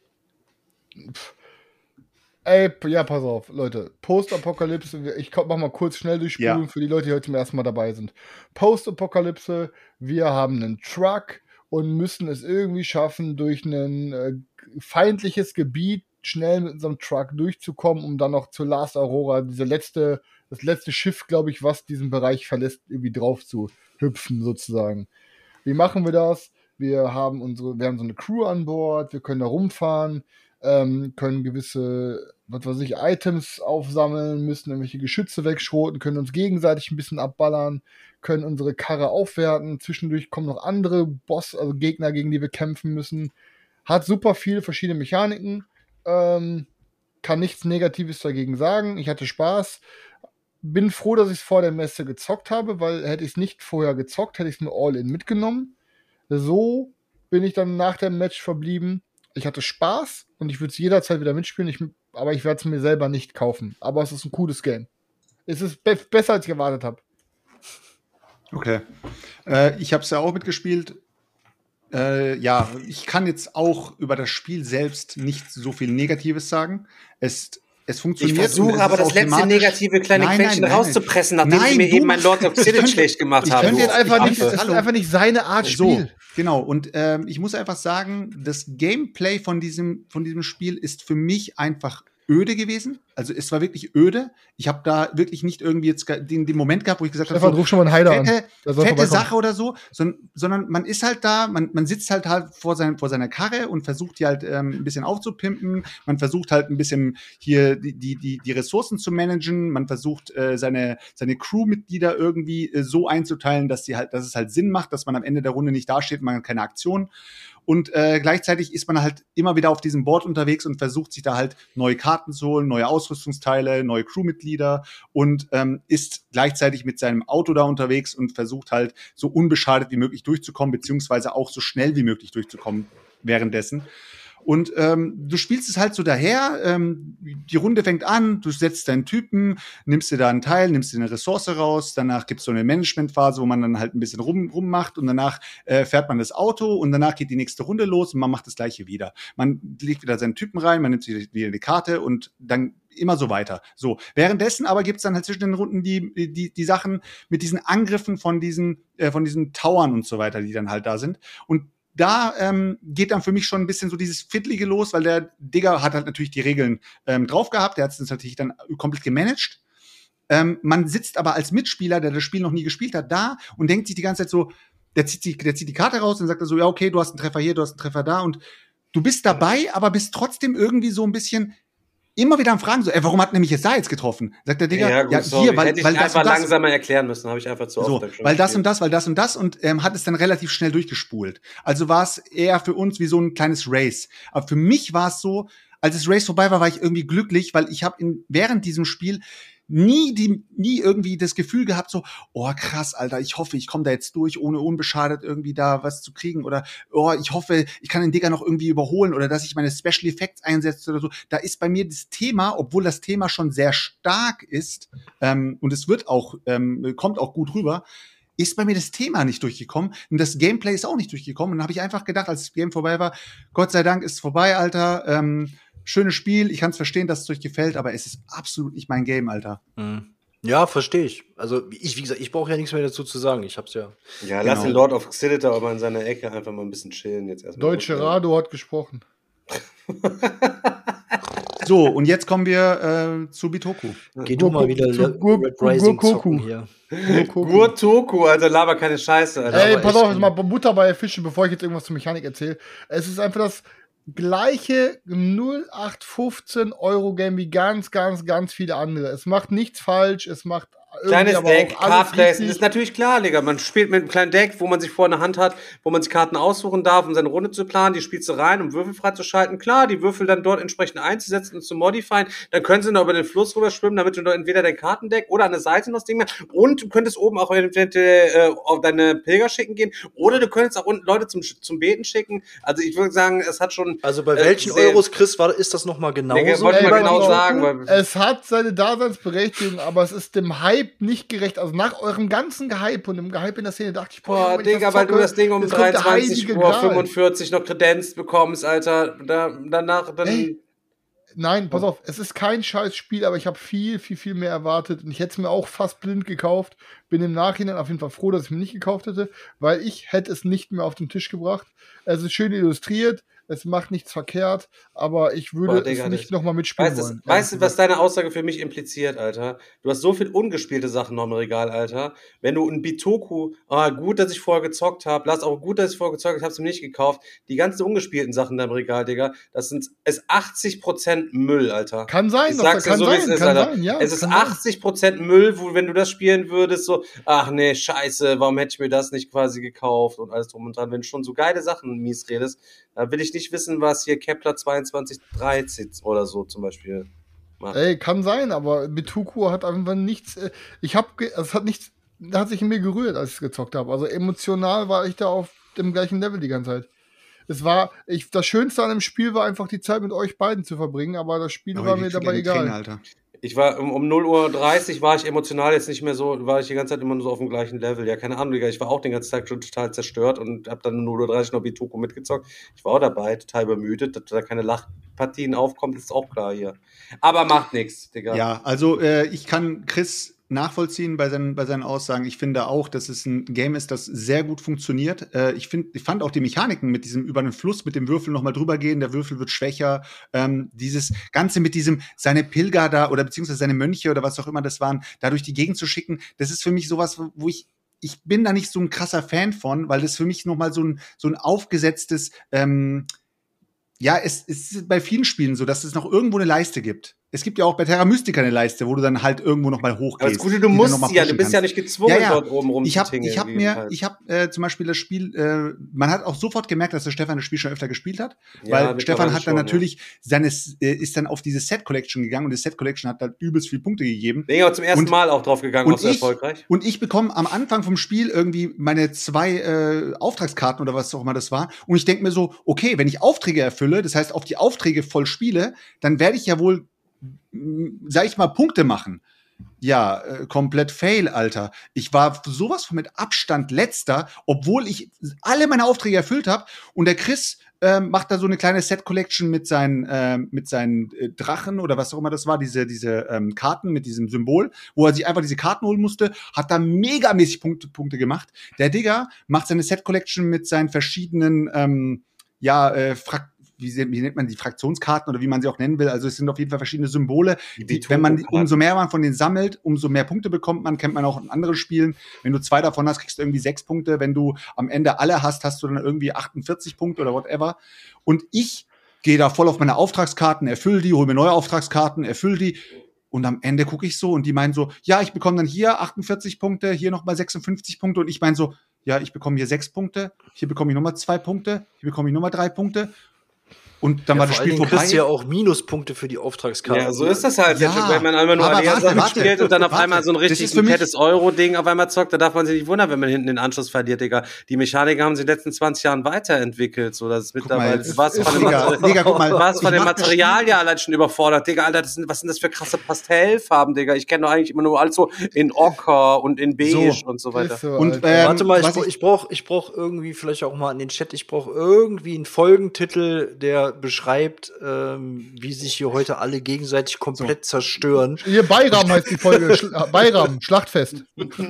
Ey, p- ja, pass auf, Leute. Post-Apokalypse, ich komm- mach mal kurz schnell durchspulen Ja. für die Leute, die heute zum ersten Mal dabei sind. Post-Apokalypse, wir haben einen Truck und müssen es irgendwie schaffen, durch ein äh, feindliches Gebiet schnell mit unserem Truck durchzukommen, um dann noch zur Last Aurora, diese letzte, das letzte Schiff, glaube ich, was diesen Bereich verlässt, irgendwie drauf zu hüpfen, sozusagen. Wie machen wir das? Wir haben unsere, wir haben so eine Crew an Bord, wir können da rumfahren, ähm, können gewisse, was weiß ich, Items aufsammeln, müssen irgendwelche Geschütze wegschroten, können uns gegenseitig ein bisschen abballern, können unsere Karre aufwerten. Zwischendurch kommen noch andere Boss, also Gegner, gegen die wir kämpfen müssen. Hat super viele verschiedene Mechaniken. Ähm, kann nichts Negatives dagegen sagen. Ich hatte Spaß. Bin froh, dass ich es vor der Messe gezockt habe, weil hätte ich es nicht vorher gezockt, hätte ich es nur All-In mitgenommen. So bin ich dann nach dem Match verblieben. Ich hatte Spaß und ich würde es jederzeit wieder mitspielen, ich, aber ich werde es mir selber nicht kaufen. Aber es ist ein cooles Game. Es ist be- besser, als ich erwartet habe. Okay. Äh, ich habe es ja auch mitgespielt. Äh, ja, ich kann jetzt auch über das Spiel selbst nicht so viel Negatives sagen. Es, es Ich funktioniert. und es versuche ist aber das auch letzte thematisch- negative kleine Nein, Quäntchen nein, nein, rauszupressen, nein. nachdem sie Nein, mir du eben mein Lord of ich Xylids könnte- schlecht gemacht ich haben. könnte Das ist, jetzt einfach ich nicht, hab- das ist hallo. einfach nicht seine Art So, Spiel. genau. Und ähm, ich muss einfach sagen, das Gameplay von diesem, von diesem Spiel ist für mich einfach öde gewesen. Also es war wirklich öde. Ich habe da wirklich nicht irgendwie jetzt ge- den, den Moment gehabt, wo ich gesagt habe, Stefan, ruf schon mal einen Heider an. fette, Der soll fette vorbeikommen. Sache oder so, sondern, sondern man ist halt da, man, man sitzt halt halt vor, sein, vor seiner Karre und versucht die halt ähm, ein bisschen aufzupimpen. Man versucht halt ein bisschen hier die, die, die, die Ressourcen zu managen. Man versucht äh, seine, seine Crewmitglieder irgendwie äh, so einzuteilen, dass sie halt, dass es halt Sinn macht, dass man am Ende der Runde nicht dasteht, man hat keine Aktion. Und äh, gleichzeitig ist man halt immer wieder auf diesem Board unterwegs und versucht sich da halt neue Karten zu holen, neue Ausrüstungsteile, neue Crewmitglieder und ähm, ist gleichzeitig mit seinem Auto da unterwegs und versucht halt so unbeschadet wie möglich durchzukommen, beziehungsweise auch so schnell wie möglich durchzukommen währenddessen. Und ähm, du spielst es halt so daher, ähm, die Runde fängt an, du setzt deinen Typen, nimmst dir da einen Teil, nimmst dir eine Ressource raus, danach gibt's so eine Managementphase, wo man dann halt ein bisschen rum, rummacht und danach äh, fährt man das Auto und danach geht die nächste Runde los und man macht das Gleiche wieder. Man legt wieder seinen Typen rein, man nimmt wieder die Karte und dann immer so weiter. So, währenddessen aber gibt's dann halt zwischen den Runden die, die, die Sachen mit diesen Angriffen von diesen, äh, von diesen Towern und so weiter, die dann halt da sind. Und da ähm, geht dann für mich schon ein bisschen so dieses Fiddlige los, weil der Digger hat halt natürlich die Regeln ähm, drauf gehabt, der hat es natürlich dann komplett gemanagt. Ähm, man sitzt aber als Mitspieler, der das Spiel noch nie gespielt hat, da und denkt sich die ganze Zeit so, der zieht die, der zieht die Karte raus und sagt so, ja okay, du hast einen Treffer hier, du hast einen Treffer da und du bist dabei, aber bist trotzdem irgendwie so ein bisschen immer wieder am Fragen, so, ey, warum hat nämlich jetzt da jetzt getroffen? Sagt der Digga, ja, gut, ja sorry. hier, weil, Hätte ich weil das einfach und das. langsamer erklären müssen, habe ich einfach zu So, oft schon weil das gespielt. und das, weil das und das und ähm, hat es dann relativ schnell durchgespult. Also war es eher für uns wie so ein kleines Race. Aber für mich war es so, als das Race vorbei war, war ich irgendwie glücklich, weil ich habe in während diesem Spiel nie die nie irgendwie das Gefühl gehabt so, oh krass, Alter, ich hoffe, ich komme da jetzt durch, ohne unbeschadet irgendwie da was zu kriegen oder oh, ich hoffe, ich kann den Digger noch irgendwie überholen oder dass ich meine Special Effects einsetze oder so. Da ist bei mir das Thema, obwohl das Thema schon sehr stark ist ähm, und es wird auch ähm, kommt auch gut rüber, ist bei mir das Thema nicht durchgekommen und das Gameplay ist auch nicht durchgekommen. Und dann habe ich einfach gedacht, als das Game vorbei war, Gott sei Dank ist es vorbei, Alter. Ähm, schönes Spiel, ich kann es verstehen, dass es euch gefällt, aber es ist absolut nicht mein Game, Alter. Mhm. Ja, verstehe ich. Also ich, wie gesagt, ich brauche ja nichts mehr dazu zu sagen. Ich hab's ja. Ja, Genau. lass den Lord of Xilita aber in seiner Ecke einfach mal ein bisschen chillen jetzt erstmal. Deutsche Rado hat gesprochen. So, und jetzt kommen wir äh, zu Bitoku. Geh du mal wieder zu Le- Gur- Red Rising Gurkoku. zocken hier. Gurtoku, Alter, laber keine Scheiße, Alter. Ey, Aber pass ich- auf, jetzt mal Butter bei Fische, bevor ich jetzt irgendwas zur Mechanik erzähle. Es ist einfach das gleiche null acht fünfzehn Euro Game wie ganz, ganz, ganz viele andere. Es macht nichts falsch, es macht Kleines irgendwie aber Deck, auch alles Cardplays, richtig. ist natürlich klar, Digga. Man spielt mit einem kleinen Deck, wo man sich vor einer Hand hat, wo man sich Karten aussuchen darf, um seine Runde zu planen. Die spielst du rein, um Würfel freizuschalten. Klar, die Würfel dann dort entsprechend einzusetzen und zu modifieren. Dann können sie noch über den Fluss rüber schwimmen, damit du noch entweder dein Kartendeck oder an der Seite noch das Ding mehr. Und du könntest oben auch eventuell äh, auf deine Pilger schicken gehen. Oder du könntest auch unten Leute zum, zum Beten schicken. Also ich würde sagen, es hat schon. Also bei äh, welchen sehr- Euros, Chris, war, ist das noch mal genauso? Digga, wollte ich Ey, mal pass genau auf, sagen, weil- es hat seine Daseinsberechtigung, aber es ist dem Hype nicht gerecht. Also nach eurem ganzen Gehype und dem Gehype in der Szene dachte ich, Boah, wenn ich Digga, das weil du zocke, das Ding um jetzt kommt der dreiundzwanzig heilige Uhr Gral. fünfundvierzig noch kredenzt bekommst, Alter. Da, danach, dann. Ey. Nein, pass auf, es ist kein scheiß Spiel, aber ich habe viel, viel, viel mehr erwartet und ich hätte es mir auch fast blind gekauft. Bin im Nachhinein auf jeden Fall froh, dass ich mir nicht gekauft hätte, weil ich hätte es nicht mehr auf den Tisch gebracht. Es ist schön illustriert, es macht nichts verkehrt, aber ich würde Boah, Digga, es nicht das- nochmal mitspielen Weißt du, wollen. weißt du, was deine Aussage für mich impliziert, Alter? Du hast so viel ungespielte Sachen noch im Regal, Alter. Wenn du ein Bitoku, ah, gut, dass ich vorher gezockt habe, lass auch gut, dass ich vorher gezockt habe, ich hab's mir nicht gekauft. Die ganzen ungespielten Sachen in deinem Regal, Digga, das sind, ist achtzig Prozent Müll, Alter. Kann sein, Ich doch, sag's dir kann so, wie es sein, ist, kann Alter. sein, ja. es ist kann sein. achtzig Prozent Müll, wo, wenn du das spielen würdest, so, ach nee, scheiße, warum hätte ich mir das nicht quasi gekauft und alles drum und dran. Wenn du schon so geile Sachen mies redest, da will ich nicht wissen, was hier Kepler zweiundzwanzig dreizehn oder so zum Beispiel macht. Ey, kann sein, aber Bituku hat einfach nichts, äh, ich hab, ge- es hat nichts, hat sich in mir gerührt, als ich es gezockt habe. Also emotional war ich da auf dem gleichen Level die ganze Zeit. Es war, ich, das Schönste an dem Spiel war einfach die Zeit mit euch beiden zu verbringen, aber das Spiel Aber war ich mir krieg dabei eine Träne, egal. Alter. Ich war um, um null Uhr dreißig war ich emotional jetzt nicht mehr so, war ich die ganze Zeit immer nur so auf dem gleichen Level. Ja, keine Ahnung, Digga, ich war auch den ganzen Tag schon total zerstört und hab dann um null Uhr dreißig noch Bituku mitgezockt. Ich war auch dabei, total übermüdet, dass da keine Lachpartien aufkommen, ist auch klar hier. Aber macht nichts, Digga. Ja, also äh, ich kann Chris nachvollziehen bei seinen, bei seinen Aussagen. Ich finde auch, dass es ein Game ist, das sehr gut funktioniert. Äh, ich, find, ich fand auch die Mechaniken mit diesem über den Fluss, mit dem Würfel nochmal drüber gehen, der Würfel wird schwächer. Ähm, dieses Ganze mit diesem, seine Pilger da oder beziehungsweise seine Mönche oder was auch immer das waren, da durch die Gegend zu schicken, das ist für mich sowas, wo ich ich bin da nicht so ein krasser Fan von, weil das für mich nochmal so ein, so ein aufgesetztes, ähm, ja, es, es ist bei vielen Spielen so, dass es noch irgendwo eine Leiste gibt. es gibt ja auch bei Terra Mystica eine Leiste, wo du dann halt irgendwo noch mal hochgehst. Aber das Gute, du die musst dann noch mal ja, du pushen bist ja kannst. nicht gezwungen, Ja, ja. dort oben rum Ich zu habe tingeln. ich hab wie mir, halt. ich habe äh, zum Beispiel das Spiel, äh, man hat auch sofort gemerkt, dass der Stefan das Spiel schon öfter gespielt hat, Ja, weil mittlerweile Stefan hat dann schon, natürlich seine, äh, ist dann auf diese Set Collection gegangen und die Set Collection hat dann übelst viele Punkte gegeben. Bin ich auch zum ersten Und- Mal auch drauf gegangen, Und auch so ich, erfolgreich. und ich bekomme am Anfang vom Spiel irgendwie meine zwei äh, Auftragskarten oder was auch immer das war. Und ich denke mir so, okay, wenn ich Aufträge erfülle, das heißt auf die Aufträge voll spiele, dann werde ich ja wohl, mh, sag ich mal, Punkte machen. Ja, äh, komplett fail, Alter. Ich war sowas von mit Abstand letzter, obwohl ich alle meine Aufträge erfüllt habe. Und der Chris ähm, macht da so eine kleine Set-Collection mit seinen, ähm, mit seinen äh, Drachen oder was auch immer das war, diese, diese ähm, Karten mit diesem Symbol, wo er sich einfach diese Karten holen musste, hat da megamäßig Punkte, Punkte gemacht. Der Digger macht seine Set-Collection mit seinen verschiedenen, ähm, ja, äh, Frak wie, se- wie nennt man die Fraktionskarten oder wie man sie auch nennen will. Also es sind auf jeden Fall verschiedene Symbole. Die Die, wenn man, Betono-Karten. umso mehr man von denen sammelt, umso mehr Punkte bekommt man, kennt man auch in anderen Spielen. Wenn du zwei davon hast, kriegst du irgendwie sechs Punkte. Wenn du am Ende alle hast, hast du dann irgendwie achtundvierzig Punkte oder whatever. Und ich gehe da voll auf meine Auftragskarten, erfülle die, hole mir neue Auftragskarten, erfülle die. Und am Ende gucke ich so und die meinen so, ja, ich bekomme dann hier achtundvierzig Punkte, hier nochmal sechsundfünfzig Punkte. Und ich meine so, ja, ich bekomme hier sechs Punkte, hier bekomme ich nochmal zwei Punkte, hier bekomme ich nochmal drei Punkte. Und dann Ja, war das vor Spiel allen Dingen vorbei. kriegst du ja auch Minuspunkte für die Auftragskarte. Ja, so ist das halt, Ja, wenn man einmal nur aber Allianz warte, warte, spielt und dann auf warte. einmal so ein Das richtig ist für mich- fettes Euro-Ding auf einmal zockt, da darf man sich nicht wundern, wenn man hinten den Anschluss verliert, Digga. Die Mechaniker haben sich in den letzten zwanzig Jahren weiterentwickelt, so dass es mal, mittlerweile, jetzt das war's ist- von dem Digga, Material, Digga, guck mal, war's ich von dem mach das Material ja allein schon überfordert, Digga, Alter, das sind, was sind das für krasse Pastellfarben, Digga? Ich kenne doch eigentlich immer nur alles so in Ocker und in Beige So. und so weiter. Ist so, Und, Alter. ähm, Warte mal, ich, was bra- ich- ich brauche ich brauch irgendwie vielleicht auch mal an den Chat, ich brauche irgendwie einen Folgentitel, der beschreibt, ähm, wie sich hier heute alle gegenseitig komplett zerstören. Hier Bayram heißt die Folge. Schl Bayram, Schlachtfest. Für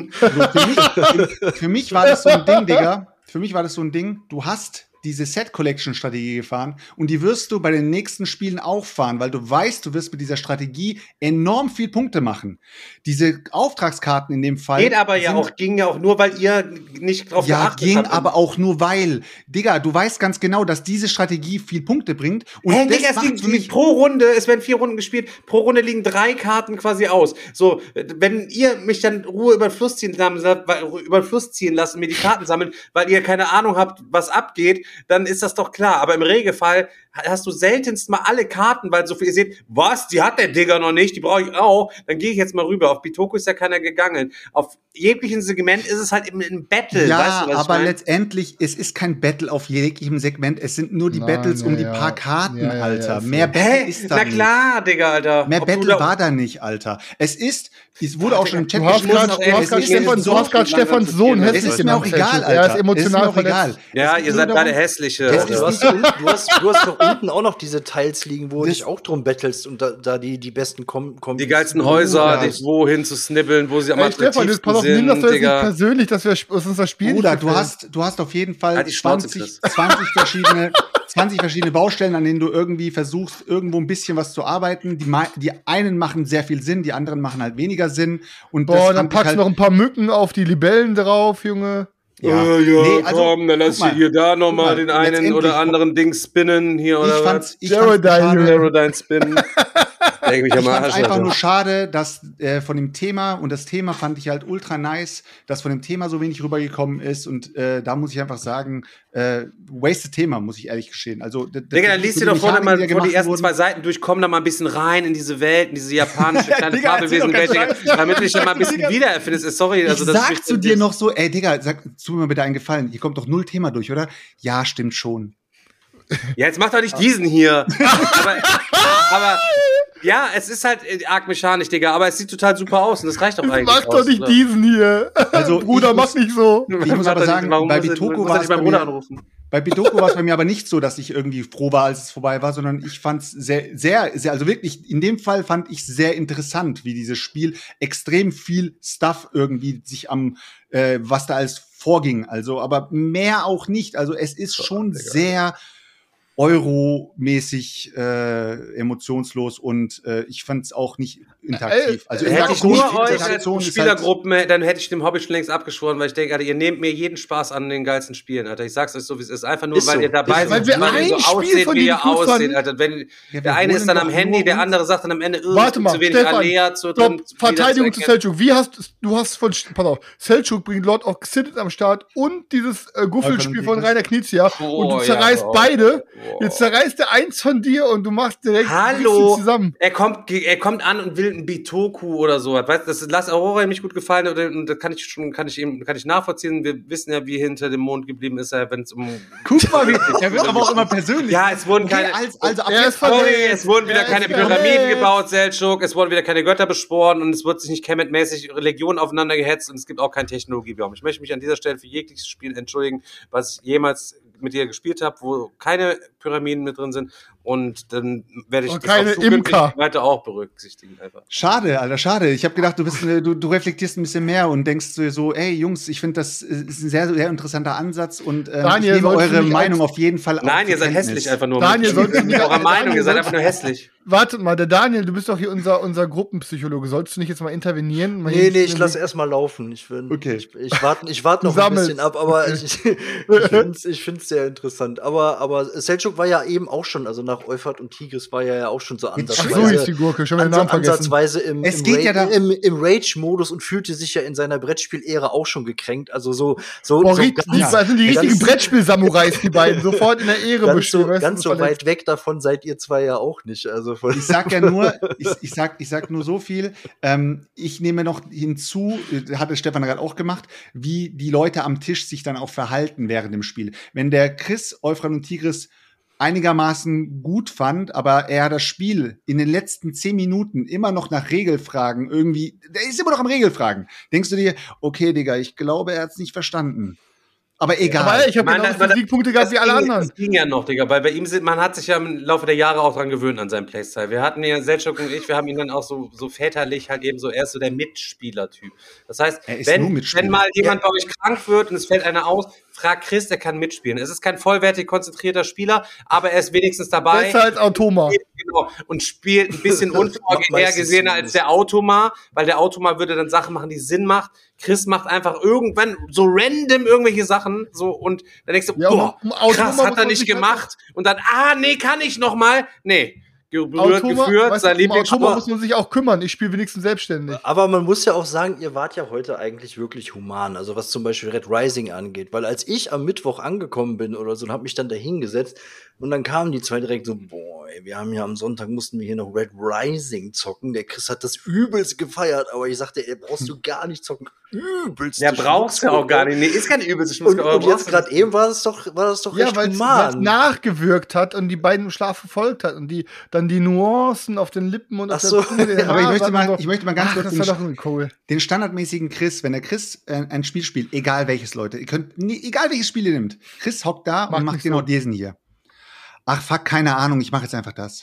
mich, für mich war das so ein Ding, Digga. Für mich war das so ein Ding, du hast diese Set-Collection-Strategie gefahren und die wirst du bei den nächsten Spielen auch fahren, weil du weißt, du wirst mit dieser Strategie enorm viel Punkte machen. Diese Auftragskarten in dem Fall. Geht aber ja sind- auch, ging ja auch nur, weil ihr nicht drauf Ja, geachtet ging habt. aber auch nur weil. Digga, du weißt ganz genau, dass diese Strategie viel Punkte bringt. Und Hey, das Digga, es macht liegen für mich pro Runde, es werden vier Runden gespielt, pro Runde liegen drei Karten quasi aus. So, wenn ihr mich dann Ruhe über den Fluss ziehen, lassen, über den Fluss ziehen lassen, mir die Karten sammeln, weil ihr keine Ahnung habt, was abgeht, dann ist das doch klar. Aber im Regelfall hast du seltenst mal alle Karten, weil so viel, ihr seht, was, die hat der Digger noch nicht, die brauche ich auch, dann gehe ich jetzt mal rüber. Auf Bitoku ist ja keiner gegangen. Auf jeglichen Segment ist es halt im, im Battle, ja, weißt du, was ich aber mein? letztendlich, es ist kein Battle auf jeglichem Segment. Es sind nur die Nein, Battles um ja, die ja. paar Karten, Ja, ja, ja, Alter. ist Mehr so. Battle Hä? ist da Na nicht. klar, Digga, Alter. Mehr Ob du Battle da- war da nicht, Alter. Es ist, es wurde auch schon im Chat Du hast muss gerade auch du hast ehrlich grad sagen, Stefan, es du ist hast gerade so langsam Stefans zu Sohn viel. hässlich Es ist mir auch genannt, egal, Felix. Alter. Er ist Es ist mir emotional auch verletzt. egal. Ja, Es ihr geht seid nur beide darum- hässliche. Es Du ist hast, un- du, hast, du hast doch unten auch noch diese Teils liegen, wo du Das- dich auch drum battlest und da, da die, die besten kommen. kommen Die geilsten Häuser, Ja. die wohin zu snibbeln, wo sie am Ey, Stefan, jetzt pass auf, nimm das sind, doch jetzt nicht Digga. persönlich, dass, wir, dass uns das Spiel Bruder, nicht du gefällt. hast, du hast auf jeden Fall Halt die Schnauze, zwanzig, Chris. zwanzig verschiedene, zwanzig verschiedene Baustellen, an denen du irgendwie versuchst, irgendwo ein bisschen was zu arbeiten. Die, mei- die einen machen sehr viel Sinn, die anderen machen halt weniger Sinn. Und das Boah, dann fand ich packst halt, du noch ein paar Mücken auf die Libellen drauf, Junge. ja. Äh, ja, Nee, also, komm, dann lass guck ich mal, hier da guck nochmal mal, den einen letztendlich- oder anderen Ding spinnen hier ich oder fand's, ich Jaredine, fand's schade, Junge. Aerodyne spinnen. Leg mich am Ich fand Arsch, einfach Alter. nur schade, dass äh, von dem Thema, und das Thema fand ich halt ultra nice, dass von dem Thema so wenig rübergekommen ist. Und äh, da muss ich einfach sagen, äh, wasted Thema, muss ich ehrlich gestehen. Also, d- d- Digga, dann die- liest die dir doch vorne mal Mechaniken, die da vor die gemacht ersten wurden- zwei Seiten durch, komm da mal ein bisschen rein in diese Welt, in diese japanische kleine Digga, erzähl doch Fabelwesen-Welt, keinen Digga, damit du dich dann mal ein bisschen Digga. wiedererfindest. Sorry, also ich das sag ist zu dir noch so, ey Digga, sag, tu mir bitte einen Gefallen, hier kommt doch null Thema durch, oder? Ja, stimmt schon. Ja, jetzt mach doch nicht diesen hier. aber, aber ja, es ist halt äh, arg mechanisch, Digga, aber es sieht total super aus und das reicht doch eigentlich. Mach doch aus, nicht ne? diesen hier. Also, Bruder, ich mach muss- nicht so. Ich muss Warte, aber sagen, warum bei muss er- Bitoku muss er war nicht es meinen bei Bruder mir, anrufen. bei Bitoku war es bei mir aber nicht so, dass ich irgendwie froh war, als es vorbei war, sondern ich fand es sehr, sehr, sehr, also wirklich, in dem Fall fand ich sehr interessant, wie dieses Spiel extrem viel Stuff irgendwie sich am, äh, was da alles vorging. Also, aber mehr auch nicht. Also, es ist schon sehr Euro-mäßig äh, emotionslos und äh, ich fand es auch nicht interaktiv. Also Hätte ich Interaktion- nur euch als Interaktion ist halt- Spielergruppen, dann hätte ich dem Hobby schon längst abgeschworen, weil ich denke, Alter, ihr nehmt mir jeden Spaß an den geilsten Spielen, Alter. Ich sag's euch so, wie es ist. Einfach nur, Ist weil so. ihr dabei Ist seid, so. Weil wir weil ihr ein so Spiel aussieht, von wie ihr denen gut aussieht, fanden. Alter. Wenn, Ja, wir der eine holen ist dann am doch Handy, nur der uns- andere sagt dann am Ende, oh, Warte mal, zu wenig Stefan, Alea, zu drin, Stopp, Verteidigung zu zu erkennen. Selçuk. Wie hast du hast von, pass auf, Selçuk bringt Lord of Xidit am Start und dieses äh, Guffelspiel von Rainer Knizia Oh, und du ja, zerreißt oh. beide. Oh. Jetzt zerreißt der eins von dir und du machst direkt Hallo, zusammen. er kommt, er kommt an und will ein Bitoku oder so. Weißt, das lass Aurora ihm nicht gut gefallen oder, und das kann ich schon, kann ich ihm, kann ich nachvollziehen. Wir wissen ja, wie hinter dem Mond geblieben ist er, wenn es um. Guck mal, wie, er wird aber auch immer persönlich. Ja, es wurden Okay, keine. als, also ab Er jetzt ist verletzt. Sorry, es wurden wieder Er keine ist Pyramiden verletzt. gebaut, Selçuk. Es wurden wieder keine Götter beschworen und es wird sich nicht Kemet-mäßig Religionen aufeinander gehetzt und es gibt auch keinen Technologiebaum. Ich möchte mich an dieser Stelle für jegliches Spiel entschuldigen, was ich jemals mit dir gespielt habe, wo keine Pyramiden mit drin sind. Und dann werde ich Und das keine auch zukünftig Imker. weiter auch berücksichtigen. Einfach. Schade, Alter, schade. Ich habe gedacht, du bist, eine- du, du reflektierst ein bisschen mehr und denkst so, so, ey Jungs, ich finde, das ist ein sehr, sehr interessanter Ansatz und ähm, Daniel, ich nehme sollst du eure nicht Meinung als- auf jeden Fall auf Nein, zur ihr seid Kenntnis. hässlich einfach nur. Daniel, mit sollst du nicht- eurer Meinung, ihr Daniel, seid einfach sollst- nur hässlich. Wartet mal, der Daniel, du bist doch hier unser, unser Gruppenpsychologe. Sollst du nicht jetzt mal intervenieren? Mal Nee, hier nee, ich ein lass bisschen- erst mal laufen. Ich, bin, Okay. ich, ich warte ich wart noch Du ein sammelst. bisschen ab, aber Okay. ich, ich finde es ich find's sehr interessant. Aber, aber Selçuk war ja eben auch schon, also nach Euphrat und Tigris war er ja auch schon so Ach so ansatzweise, hieß die Gurke, schon wieder den ansatz, Namen vergessen. ansatzweise im, Es im, geht Ra ja da- im, im Rage-Modus und fühlte sich ja in seiner Brettspiel-Ära auch schon gekränkt. Also so, so, Oh, so richtig, ganz, das sind die richtigen ganz- Brettspiel-Samurais, die beiden. Sofort in der Ehre ganz bestehen. so, weißt du, ganz so verletzt. weit weg davon seid ihr zwei ja auch nicht. Also von Ich sag ja nur, ich, ich, sag, ich sag nur so viel. Ähm, ich nehme noch hinzu, äh, hat es Stefan gerade auch gemacht, wie die Leute am Tisch sich dann auch verhalten während dem Spiel. Wenn der Chris, Euphrat und Tigris einigermaßen gut fand, aber er das Spiel in den letzten zehn Minuten immer noch nach Regelfragen irgendwie, der ist immer noch am Regelfragen. Denkst du dir, okay, Digga, ich glaube, er hat es nicht verstanden. Aber egal. Aber ey, ich habe Mann, genauso aber viele Siegpunkte gehabt wie alle ging, anderen. Das ging ja noch, Digga, weil bei ihm sind, man hat sich ja im Laufe der Jahre auch dran gewöhnt an seinen Playstyle. Wir hatten ja, Selçuk und ich, wir haben ihn dann auch so, so väterlich halt eben so, er ist so der Mitspieler-Typ. Das heißt, Er ist nur wenn, Mitspieler. wenn mal jemand bei euch krank wird und es fällt einer aus, fragt Chris, der kann mitspielen. Es ist kein vollwertig konzentrierter Spieler, aber er ist wenigstens dabei. Besser als Automa. Genau, und spielt ein bisschen unvorhergesehener als der Automa, weil der Automa würde dann Sachen machen, die Sinn macht. Chris macht einfach irgendwann so random irgendwelche Sachen so und dann denkst du, Ja, boah, um- um Automa krass, muss hat er man nicht sich halt- gemacht und dann, ah, nee, kann ich noch mal. Nee, berührt, Automa, geführt, weißt sein du, um Automa Lieblingssport. muss man sich auch kümmern. Ich spiele wenigstens selbstständig. Aber man muss ja auch sagen, ihr wart ja heute eigentlich wirklich human, also was zum Beispiel Red Rising angeht. Weil als ich am Mittwoch angekommen bin oder so und hab mich dann da hingesetzt und dann kamen die zwei direkt so, boah, ey, wir haben ja am Sonntag mussten wir hier noch Red Rising zocken. Der Chris hat das übelst gefeiert, aber ich sagte, ey, brauchst du gar nicht zocken. Übelst. Ja, brauchst du auch gar nicht. Nee, ist keine übelste Und, Schmutzke, aber und jetzt brauchst du gerade eben war das doch, war das doch Ja, recht weil es human. nachgewirkt hat und die beiden im Schlaf verfolgt hat und die dann die Nuancen auf den Lippen und auf Ach so. der Zunge, den Aber ich möchte Haaren mal, und ich möchte mal ganz Ach, kurz das den, war doch irgendwie cool. den standardmäßigen Chris, wenn der Chris äh, ein Spiel spielt, egal welches, Leute, ihr könnt, nie, egal welches Spiel ihr nimmt, Chris hockt da Macht und macht nicht genau so. diesen hier. Ach, fuck, keine Ahnung, ich mache jetzt einfach das.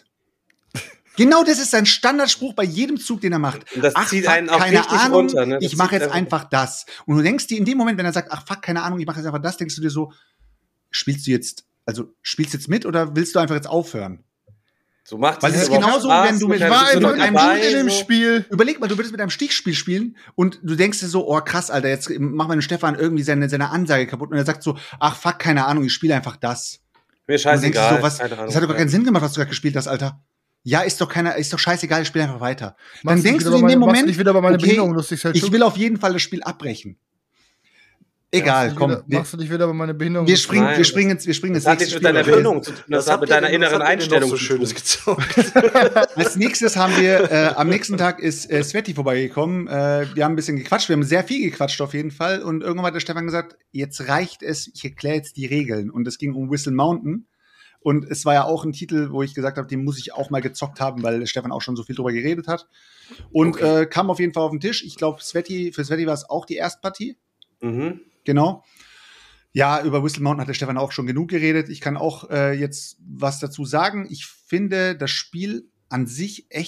Genau das ist sein Standardspruch bei jedem Zug, den er macht. Und das ach, zieht fuck, einen auch keine richtig Ahnung, runter, ne? Das ich mache zieht jetzt einfach- einfach das. Und du denkst dir in dem Moment, wenn er sagt, ach, fuck, keine Ahnung, ich mache jetzt einfach das, denkst du dir so, spielst du jetzt, also spielst du jetzt mit oder willst du einfach jetzt aufhören? So macht Weil es ist aber auch genauso, Spaß, wenn du mit- einem- war bist du einfach noch ein dabei, Gut in dem so. Spiel. Überleg mal, du würdest mit einem Stichspiel spielen und du denkst dir so, oh krass, Alter, jetzt macht mein Stefan irgendwie seine, seine Ansage kaputt und er sagt so, ach fuck, keine Ahnung, ich spiele einfach das. Mir Und du denkst dir scheißegal. so, was, keine Ahnung. das hat doch gar keinen Sinn gemacht, was du gerade gespielt hast, Alter. Ja, ist doch keiner, ist doch scheißegal, ich spiele einfach weiter. Dann Machst denkst dich du wieder dir in dem über meine- machst Moment, dich wieder über meine okay, Behinderung lustig, Selçuk. ich will auf jeden Fall das Spiel abbrechen. Egal, Machst du komm. Wieder, Wir, machst du dich wieder über meine Behinderung wir lustig? springen, Nein, wir springen jetzt, wir springen Das ins hat nächste nichts mit deiner Spiel. Behinderung zu tun, das, hat habt mit ihr deiner denn- was inneren habt ihr denn noch Einstellung so zu tun. Schönes gezockt. Als nächstes haben wir, äh, am nächsten Tag ist äh, Sveti vorbeigekommen. Äh, wir haben ein bisschen gequatscht, wir haben sehr viel gequatscht auf jeden Fall. Und irgendwann hat der Stefan gesagt, jetzt reicht es, ich erkläre jetzt die Regeln. Und es ging um Whistle Mountain. Und es war ja auch ein Titel, wo ich gesagt habe, den muss ich auch mal gezockt haben, weil Stefan auch schon so viel drüber geredet hat. Und Okay. äh, kam auf jeden Fall auf den Tisch. Ich glaube, Sveti, für Sveti war es auch die Erstpartie. Mhm. Genau. Ja, über Whistle Mountain hat der Stefan auch schon genug geredet. Ich kann auch äh, jetzt was dazu sagen. Ich finde das Spiel an sich echt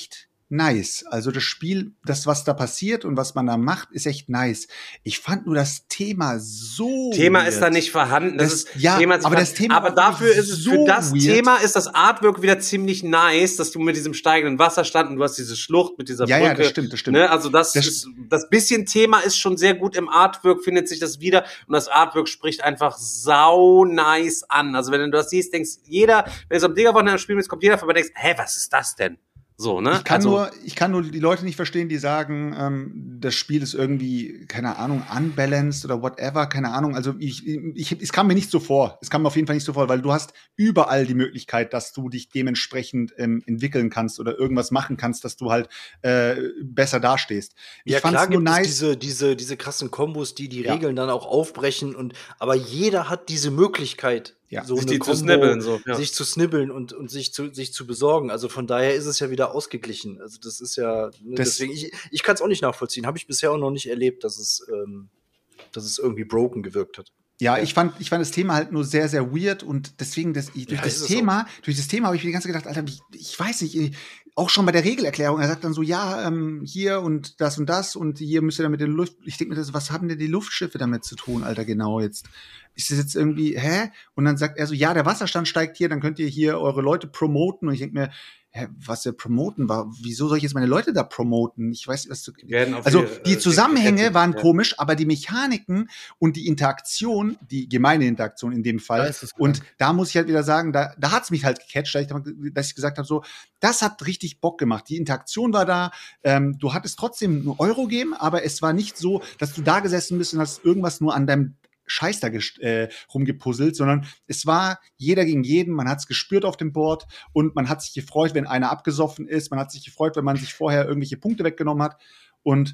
nice. Also das Spiel, das, was da passiert und was man da macht, ist echt nice. Ich fand nur das Thema so Thema weird. ist da nicht vorhanden. Das, Das- ist ja, Thema ist aber ver- das Thema aber war dafür ist es so für das weird. Thema ist das Artwork wieder ziemlich nice, dass du mit diesem steigenden Wasser stand und du hast diese Schlucht mit dieser Ja, Brücke. ja, das stimmt, das stimmt. Ne? Also das, Das- ist, das bisschen Thema ist schon sehr gut im Artwork, findet sich das wieder und das Artwork spricht einfach sau nice an. Also wenn du das siehst, denkst jeder, wenn du so am Digga-Wochenende spielen willst, kommt jeder vorbei und denkst, hä, was ist das denn? So, ne? Ich kann, also, nur, ich kann nur die Leute nicht verstehen, die sagen, ähm, das Spiel ist irgendwie, keine Ahnung, unbalanced oder whatever, keine Ahnung. Also ich, ich, es kam mir nicht so vor. Es kam mir auf jeden Fall nicht so vor, weil du hast überall die Möglichkeit, dass du dich dementsprechend ähm, entwickeln kannst oder irgendwas machen kannst, dass du halt äh, besser dastehst. Ich Ja, fand's klar nur gibt es nice. diese, diese, diese krassen Kombos, die die Ja. Regeln dann auch aufbrechen und aber jeder hat diese Möglichkeit, Ja, so sich eine die zu Kombo, snibbeln, so, ja. sich zu snibbeln und, und sich zu, sich zu besorgen. Also von daher ist es ja wieder ausgeglichen. Also das ist ja, ne, Das- deswegen, ich, ich kann es auch nicht nachvollziehen. Habe ich bisher auch noch nicht erlebt, dass es, ähm, dass es irgendwie broken gewirkt hat. Ja, ich fand, ich fand das Thema halt nur sehr, sehr weird und deswegen, das, ich, durch Ja, das ist es Thema, durch das Thema habe ich mir die ganze Zeit gedacht, Alter, ich, ich weiß nicht, ich- auch schon bei der Regelerklärung, er sagt dann so, ja, ähm, hier und das und das und hier müsst ihr damit den Luft, ich denke mir das, was haben denn die Luftschiffe damit zu tun, Alter, genau jetzt? Ist das jetzt irgendwie, hä? Und dann sagt er so, ja, der Wasserstand steigt hier, dann könnt ihr hier eure Leute promoten und ich denke mir, hä, was wir promoten war, wieso soll ich jetzt meine Leute da promoten? Ich weiß, was du, werden auf also die, die äh, Zusammenhänge gerettet, waren ja. komisch, aber die Mechaniken und die Interaktion, die gemeine Interaktion in dem Fall, Geisteskrank. und da muss ich halt wieder sagen, da, da hat's mich halt gecatcht, dass ich, dass ich gesagt habe, so, das hat richtig Bock gemacht. Die Interaktion war da, ähm, du hattest trotzdem nur Euro geben, aber es war nicht so, dass du da gesessen bist und hast irgendwas nur an deinem Scheiß da gest- äh, rumgepuzzelt, sondern es war jeder gegen jeden, man hat's gespürt auf dem Board und man hat sich gefreut, wenn einer abgesoffen ist, man hat sich gefreut, wenn man sich vorher irgendwelche Punkte weggenommen hat und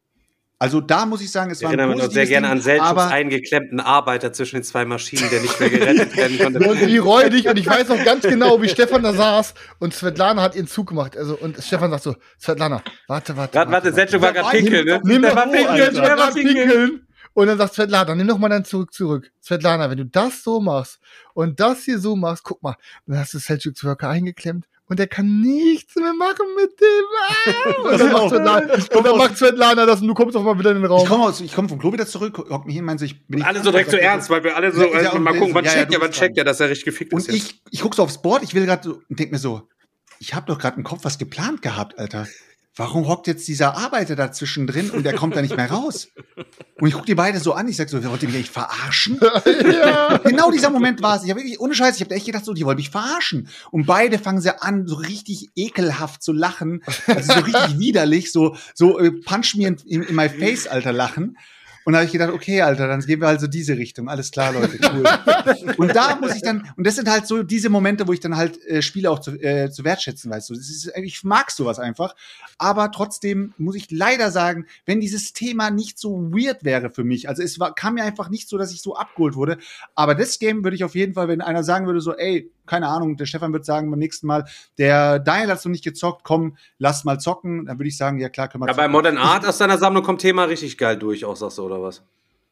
also da muss ich sagen, es Ich war ein erinnere mich noch sehr positives gerne Ding, an Seldschuks aber eingeklemmten Arbeiter zwischen den zwei Maschinen, der nicht mehr gerettet werden konnte. Und wie räudig, und ich weiß noch ganz genau, wie Stefan da saß und Svetlana hat ihren Zug gemacht. Also, und Stefan sagt so, Svetlana, warte, warte. Warte, warte, Seldschuck war Wer gerade pinkeln, ne? Nimm Der doch war mal, pinkeln, Alter. der war pinkeln. pinkeln. Und dann sagt Svetlana, nimm doch mal dein Zurück zurück. Svetlana, wenn du das so machst und das hier so machst, guck mal, dann hast du Seldschuks Worker eingeklemmt und der kann nichts mehr machen mit dem. Ah! Und dann macht Svetlana, und dann macht Svetlana das und du kommst doch mal wieder in den ich Raum. komme aus, ich komme vom Klo wieder zurück, hock mich hin, meinte so, ich bin ich Alle so direkt so ernst, weil wir alle so, Ja, ja, also und mal gucken, wann ja, ja, checkt du er, wann bist checkt dran. er, dass er richtig gefickt ist. Und ich, ich guck so aufs Board, ich will gerade so und denk mir so, ich habe doch gerade im Kopf was geplant gehabt, Alter. Warum hockt jetzt dieser Arbeiter da zwischendrin und der kommt da nicht mehr raus? Und ich guck die beide so an, ich sag so, wollt ihr mich eigentlich verarschen? Ja. Genau dieser Moment war es. Ich habe wirklich, ohne Scheiß, ich habe echt gedacht, so, die wollen mich verarschen. Und beide fangen sie an, so richtig ekelhaft zu lachen. Also so richtig widerlich, so, so äh, punch me in, in, in my face, Alter, lachen. Und da habe ich gedacht, okay, Alter, dann gehen wir also diese Richtung. Alles klar, Leute, cool. Und da muss ich dann, und das sind halt so diese Momente, wo ich dann halt äh, Spiele auch zu, äh, zu wertschätzen weiß. So, das ist, ich mag sowas einfach. Aber trotzdem muss ich leider sagen, wenn dieses Thema nicht so weird wäre für mich, also es war, kam mir einfach nicht so, dass ich so abgeholt wurde. Aber das Game würde ich auf jeden Fall, wenn einer sagen würde, so, ey, keine Ahnung, der Stefan wird sagen beim nächsten Mal, der Daniel hat's noch nicht gezockt, komm, lass mal zocken. Dann würde ich sagen, ja klar, können wir Ja, bei zocken. Modern Art aus deiner Sammlung kommt Thema richtig geil durch, auch sagst du, oder was?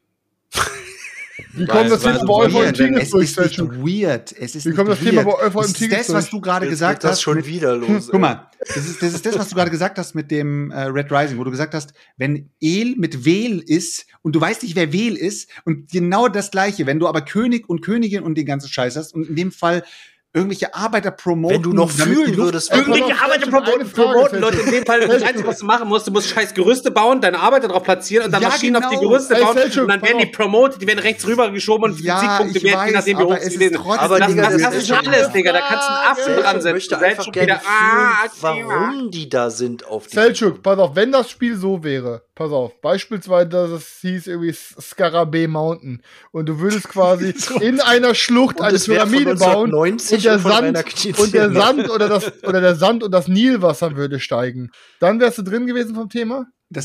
Wie kommt das Weil- Thema weil- bei euch weil- im Team Es durch, ist nicht Seldschuck? weird. Es ist Wie nicht kommt das Thema weird. bei euch vor Das im Team ist das, was durch? du gerade Jetzt gesagt geht das hast. schon wieder los. Guck mal, das ist, das ist das, was du gerade gesagt hast mit dem äh, Red Rising, wo du gesagt hast, wenn El mit Vel ist und du weißt nicht, wer Vel ist und genau das Gleiche, wenn du aber König und Königin und den ganzen Scheiß hast und in dem Fall irgendwelche Arbeiter promoten. Wenn du noch damit fühlen die Luft- würdest, Irgendwelche Irgendwelche Arbeiter Eine promoten, Frage, promoten Leute, Seldschuck. in dem Fall, das Einzige, was du machen musst, du musst scheiß Gerüste bauen, deine Arbeiter drauf platzieren und dann Ja, Maschinen auf die genau. Gerüste Ey, bauen Seldschuck, und dann werden die pass promotet, die werden rechts rüber geschoben und Ja, Siegpunkte ich werden, weiß, je nachdem, wie aber hoch es sie ist sind. trotzdem- Aber das, Digga, das das hast du ist schon schon- alles, Digga, da kannst du einen Affen Ja, dran Ich setzen. möchte einfach Seldschuck gerne wieder, ah, fühlen, warum die da sind auf die Seldschuck, pass auf, wenn das Spiel so wäre, pass auf, beispielsweise, dass es hieß irgendwie Scarabée Mountain und du würdest quasi in einer Schlucht Und eine es wär von Pyramide bauen und neunzehnhundertneunzig der und von Sand Rainer Knizia. und der Sand oder das oder der Sand und das Nilwasser würde steigen. Dann wärst du drin gewesen vom Thema? Das ist,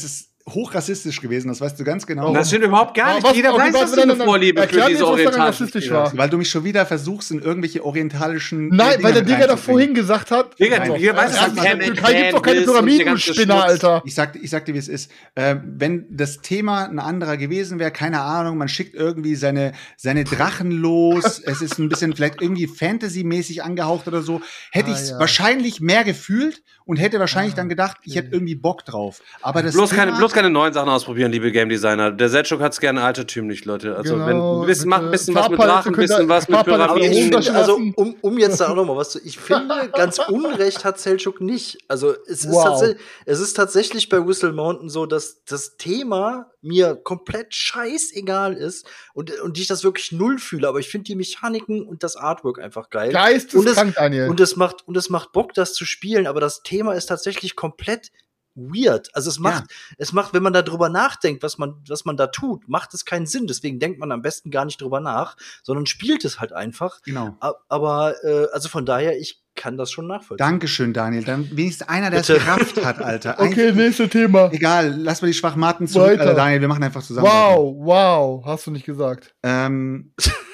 hochrassistisch gewesen, das weißt du ganz genau. Das stimmt überhaupt gar nicht. Was- Jeder okay, weiß, warte, dass du eine nein, nein, Vorliebe erklär für mir diese jetzt, was daran orientalischen rassistisch Spiele war. hast. Weil du mich schon wieder versuchst, in irgendwelche orientalischen Nein, weil der mit Digga da reinzubringen. vorhin gesagt hat. Digga, Nein, hier weißt du, Erstmal, was in der Türkei gibt's doch keine Pyramidenspinner, Alter. Ich sag, ich sag dir, wie es ist. Äh, wenn das Thema ein anderer gewesen wäre, keine Ahnung, man schickt irgendwie seine, seine Drachen los, es ist ein bisschen vielleicht irgendwie Fantasy-mäßig angehaucht oder so, hätte Ah, ich es ja. wahrscheinlich mehr gefühlt und hätte wahrscheinlich Ah, dann gedacht, ich hätte irgendwie Bock drauf. Aber das Bloß Thema, keine, bloß keine neuen Sachen ausprobieren, liebe Game Designer. Der Selchuk hat's gerne altertümlich, Leute. Also, Genau, wenn ein bisschen, bitte. macht ein bisschen was mit Farbpalette Drachen, ein könnt ihr- bisschen was mit Farbpalette Aber ich Pyramiden. runter- finde, also, lassen. um, um jetzt da auch noch mal was zu. Ich finde, ganz Unrecht hat Selchuk nicht. Also, es ist, Wow. tatsächlich, es ist tatsächlich bei Whistle Mountain so, dass das Thema mir komplett scheißegal ist und, und ich das wirklich null fühle. Aber ich finde die Mechaniken und das Artwork einfach geil. Und es, Geisteskrank, Daniel. und, es macht, und es macht Bock, das zu spielen. Aber das Thema ist tatsächlich komplett weird. Also es macht, es macht, wenn man da drüber nachdenkt, was man, was man da tut, macht es keinen Sinn. Deswegen denkt man am besten gar nicht drüber nach, sondern spielt es halt einfach. Genau. A- Aber äh, also von daher, ich kann das schon nachvollziehen. Dankeschön, Daniel. Dann wenigstens einer, der Bitte. Kraft hat, Alter. Okay, Ein, nächstes Thema. egal, lass mal die Schwachmaten zurück, Weiter. Alter, Daniel. Wir machen einfach zusammen. Wow, wow, hast du nicht gesagt. Ähm,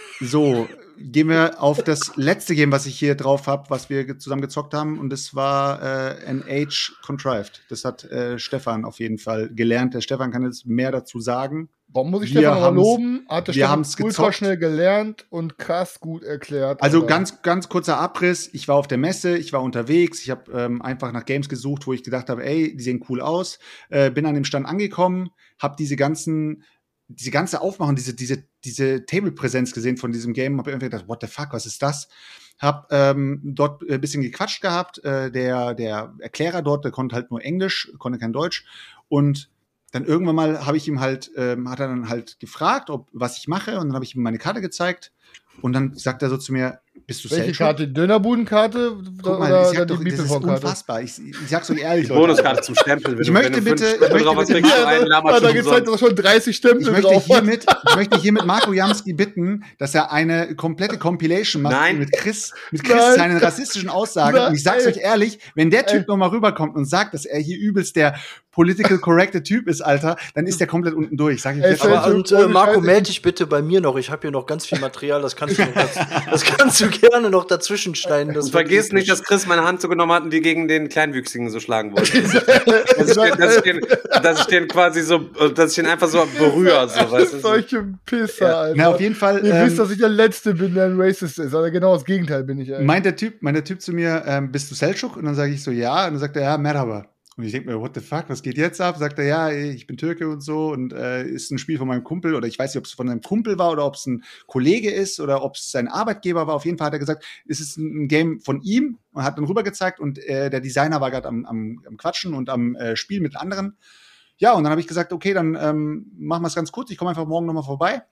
so, gehen wir auf das letzte Game, was ich hier drauf habe, was wir ge- zusammen gezockt haben. Und das war äh, An Age Contrived. Das hat äh, Stefan auf jeden Fall gelernt. Der Stefan kann jetzt mehr dazu sagen. Warum muss ich Wir Stefan nochmal haben's- loben? Hat der wir Stefan haben's ultra gezockt. schnell gelernt und krass gut erklärt. Also Alter. ganz, ganz kurzer Abriss. Ich war auf der Messe, ich war unterwegs, ich habe ähm, einfach nach Games gesucht, wo ich gedacht habe, ey, die sehen cool aus. Äh, bin an dem Stand angekommen, habe diese ganzen, diese ganze Aufmachung, diese, diese, diese Table-Präsenz gesehen von diesem Game, habe irgendwie gedacht, what the fuck, was ist das? Hab ähm, dort ein bisschen gequatscht gehabt. Äh, der, der Erklärer dort, der konnte halt nur Englisch, konnte kein Deutsch. Und dann irgendwann mal habe ich ihm halt, ähm, hat er dann halt gefragt, ob was ich mache, und dann habe ich ihm meine Karte gezeigt. Und dann sagt er so zu mir, bist du Welche Selchuk? Karte? Die Dönerbudenkarte Guck mal, oder, ich oder sag die doch, das ist Beeple-Karte? unfassbar. Ich, ich sag's euch ehrlich, Die Leute. Bonuskarte zum Stempeln. Wenn Ich du- möchte wenn du bitte- fünf ich Stempel möchte drauf hast, bitte- kriegst du Ja, einen da, Lama da schon gezeigt, umsonst. dass schon dreißig Stempel Ich möchte, drauf hat. hiermit, ich möchte hiermit Marco Jamski bitten, dass er eine komplette Compilation macht Nein. mit Chris, mit Chris Nein. seinen rassistischen Aussagen. Nein. Und ich sag's Ey. euch ehrlich, wenn der Typ Ey. noch mal rüberkommt und sagt, dass er hier übelst der political correcte Typ ist, Alter, dann ist der komplett unten durch. Sag ich Ey, jetzt Selchuk, mal. Aber, und äh, ohne Marco, Scheiß, melde dich bitte bei mir noch. Ich habe hier noch ganz viel Material, das kannst du, noch daz- das kannst du gerne noch dazwischen schneiden. Das Und vergiss nicht, dass Chris meine Hand so genommen hat und die gegen den Kleinwüchsigen so schlagen wollte. dass, ich den, dass, ich den, dass ich den quasi so, dass ich den einfach so berühre, so, weißt du? So. Solche Pisser, Alter. Na, auf jeden Fall. Ihr ähm, wisst, dass ich der Letzte bin, der ein Racist ist. Also genau das Gegenteil bin ich, ey. meint der Typ, meint der Typ zu mir, ähm, bist du Selchuk? Und dann sage ich so, ja. Und dann sagt er, ja, Merhaba. Und ich denke mir, what the fuck, was geht jetzt ab? Sagt er, ja, ich bin Türke und so, und äh, ist ein Spiel von meinem Kumpel, oder ich weiß nicht, ob es von einem Kumpel war oder ob es ein Kollege ist oder ob es sein Arbeitgeber war. Auf jeden Fall hat er gesagt, es ist ein Game von ihm, und hat dann rüber gezeigt, und äh, der Designer war gerade am, am, am Quatschen und am äh, Spielen mit anderen. Ja, und dann habe ich gesagt, okay, dann ähm, machen wir es ganz kurz, ich komme einfach morgen nochmal vorbei.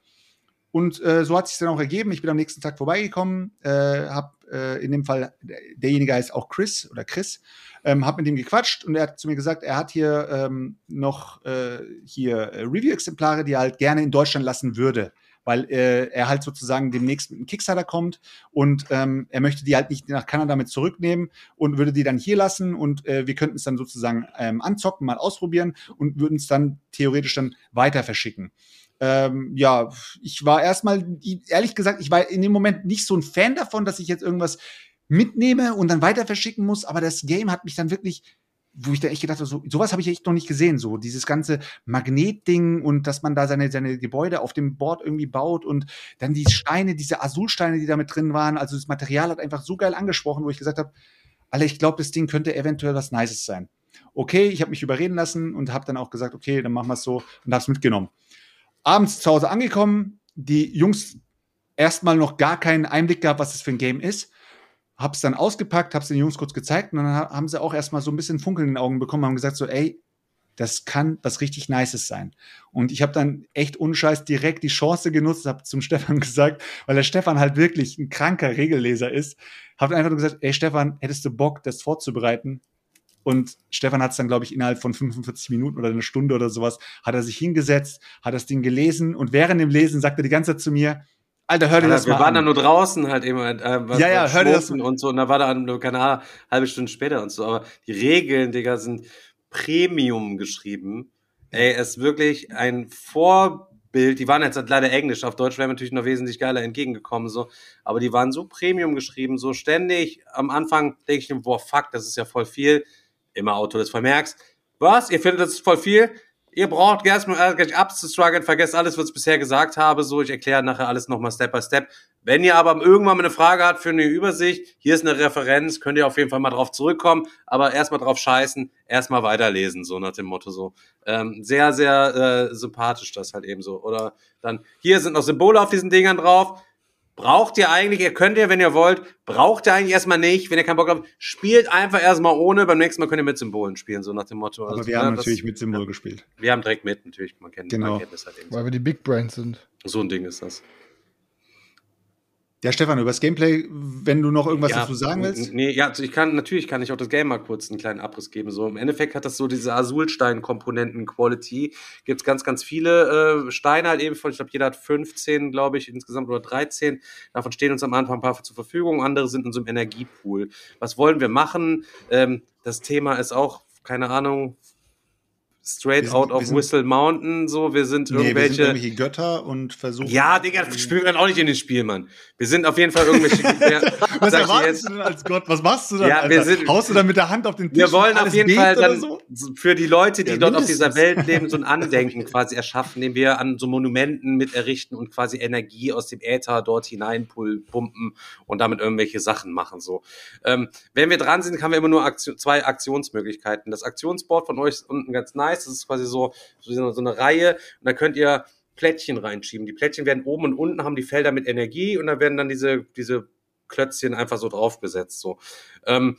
Und äh, so hat es sich dann auch ergeben. Ich bin am nächsten Tag vorbeigekommen, äh, habe äh, in dem Fall, derjenige heißt auch Chris oder Chris, ähm, habe mit ihm gequatscht, und er hat zu mir gesagt, er hat hier ähm, noch äh, hier äh, Review-Exemplare, die er halt gerne in Deutschland lassen würde, weil äh, er halt sozusagen demnächst mit einem Kickstarter kommt, und ähm, er möchte die halt nicht nach Kanada mit zurücknehmen und würde die dann hier lassen, und äh, wir könnten es dann sozusagen ähm, anzocken, mal ausprobieren, und würden es dann theoretisch dann weiter verschicken. Ähm, ja, ich war erstmal, ehrlich gesagt, ich war in dem Moment nicht so ein Fan davon, dass ich jetzt irgendwas mitnehme und dann weiter verschicken muss, aber das Game hat mich dann wirklich, wo ich da echt gedacht habe, so, sowas habe ich echt noch nicht gesehen, so dieses ganze Magnetding, und dass man da seine, seine Gebäude auf dem Board irgendwie baut, und dann die Steine, diese Azulsteine, die da mit drin waren, also das Material hat einfach so geil angesprochen, wo ich gesagt habe, Alter, ich glaube, das Ding könnte eventuell was Nices sein. Okay, ich habe mich überreden lassen und habe dann auch gesagt, okay, dann machen wir es so, und habe es mitgenommen. Abends zu Hause angekommen, die Jungs erstmal noch gar keinen Einblick gehabt, was das für ein Game ist. Hab's dann ausgepackt, hab's den Jungs kurz gezeigt, und dann haben sie auch erstmal so ein bisschen Funkeln in den Augen bekommen, haben gesagt so, ey, das kann was richtig Nices sein. Und ich habe dann echt unscheiß direkt die Chance genutzt, habe zum Stefan gesagt, weil der Stefan halt wirklich ein kranker Regelleser ist, habe einfach nur gesagt, ey Stefan, hättest du Bock, das vorzubereiten? Und Stefan hat es dann, glaube ich, innerhalb von fünfundvierzig Minuten oder eine Stunde oder sowas, hat er sich hingesetzt, hat das Ding gelesen, und während dem Lesen sagt er die ganze Zeit zu mir, Alter, hör dir Alter, das wir mal waren an. dann nur draußen halt eben, äh, was, Ja, ja, was hör dir das schmoren und so, und da war da nur, keine Ahnung, halbe Stunde später und so, aber die Regeln, Digga, sind Premium geschrieben. Ey, es ist wirklich ein Vorbild. Die waren jetzt halt leider Englisch. Auf Deutsch wäre natürlich noch wesentlich geiler entgegengekommen. So. Aber die waren so Premium geschrieben, so ständig. Am Anfang denke ich mir, boah, fuck, das ist ja voll viel. Immer Auto des Vermerks. Was? Ihr findet das ist voll viel? Ihr braucht erstmal gleich abzustruggeln, vergesst alles, was ich bisher gesagt habe. So, ich erkläre nachher alles nochmal Step by Step. Wenn ihr aber irgendwann mal eine Frage habt für eine Übersicht, hier ist eine Referenz, könnt ihr auf jeden Fall mal drauf zurückkommen, aber erstmal drauf scheißen, erstmal weiterlesen, so nach dem Motto so. Ähm, sehr, sehr äh, sympathisch das halt eben so. Oder dann, hier sind noch Symbole auf diesen Dingern drauf. Braucht ihr eigentlich, ihr könnt ihr, wenn ihr wollt, braucht ihr eigentlich erstmal nicht, wenn ihr keinen Bock habt, spielt einfach erstmal ohne, beim nächsten Mal könnt ihr mit Symbolen spielen, so nach dem Motto. Aber also, wir haben das, natürlich mit Symbol ja, gespielt. Wir haben direkt mit, natürlich, man kennt, genau. man kennt das halt eben. Weil wir die Big Brains sind. So ein Ding ist das. Ja, Stefan, über das Gameplay, wenn du noch irgendwas ja, dazu sagen willst? Nee, ja, also ich kann, natürlich kann ich auch das Game mal kurz einen kleinen Abriss geben. So, im Endeffekt hat das so diese Azulstein-Komponenten-Quality. Gibt's ganz, ganz viele äh, Steine halt eben von, ich glaube, jeder hat fünfzehn, glaube ich, insgesamt oder dreizehn. Davon stehen uns am Anfang ein paar zur Verfügung, andere sind in so einem Energiepool. Was wollen wir machen? Ähm, das Thema ist auch, keine Ahnung, straight sind, out of sind, Whistle Mountain, so, wir sind irgendwelche... Nee, wir sind irgendwelche Götter und versuchen... Ja, Digga, das spielen wir dann auch nicht in den Spiel, Mann. Wir sind auf jeden Fall irgendwelche... ja, was erwartest du denn als Gott? Was machst du dann, ja, wir sind, Haust du dann mit der Hand auf den Tisch? Wir wollen auf jeden Fall dann so? für die Leute, die ja, dort mindestens. auf dieser Welt leben, so ein Andenken quasi erschaffen, den wir an so Monumenten mit errichten und quasi Energie aus dem Äther dort hineinpumpen und damit irgendwelche Sachen machen, so. Ähm, wenn wir dran sind, haben wir immer nur Aktion, zwei Aktionsmöglichkeiten. Das Aktionsboard von euch ist unten ganz nice, das ist quasi so So eine Reihe und da könnt ihr Plättchen reinschieben. Die Plättchen werden oben und unten, haben die Felder mit Energie und da werden dann diese, diese Klötzchen einfach so draufgesetzt. So. Ähm,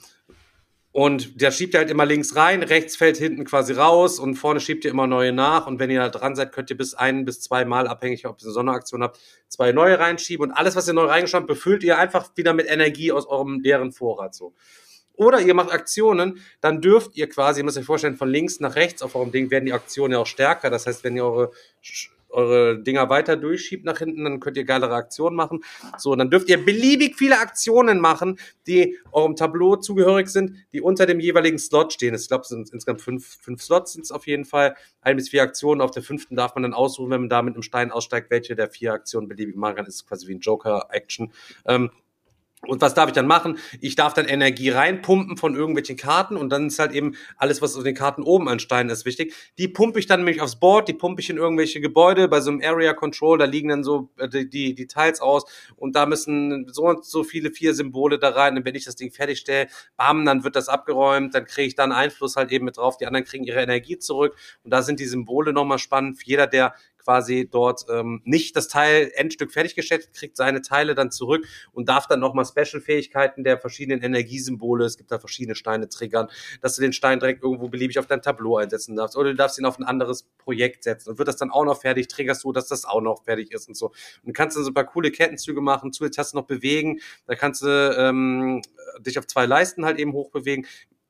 und der schiebt ihr halt immer links rein, rechts fällt hinten quasi raus und vorne schiebt ihr immer neue nach und wenn ihr da dran seid, könnt ihr bis ein bis zwei Mal, abhängig ob ihr eine Sonderaktion habt, zwei neue reinschieben und alles, was ihr neu reingeschaut habt, befüllt ihr einfach wieder mit Energie aus eurem leeren Vorrat. So. Oder ihr macht Aktionen, dann dürft ihr quasi, ihr müsst euch vorstellen, von links nach rechts auf eurem Ding werden die Aktionen ja auch stärker. Das heißt, wenn ihr eure, eure Dinger weiter durchschiebt nach hinten, dann könnt ihr geilere Aktionen machen. So, dann dürft ihr beliebig viele Aktionen machen, die eurem Tableau zugehörig sind, die unter dem jeweiligen Slot stehen. Ich glaube, es sind insgesamt fünf, fünf Slots sind es auf jeden Fall. Ein bis vier Aktionen. Auf der fünften darf man dann aussuchen, wenn man da mit einem Stein aussteigt, welche der vier Aktionen beliebig machen kann. Das ist quasi wie ein Joker-Action. Ähm, Und was darf ich dann machen? Ich darf dann Energie reinpumpen von irgendwelchen Karten und dann ist halt eben alles, was auf den Karten oben an Steinen ist, wichtig. Die pumpe ich dann nämlich aufs Board, die pumpe ich in irgendwelche Gebäude, bei so einem Area Control, da liegen dann so äh, die, die, die Tiles aus und da müssen so und so viele vier Symbole da rein und wenn ich das Ding fertigstelle, bam, dann wird das abgeräumt, dann kriege ich dann Einfluss halt eben mit drauf, die anderen kriegen ihre Energie zurück und da sind die Symbole nochmal spannend. Für jeder, der quasi dort ähm, nicht das Teil Endstück fertiggestellt, kriegt seine Teile dann zurück und darf dann nochmal Special-Fähigkeiten der verschiedenen Energiesymbole, es gibt da verschiedene Steine triggern, dass du den Stein direkt irgendwo beliebig auf dein Tableau einsetzen darfst oder du darfst ihn auf ein anderes Projekt setzen und wird das dann auch noch fertig, triggerst du, dass das auch noch fertig ist und so. Und du kannst dann so ein paar coole Kettenzüge machen, zusätzlich hast du noch bewegen, da kannst du ähm, dich auf zwei Leisten halt eben hochbewegen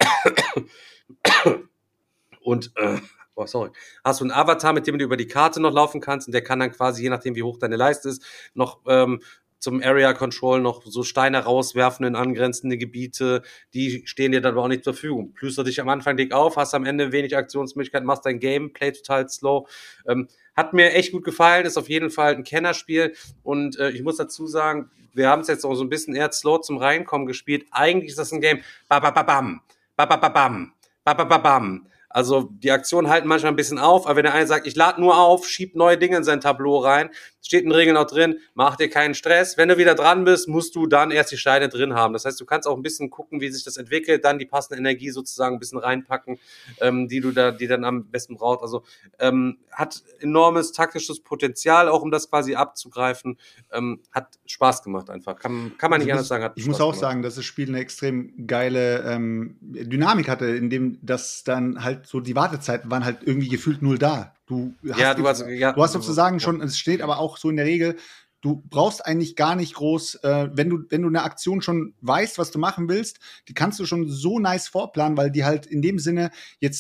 und äh, Oh, sorry. Hast du einen Avatar, mit dem du über die Karte noch laufen kannst und der kann dann quasi, je nachdem wie hoch deine Leiste ist, noch ähm, zum Area Control noch so Steine rauswerfen in angrenzende Gebiete, die stehen dir dann aber auch nicht zur Verfügung. Plüster dich am Anfang dick auf, hast am Ende wenig Aktionsmöglichkeiten, machst dein Gameplay total slow. Ähm, hat mir echt gut gefallen, ist auf jeden Fall ein Kennerspiel und äh, ich muss dazu sagen, wir haben es jetzt auch so ein bisschen eher slow zum Reinkommen gespielt. Eigentlich ist das ein Game, babababam, babababam, babababam. Also die Aktionen halten manchmal ein bisschen auf, aber wenn der eine sagt, ich lade nur auf, schiebt neue Dinge in sein Tableau rein, steht in Regeln auch drin, mach dir keinen Stress. Wenn du wieder dran bist, musst du dann erst die Steine drin haben. Das heißt, du kannst auch ein bisschen gucken, wie sich das entwickelt, dann die passende Energie sozusagen ein bisschen reinpacken, ähm, die du da, die dann am besten brauchst. Also ähm, hat enormes taktisches Potenzial, auch um das quasi abzugreifen. Ähm, hat Spaß gemacht einfach. Kann, kann man also nicht muss, anders sagen. Hat ich Spaß muss auch gemacht. sagen, dass das Spiel eine extrem geile ähm, Dynamik hatte, in dem das dann halt so die Wartezeiten waren halt irgendwie gefühlt null da. Du hast, Ja, du hast, ja, du hast sozusagen schon, es steht aber auch so in der Regel, du brauchst eigentlich gar nicht groß, äh, wenn du wenn du eine Aktion schon weißt, was du machen willst, die kannst du schon so nice vorplanen, weil die halt in dem Sinne jetzt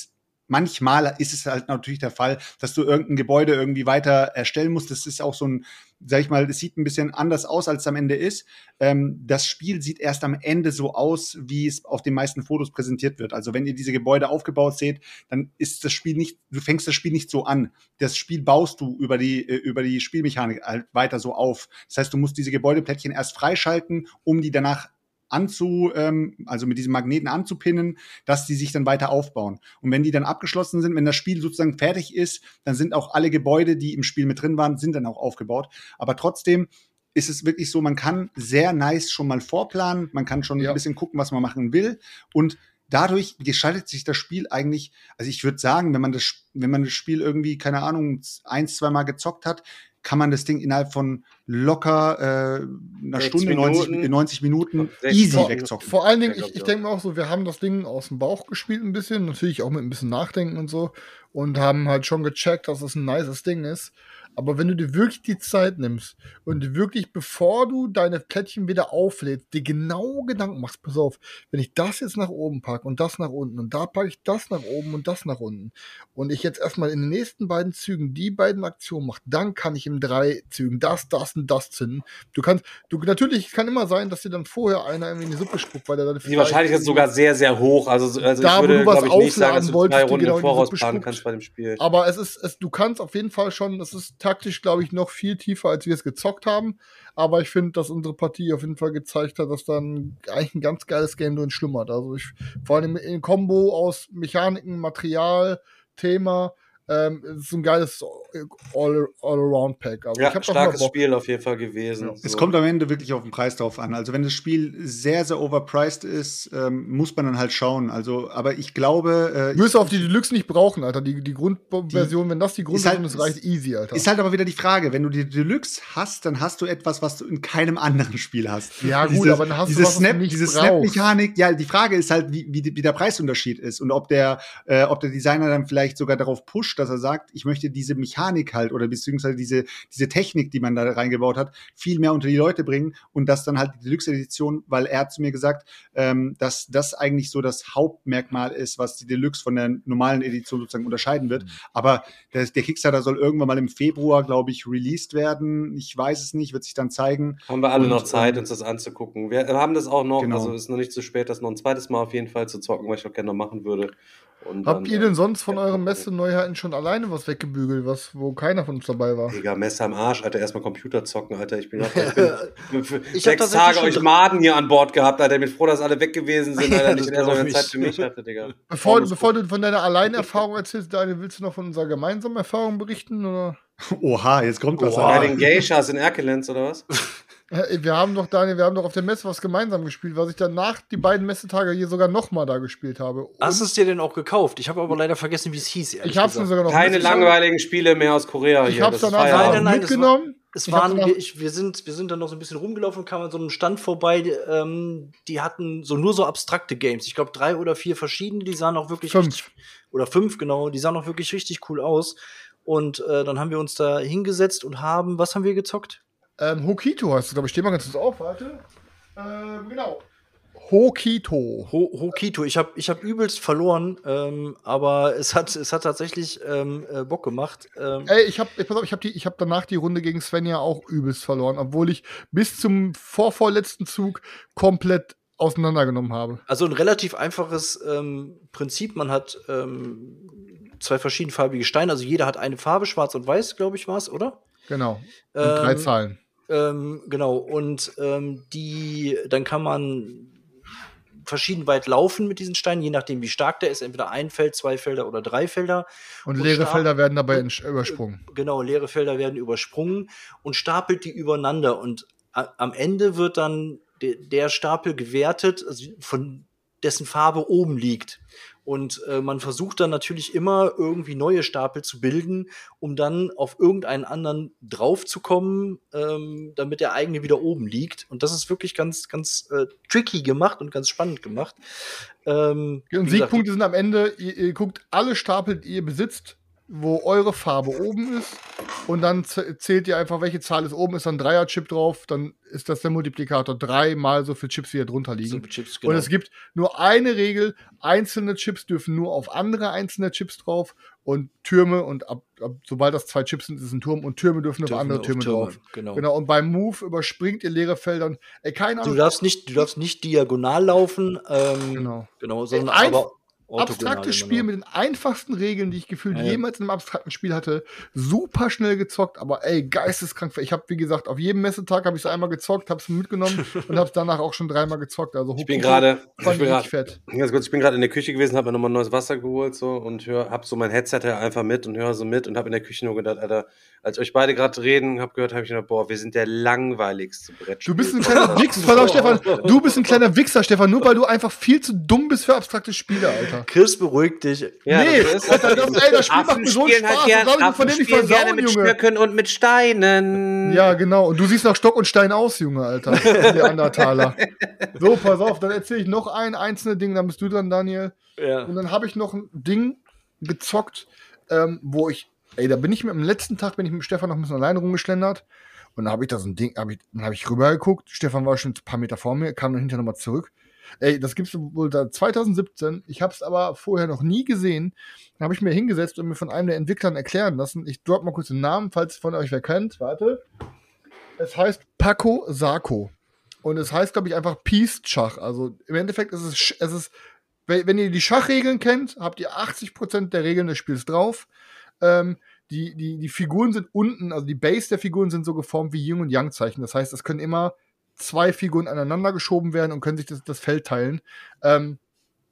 manchmal ist es halt natürlich der Fall, dass du irgendein Gebäude irgendwie weiter erstellen musst. Das ist auch so ein, sag ich mal, es sieht ein bisschen anders aus, als es am Ende ist. Ähm, das Spiel sieht erst am Ende so aus, wie es auf den meisten Fotos präsentiert wird. Also wenn ihr diese Gebäude aufgebaut seht, dann ist das Spiel nicht, du fängst das Spiel nicht so an. Das Spiel baust du über die, äh, über die Spielmechanik halt weiter so auf. Das heißt, du musst diese Gebäudeplättchen erst freischalten, um die danach anzu, ähm, also mit diesem Magneten anzupinnen, dass die sich dann weiter aufbauen. Und wenn die dann abgeschlossen sind, wenn das Spiel sozusagen fertig ist, dann sind auch alle Gebäude, die im Spiel mit drin waren, sind dann auch aufgebaut. Aber trotzdem ist es wirklich so, man kann sehr nice schon mal vorplanen, man kann schon Ja. ein bisschen gucken, was man machen will, und dadurch gestaltet sich das Spiel eigentlich, also ich würde sagen, wenn man das, wenn man das Spiel irgendwie, keine Ahnung, ein, zwei Mal gezockt hat, kann man das Ding innerhalb von locker äh, einer sechzig Stunde, neunzig, Minuten. neunzig Minuten sechzig easy Minuten. wegzocken. Vor allen Dingen, Ja, glaub ich, ich ich auch. denke mir auch so, wir haben das Ding aus dem Bauch gespielt ein bisschen, natürlich auch mit ein bisschen Nachdenken und so, und haben halt schon gecheckt, dass es ein nices Ding ist. Aber wenn du dir wirklich die Zeit nimmst und wirklich, bevor du deine Plättchen wieder auflädst, dir genau Gedanken machst, pass auf, wenn ich das jetzt nach oben packe und das nach unten und da packe ich das nach oben und das nach unten und ich jetzt erstmal in den nächsten beiden Zügen die beiden Aktionen mache, dann kann ich in drei Zügen das, das und das zünden. Du kannst, du, natürlich kann immer sein, dass dir dann vorher einer irgendwie in die Suppe spuckt, weil er dann Die Wahrscheinlichkeit ist sogar sehr, sehr hoch. Also, also Da, wo ich würde, du was glaube ich, nicht sagen, dass aufladen du wolltest, zwei die Runden genau im in die Voraus Suppe planen spuckt. kannst bei dem Spiel. Aber es ist, es, du kannst auf jeden Fall schon, es ist taktisch, glaube ich, noch viel tiefer, als wir es gezockt haben. Aber ich finde, dass unsere Partie auf jeden Fall gezeigt hat, dass dann eigentlich ein ganz geiles Game drin schlummert. Also ich, vor allem in Kombo aus Mechaniken, Material, Thema, ähm, es ist ein geiles All- All-Around-Pack. Also Ja, ich hab doch starkes mal Bock. Spiel auf jeden Fall gewesen. Ja. Es So. kommt am Ende wirklich auf den Preis drauf an. Also wenn das Spiel sehr, sehr overpriced ist, ähm, muss man dann halt schauen. Also, aber ich glaube, äh, Wirst du auf die Deluxe nicht brauchen, Alter. Die, die Grundversion, wenn das die Grundversion halt- ist, reicht easy, Alter. ist halt aber wieder die Frage, wenn du die Deluxe hast, dann hast du etwas, was du in keinem anderen Spiel hast. Ja, gut, Diese- aber dann hast du diese was, was du Snap, nicht diese brauchst. Snap-Mechanik, ja, die Frage ist halt, wie, wie, wie der Preisunterschied ist und ob der, äh, ob der Designer dann vielleicht sogar darauf pusht, dass er sagt, ich möchte diese Mechanik halt oder beziehungsweise diese, diese Technik, die man da reingebaut hat, viel mehr unter die Leute bringen, und das dann halt die Deluxe-Edition, weil er hat zu mir gesagt, ähm, dass das eigentlich so das Hauptmerkmal ist, was die Deluxe von der normalen Edition sozusagen unterscheiden wird. Aber der, der Kickstarter soll irgendwann mal im Februar, glaube ich, released werden. Ich weiß es nicht, wird sich dann zeigen. Haben wir alle Und, noch Zeit, ähm, uns das anzugucken. Wir haben das auch noch, Genau. also ist noch nicht zu spät, das noch ein zweites Mal auf jeden Fall zu zocken, was ich auch gerne noch machen würde. Und Habt dann, ihr denn äh, sonst von ja, euren mal gucken. Messe-Neuheiten schon alleine was weggebügelt, was, wo keiner von uns dabei war? Digga, Messer am Arsch, Alter, erstmal Computer zocken, Alter. Ich bin, ich bin für Ich hab sechs tatsächlich Tage schon euch dr- Maden hier an Bord gehabt, Alter. Ich bin froh, dass alle weg gewesen sind, Alter. Das Ich erstmal glaub eine ich. Zeit für mich hatte, Digga. Bevor, Pornos bevor du von deiner Alleinerfahrung erzählst, Daniel, willst du noch von unserer gemeinsamen Erfahrung berichten? Oder? Oha, jetzt kommt was. Bei Alter. den Geishas in Erkelenz, oder was? Äh, Wir haben doch, Daniel, wir haben doch auf der Messe was gemeinsam gespielt, was ich danach die beiden Messetage hier sogar nochmal da gespielt habe. Und Hast du es dir denn auch gekauft? Ich habe aber leider vergessen, wie es hieß. ehrlich ich hab's mir gesagt. sogar noch Keine mitgenommen. langweiligen Spiele mehr aus Korea Ich hier. hab's das ist danach Nein, auch nein, Feierabend. nein, das mitgenommen. Es Ich hab's waren, danach- wir, ich, wir, sind, wir sind dann noch so ein bisschen rumgelaufen und kamen an so einem Stand vorbei. Ähm, die hatten so nur so abstrakte Games. Ich glaube, drei oder vier verschiedene. Die sahen auch wirklich Fünf. richtig, oder fünf, genau. Die sahen auch wirklich richtig cool aus. Und äh, dann haben wir uns da hingesetzt und haben, was haben wir gezockt? Ähm, Hokito heißt es, glaube ich. Steh mal ganz kurz auf, warte. Ähm, genau. Hokito. Ho Hokito. Ich habe ich hab übelst verloren, ähm, aber es hat, es hat tatsächlich ähm, äh, Bock gemacht. Ähm, Ey, ich habe, pass auf, ich habe die, ich habe danach die Runde gegen Svenja auch übelst verloren, obwohl ich bis zum vorvorletzten Zug komplett auseinandergenommen habe. Also ein relativ einfaches ähm, Prinzip. Man hat ähm, zwei verschiedenfarbige Steine. Also jeder hat eine Farbe, schwarz und weiß, glaube ich, war es, oder? Genau. Und Ähm, drei Zahlen. Ähm, genau. Und ähm, die, dann kann man verschieden weit laufen mit diesen Steinen, je nachdem, wie stark der ist. Entweder ein Feld, zwei Felder oder drei Felder. Und und leere Stab- Felder werden dabei entsch- übersprungen. Genau, leere Felder werden übersprungen und stapelt die übereinander. Und a- am Ende wird dann de der Stapel gewertet, also von dessen Farbe oben liegt. Und äh, man versucht dann natürlich immer irgendwie neue Stapel zu bilden, um dann auf irgendeinen anderen draufzukommen, ähm, damit der eigene wieder oben liegt. Und das ist wirklich ganz, ganz äh, tricky gemacht und ganz spannend gemacht. Ähm, Und wie gesagt, Siegpunkte sind am Ende, ihr, ihr guckt alle Stapel, die ihr besitzt, wo eure Farbe oben ist und dann zählt ihr einfach, welche Zahl ist oben, ist dann ein Dreier-Chip drauf, dann ist das der Multiplikator dreimal so viele Chips, wie da drunter liegen. So Chips, genau. Und es gibt nur eine Regel, einzelne Chips dürfen nur auf andere einzelne Chips drauf und Türme und ab, ab sobald das zwei Chips sind, ist es ein Turm und Türme dürfen, dürfen auf andere Türme, Türme drauf. Genau. genau. Und beim Move überspringt ihr leere Felder und ey, keine Ahnung. Du darfst nicht, du darfst nicht diagonal laufen, ähm, genau. genau, sondern Ein, aber abstraktes Spiel mit den einfachsten Regeln, die ich gefühlt ja, jemals in einem abstrakten Spiel hatte. Super schnell gezockt, aber ey, geisteskrank. Ich habe, wie gesagt, auf jedem Messetag habe ich es einmal gezockt, habe es mitgenommen und habe es danach auch schon dreimal gezockt. Also ich bin gerade, ich bin gerade, fett. Ganz kurz, ich bin gerade in der Küche gewesen, habe mir nochmal neues Wasser geholt so und hör, hab so mein Headset ja einfach mit und höre so mit und habe in der Küche nur gedacht, Alter, als euch beide gerade reden, habe gehört, habe ich gedacht, boah, wir sind der langweiligste Brettspiel. Du bist ein kleiner Wichser, pass auf, Stefan. Du bist ein kleiner Wichser, Stefan, nur weil du einfach viel zu dumm bist für abstrakte Spiele, Alter. Chris, beruhig dich. Ja, nee, das, Alter, das, ey, das Spiel macht mir so Spaß. Halt gern, und von dem ich versauen, gerne mit Junge. Stöcken und mit Steinen. Ja, genau. Und du siehst nach Stock und Stein aus, Junge, Alter. Der Andertaler. So, pass auf, dann erzähle ich noch ein einzelnes Ding, dann bist du dran, Daniel. Ja. Und dann habe ich noch ein Ding gezockt, ähm, wo ich, ey, da bin ich mit dem letzten Tag, bin ich mit Stefan noch ein bisschen alleine rumgeschlendert. Und dann habe ich da so ein Ding, hab ich, dann habe ich rübergeguckt. Stefan war schon ein paar Meter vor mir, kam dann hinterher nochmal zurück. Ey, das gibt's wohl seit zwanzig siebzehn. Ich habe es aber vorher noch nie gesehen. Dann habe ich mir hingesetzt und mir von einem der Entwicklern erklären lassen. Ich drop mal kurz den Namen, falls von euch wer kennt. Warte. Es heißt Paco Sako. Und es heißt, glaube ich, einfach Peace Schach. Also im Endeffekt ist es, es ist, wenn ihr die Schachregeln kennt, habt ihr achtzig Prozent der Regeln des Spiels drauf. Ähm, die, die, die Figuren sind unten, also die Base der Figuren sind so geformt wie Yin- und Yang-Zeichen. Das heißt, es können immer zwei Figuren aneinander geschoben werden und können sich das, das Feld teilen. Ähm,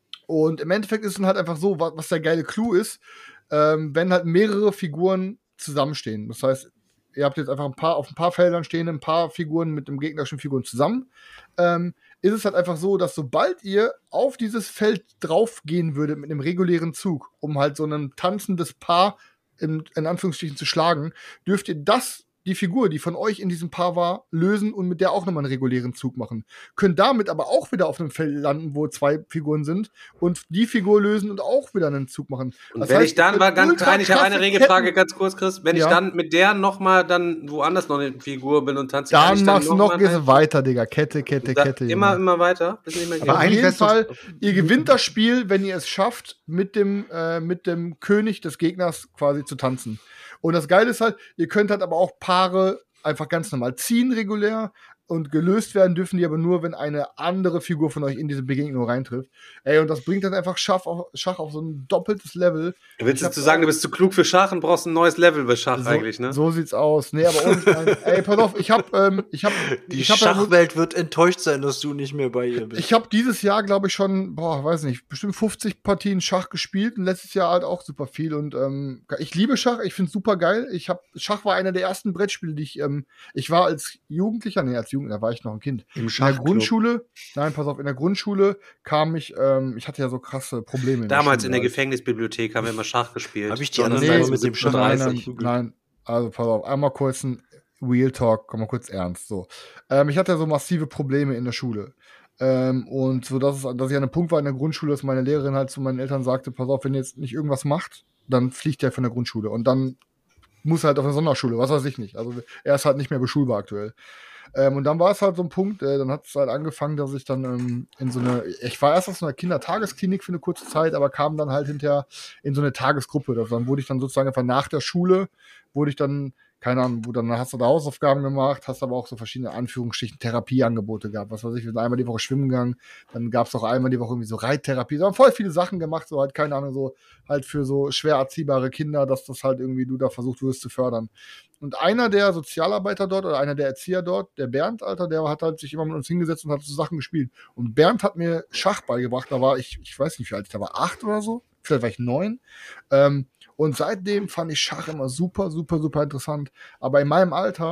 und im Endeffekt ist es dann halt einfach so, was, was der geile Clou ist, ähm, wenn halt mehrere Figuren zusammenstehen. Das heißt, ihr habt jetzt einfach ein paar, auf ein paar Feldern stehen ein paar Figuren mit dem gegnerischen Figuren zusammen. Ähm, ist es halt einfach so, dass sobald ihr auf dieses Feld draufgehen würdet mit einem regulären Zug, um halt so ein tanzendes Paar in, in Anführungsstrichen zu schlagen, dürft ihr das, die Figur, die von euch in diesem Paar war, lösen und mit der auch nochmal einen regulären Zug machen. Könnt damit aber auch wieder auf einem Feld landen, wo zwei Figuren sind und die Figur lösen und auch wieder einen Zug machen. Und das wenn heißt, ich dann, war ganz klein, ich habe eine Regelfrage, ganz kurz, Chris, wenn ja. ich dann mit der nochmal dann woanders noch eine Figur bin und tanze, dann, dann machst du noch, noch gehst weiter, Digga, Kette, Kette, da, Kette. Immer, Junge. immer weiter, bis nicht mehr geht. Aber auf jeden Fall, ihr gewinnt das Spiel, wenn ihr es schafft, mit dem, äh, mit dem König des Gegners quasi zu tanzen. Und das Geile ist halt, ihr könnt halt aber auch Paare einfach ganz normal ziehen, regulär. Und gelöst werden dürfen die aber nur, wenn eine andere Figur von euch in diese Begegnung reintrifft. Ey, und das bringt dann einfach Schach auf, Schach auf so ein doppeltes Level. Du willst jetzt zu sagen, du bist zu klug für Schach und brauchst ein neues Level bei Schach so, eigentlich, ne? So sieht's aus. Nee, aber uns, ey, pass auf, ich hab, ähm, ich hab, Die ich hab Schachwelt ja, wird enttäuscht sein, dass du nicht mehr bei ihr bist. Ich habe dieses Jahr, glaube ich, schon, boah, weiß nicht, bestimmt fünfzig Partien Schach gespielt und letztes Jahr halt auch super viel. Und ähm, ich liebe Schach, ich find's super geil. Ich hab, Schach war einer der ersten Brettspiele, die ich, ähm, ich war als Jugendlicher, nee, als Jugendlicher war ich noch ein Kind. Im In der Grundschule, nein, pass auf, in der Grundschule kam ich, ähm, ich hatte ja so krasse Probleme. In Damals der in der Gefängnisbibliothéek haben wir immer Schach gespielt. Habe ich die Sondern andere nee, Seite mit dem Schach nein, nein, nein, nein, also pass auf, einmal kurz ein Real Talk, komm mal kurz ernst. So, ähm, ich hatte ja so massive Probleme in der Schule. Ähm, und so, dass, es, dass ich an einem Punkt war in der Grundschule, dass meine Lehrerin halt zu meinen Eltern sagte, pass auf, wenn ihr jetzt nicht irgendwas macht, dann fliegt er von der Grundschule. Und dann muss er halt auf eine Sonderschule, was weiß ich nicht. Also er ist halt nicht mehr beschulbar aktuell. Ähm, und dann war es halt so ein Punkt, äh, dann hat es halt angefangen, dass ich dann ähm, in so eine, ich war erst auf so einer Kindertagesklinik für eine kurze Zeit, aber kam dann halt hinterher in so eine Tagesgruppe. Das, dann wurde ich dann sozusagen einfach nach der Schule, wurde ich dann, keine Ahnung, wo dann hast du da Hausaufgaben gemacht, hast aber auch so verschiedene Anführungsstrichen Therapieangebote gehabt. Was weiß ich, wir sind einmal die Woche schwimmen gegangen, dann gab es auch einmal die Woche irgendwie so Reittherapie. So haben voll viele Sachen gemacht, so halt, keine Ahnung, so halt für so schwer erziehbare Kinder, dass das halt irgendwie du da versucht wirst zu fördern. Und einer der Sozialarbeiter dort oder einer der Erzieher dort, der Bernd, Alter, der hat halt sich immer mit uns hingesetzt und hat so Sachen gespielt. Und Bernd hat mir Schach beigebracht, da war ich, ich weiß nicht, wie alt ich da war, acht oder so, vielleicht war ich neun. Ähm, und seitdem fand ich Schach immer super, super, super interessant. Aber in meinem Alter,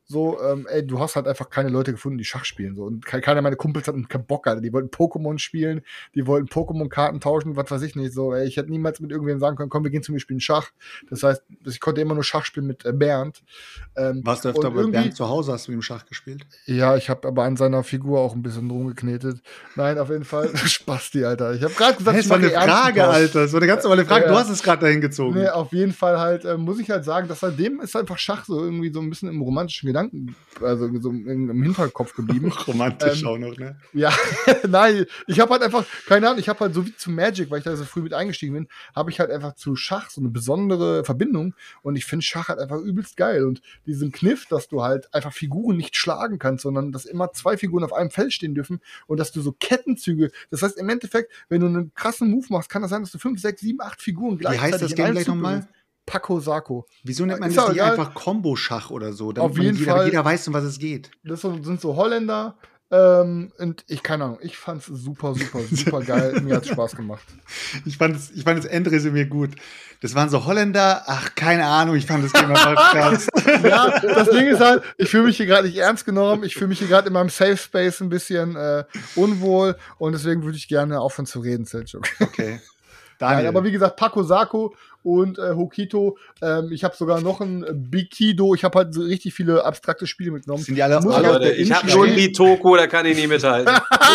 So, ähm, ey, du hast halt einfach keine Leute gefunden, die Schach spielen. So. Und ke- keiner meiner Kumpels hat keinen Bock, Alter. Die wollten Pokémon spielen, die wollten Pokémon-Karten tauschen, was weiß ich nicht. So, ey, ich hätte niemals mit irgendwem sagen können, komm, wir gehen zu mir spielen Schach. Das heißt, ich konnte immer nur Schach spielen mit äh, Bernd. Ähm, Warst du und öfter bei irgendwie- Bernd zu Hause, hast du mit ihm Schach gespielt? Ja, ich habe aber an seiner Figur auch ein bisschen rumgeknetet. Nein, auf jeden Fall. Spasti, Alter. Ich habe gerade gesagt, Das ich war eine mache ernsten Frage, Tausch. Alter. Das war eine ganz normale Frage. Ja. Du hast es gerade dahin gezogen. Nee, auf jeden Fall halt, äh, muss ich halt sagen, dass seitdem ist einfach Schach so irgendwie so ein bisschen im romantischen Gedanken, also so im, im Hinterkopf geblieben. Romantisch Ähm, auch noch, ne? Ja, nein, ich habe halt einfach, keine Ahnung, ich habe halt so wie zu Magic, weil ich da so früh mit eingestiegen bin, habe ich halt einfach zu Schach so eine besondere Verbindung und ich finde Schach halt einfach übelst geil und diesen Kniff, dass du halt einfach Figuren nicht schlagen kannst, sondern dass immer zwei Figuren auf einem Feld stehen dürfen und dass du so Kettenzüge, das heißt im Endeffekt, wenn du einen krassen Move machst, kann das sein, dass du fünf, sechs, sieben, acht Figuren gleichzeitig heißt das in Game einem gleich Zug nochmal? bewegst. Paco Sako. Wieso nennt man Ist das auch nicht egal. einfach Kombo-Schach oder so? Auf man jeden jeder, Fall. jeder weiß, um was es geht. Das sind so Holländer. Ähm, und ich, keine Ahnung, ich fand's super, super, super geil. Mir hat's Spaß gemacht. Ich fand das, ich fand das Endresümee gut. Das waren so Holländer. Ach, keine Ahnung, ich fand das Game einfach krass. Ja, das Ding ist halt, ich fühle mich hier gerade nicht ernst genommen. Ich fühle mich hier gerade in meinem Safe Space ein bisschen äh, unwohl und deswegen würde ich gerne aufhören zu reden, Selchuk. Okay. Nein, Daniel. aber wie gesagt, Paco Sako und äh, Hokito. Ähm, ich habe sogar noch ein äh, Bikido. Ich habe halt so richtig viele abstrakte Spiele mitgenommen. Sind die alle Muss alle ich auf halt- der Ich habe Innenstadt? schon die Toko, da kann ich nicht mithalten.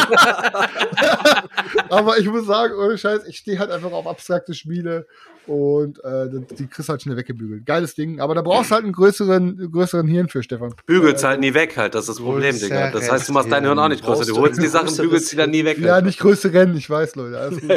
Aber ich muss sagen, ohne Scheiß, ich stehe halt einfach auf abstrakte Spiele und äh, die die kriegst halt schnell weggebügelt. Geiles Ding, aber da brauchst du halt einen größeren, größeren Hirn für, Stefan. Bügelt's halt nie weg halt, das ist das Problem, Digga. Das heißt, du machst dein Hirn auch nicht größer. Du holst die Sachen, bügelst die dann nie weg. Ja, nicht größere Rennen, ich weiß, Leute. Alles gut.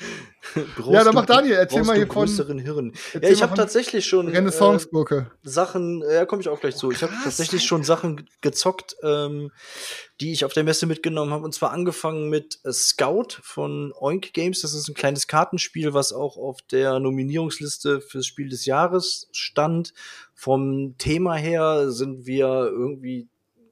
Ja, dann mach Daniel, erzähl mal hier von- größeren Hirn. Erzähl Ja, ich mal habe von tatsächlich schon äh, Renaissance-Gurke. Sachen, ja, komme ich auch gleich zu. Ich habe tatsächlich schon Sachen gezockt, ähm, die ich auf der Messe mitgenommen habe. Und zwar angefangen mit äh, Scout von Oink Games. Das ist ein kleines Kartenspiel, was auch auf der Nominierungsliste fürs Spiel des Jahres stand. Vom Thema her sind wir irgendwie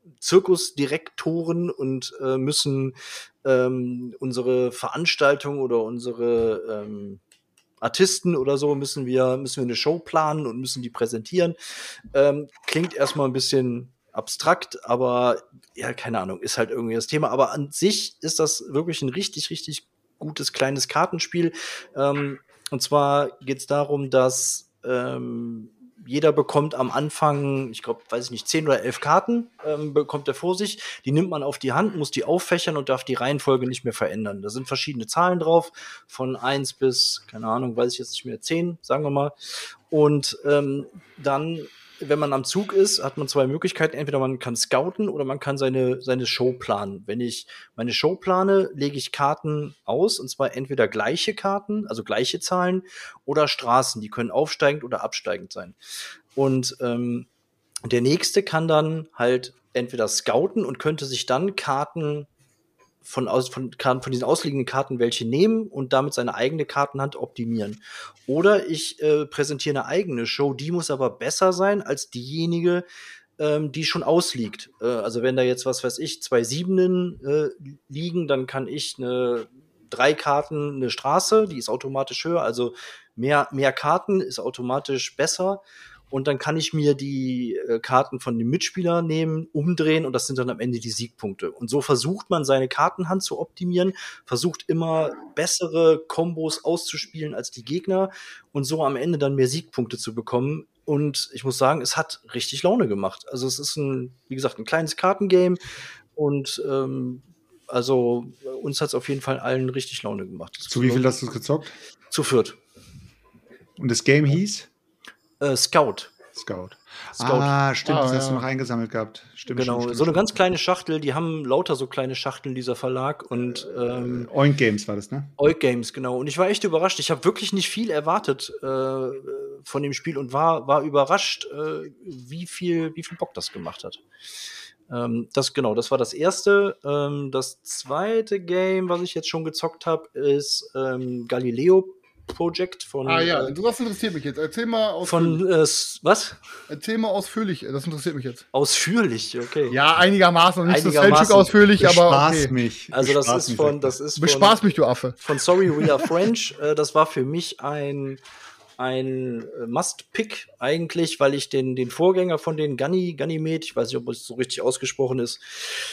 Zirkusdirektoren und äh, müssen ähm, unsere Veranstaltung oder unsere ähm, Artisten oder so müssen wir müssen wir eine Show planen und müssen die präsentieren. Ähm, klingt erstmal ein bisschen abstrakt, aber ja, keine Ahnung, ist halt irgendwie das Thema. Aber an sich ist das wirklich ein richtig, richtig gutes kleines Kartenspiel. Ähm, und zwar geht es darum, dass ähm, jeder bekommt am Anfang, ich glaube, weiß ich nicht, zehn oder elf Karten ähm, bekommt er vor sich. Die nimmt man auf die Hand, muss die auffächern und darf die Reihenfolge nicht mehr verändern. Da sind verschiedene Zahlen drauf, von eins bis, keine Ahnung, weiß ich jetzt nicht mehr, zehn, sagen wir mal. Und ähm, dann, wenn man am Zug ist, hat man zwei Möglichkeiten. Entweder man kann scouten oder man kann seine, seine Show planen. Wenn ich meine Show plane, lege ich Karten aus, und zwar entweder gleiche Karten, also gleiche Zahlen, oder Straßen. Die können aufsteigend oder absteigend sein. Und ähm, der nächste kann dann halt entweder scouten und könnte sich dann Karten von, aus, von, Karten, von diesen ausliegenden Karten welche nehmen und damit seine eigene Kartenhand optimieren. Oder ich äh, präsentiere eine eigene Show, die muss aber besser sein als diejenige, ähm, die schon ausliegt. Äh, also wenn da jetzt, was weiß ich, zwei Siebenen äh, liegen, dann kann ich eine drei Karten eine Straße, die ist automatisch höher, also mehr, mehr Karten ist automatisch besser. Und dann kann ich mir die äh, Karten von dem Mitspieler nehmen, umdrehen und das sind dann am Ende die Siegpunkte. Und so versucht man, seine Kartenhand zu optimieren, versucht immer bessere Kombos auszuspielen als die Gegner und so am Ende dann mehr Siegpunkte zu bekommen. Und ich muss sagen, es hat richtig Laune gemacht. Also es ist ein, wie gesagt, ein kleines Kartengame und ähm, also uns hat es auf jeden Fall allen richtig Laune gemacht. Zu wie viel hast du es gezockt? Zu viert. Und das Game hieß? Äh, Scout. Scout. Scout. Ah, stimmt, Ah, das hast ja. du noch eingesammelt gehabt. Stimmt, Genau, stimmt, so eine stimmt. ganz kleine Schachtel, die haben lauter so kleine Schachteln, dieser Verlag und ähm, Oink Games war das, ne? Oink Games, genau. Und ich war echt überrascht. Ich habe wirklich nicht viel erwartet äh, von dem Spiel und war, war überrascht, äh, wie viel, wie viel Bock das gemacht hat. Ähm, das, genau, das war das erste. Ähm, das zweite Game, was ich jetzt schon gezockt habe, ist ähm, Galileo Project von, Ah ja, äh, das interessiert mich jetzt. Erzähl mal ausführlich. von äh, s- was? Erzähl mal ausführlich, das interessiert mich jetzt. Ausführlich, okay. Ja, einigermaßen. Nicht so Einigermaßen. Selchuk ausführlich, aber Bespaß okay. mich. Also das Bespaß ist mich, von, sagt er. das ist von, Bespaß mich, du Affe. von Sorry We Are French. Äh, das war für mich ein ein äh, Must-Pick eigentlich, weil ich den, den Vorgänger von den Gunny, Ganymed, ich weiß nicht, ob es so richtig ausgesprochen ist,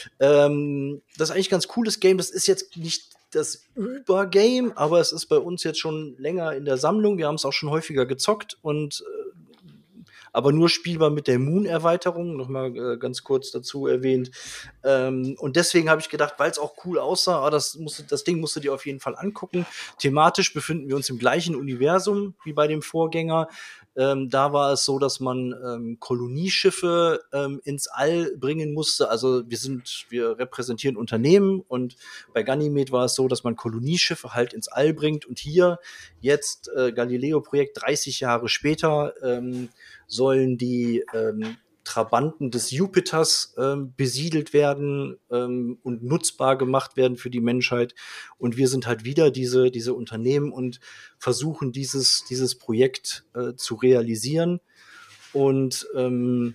ähm, das ist eigentlich ein ganz cooles Game. Das ist jetzt nicht das Übergame, aber es ist bei uns jetzt schon länger in der Sammlung. Wir haben es auch schon häufiger gezockt und äh, aber nur spielbar mit der Moon-Erweiterung, nochmal äh, ganz kurz dazu erwähnt. Ähm, und deswegen habe ich gedacht, weil es auch cool aussah, ah, das, musst, das Ding musst du dir auf jeden Fall angucken. Thematisch befinden wir uns im gleichen Universum wie bei dem Vorgänger. Ähm, da war es so, dass man ähm, Kolonieschiffe ähm, ins All bringen musste. Also wir sind, wir repräsentieren Unternehmen und bei Ganymed war es so, dass man Kolonieschiffe halt ins All bringt. Und hier jetzt äh, Galileo-Projekt dreißig Jahre später ähm, sollen die ähm, Trabanten des Jupiters ähm, besiedelt werden ähm, und nutzbar gemacht werden für die Menschheit. Und wir sind halt wieder diese, diese Unternehmen und versuchen dieses, dieses Projekt äh, zu realisieren. Und ähm,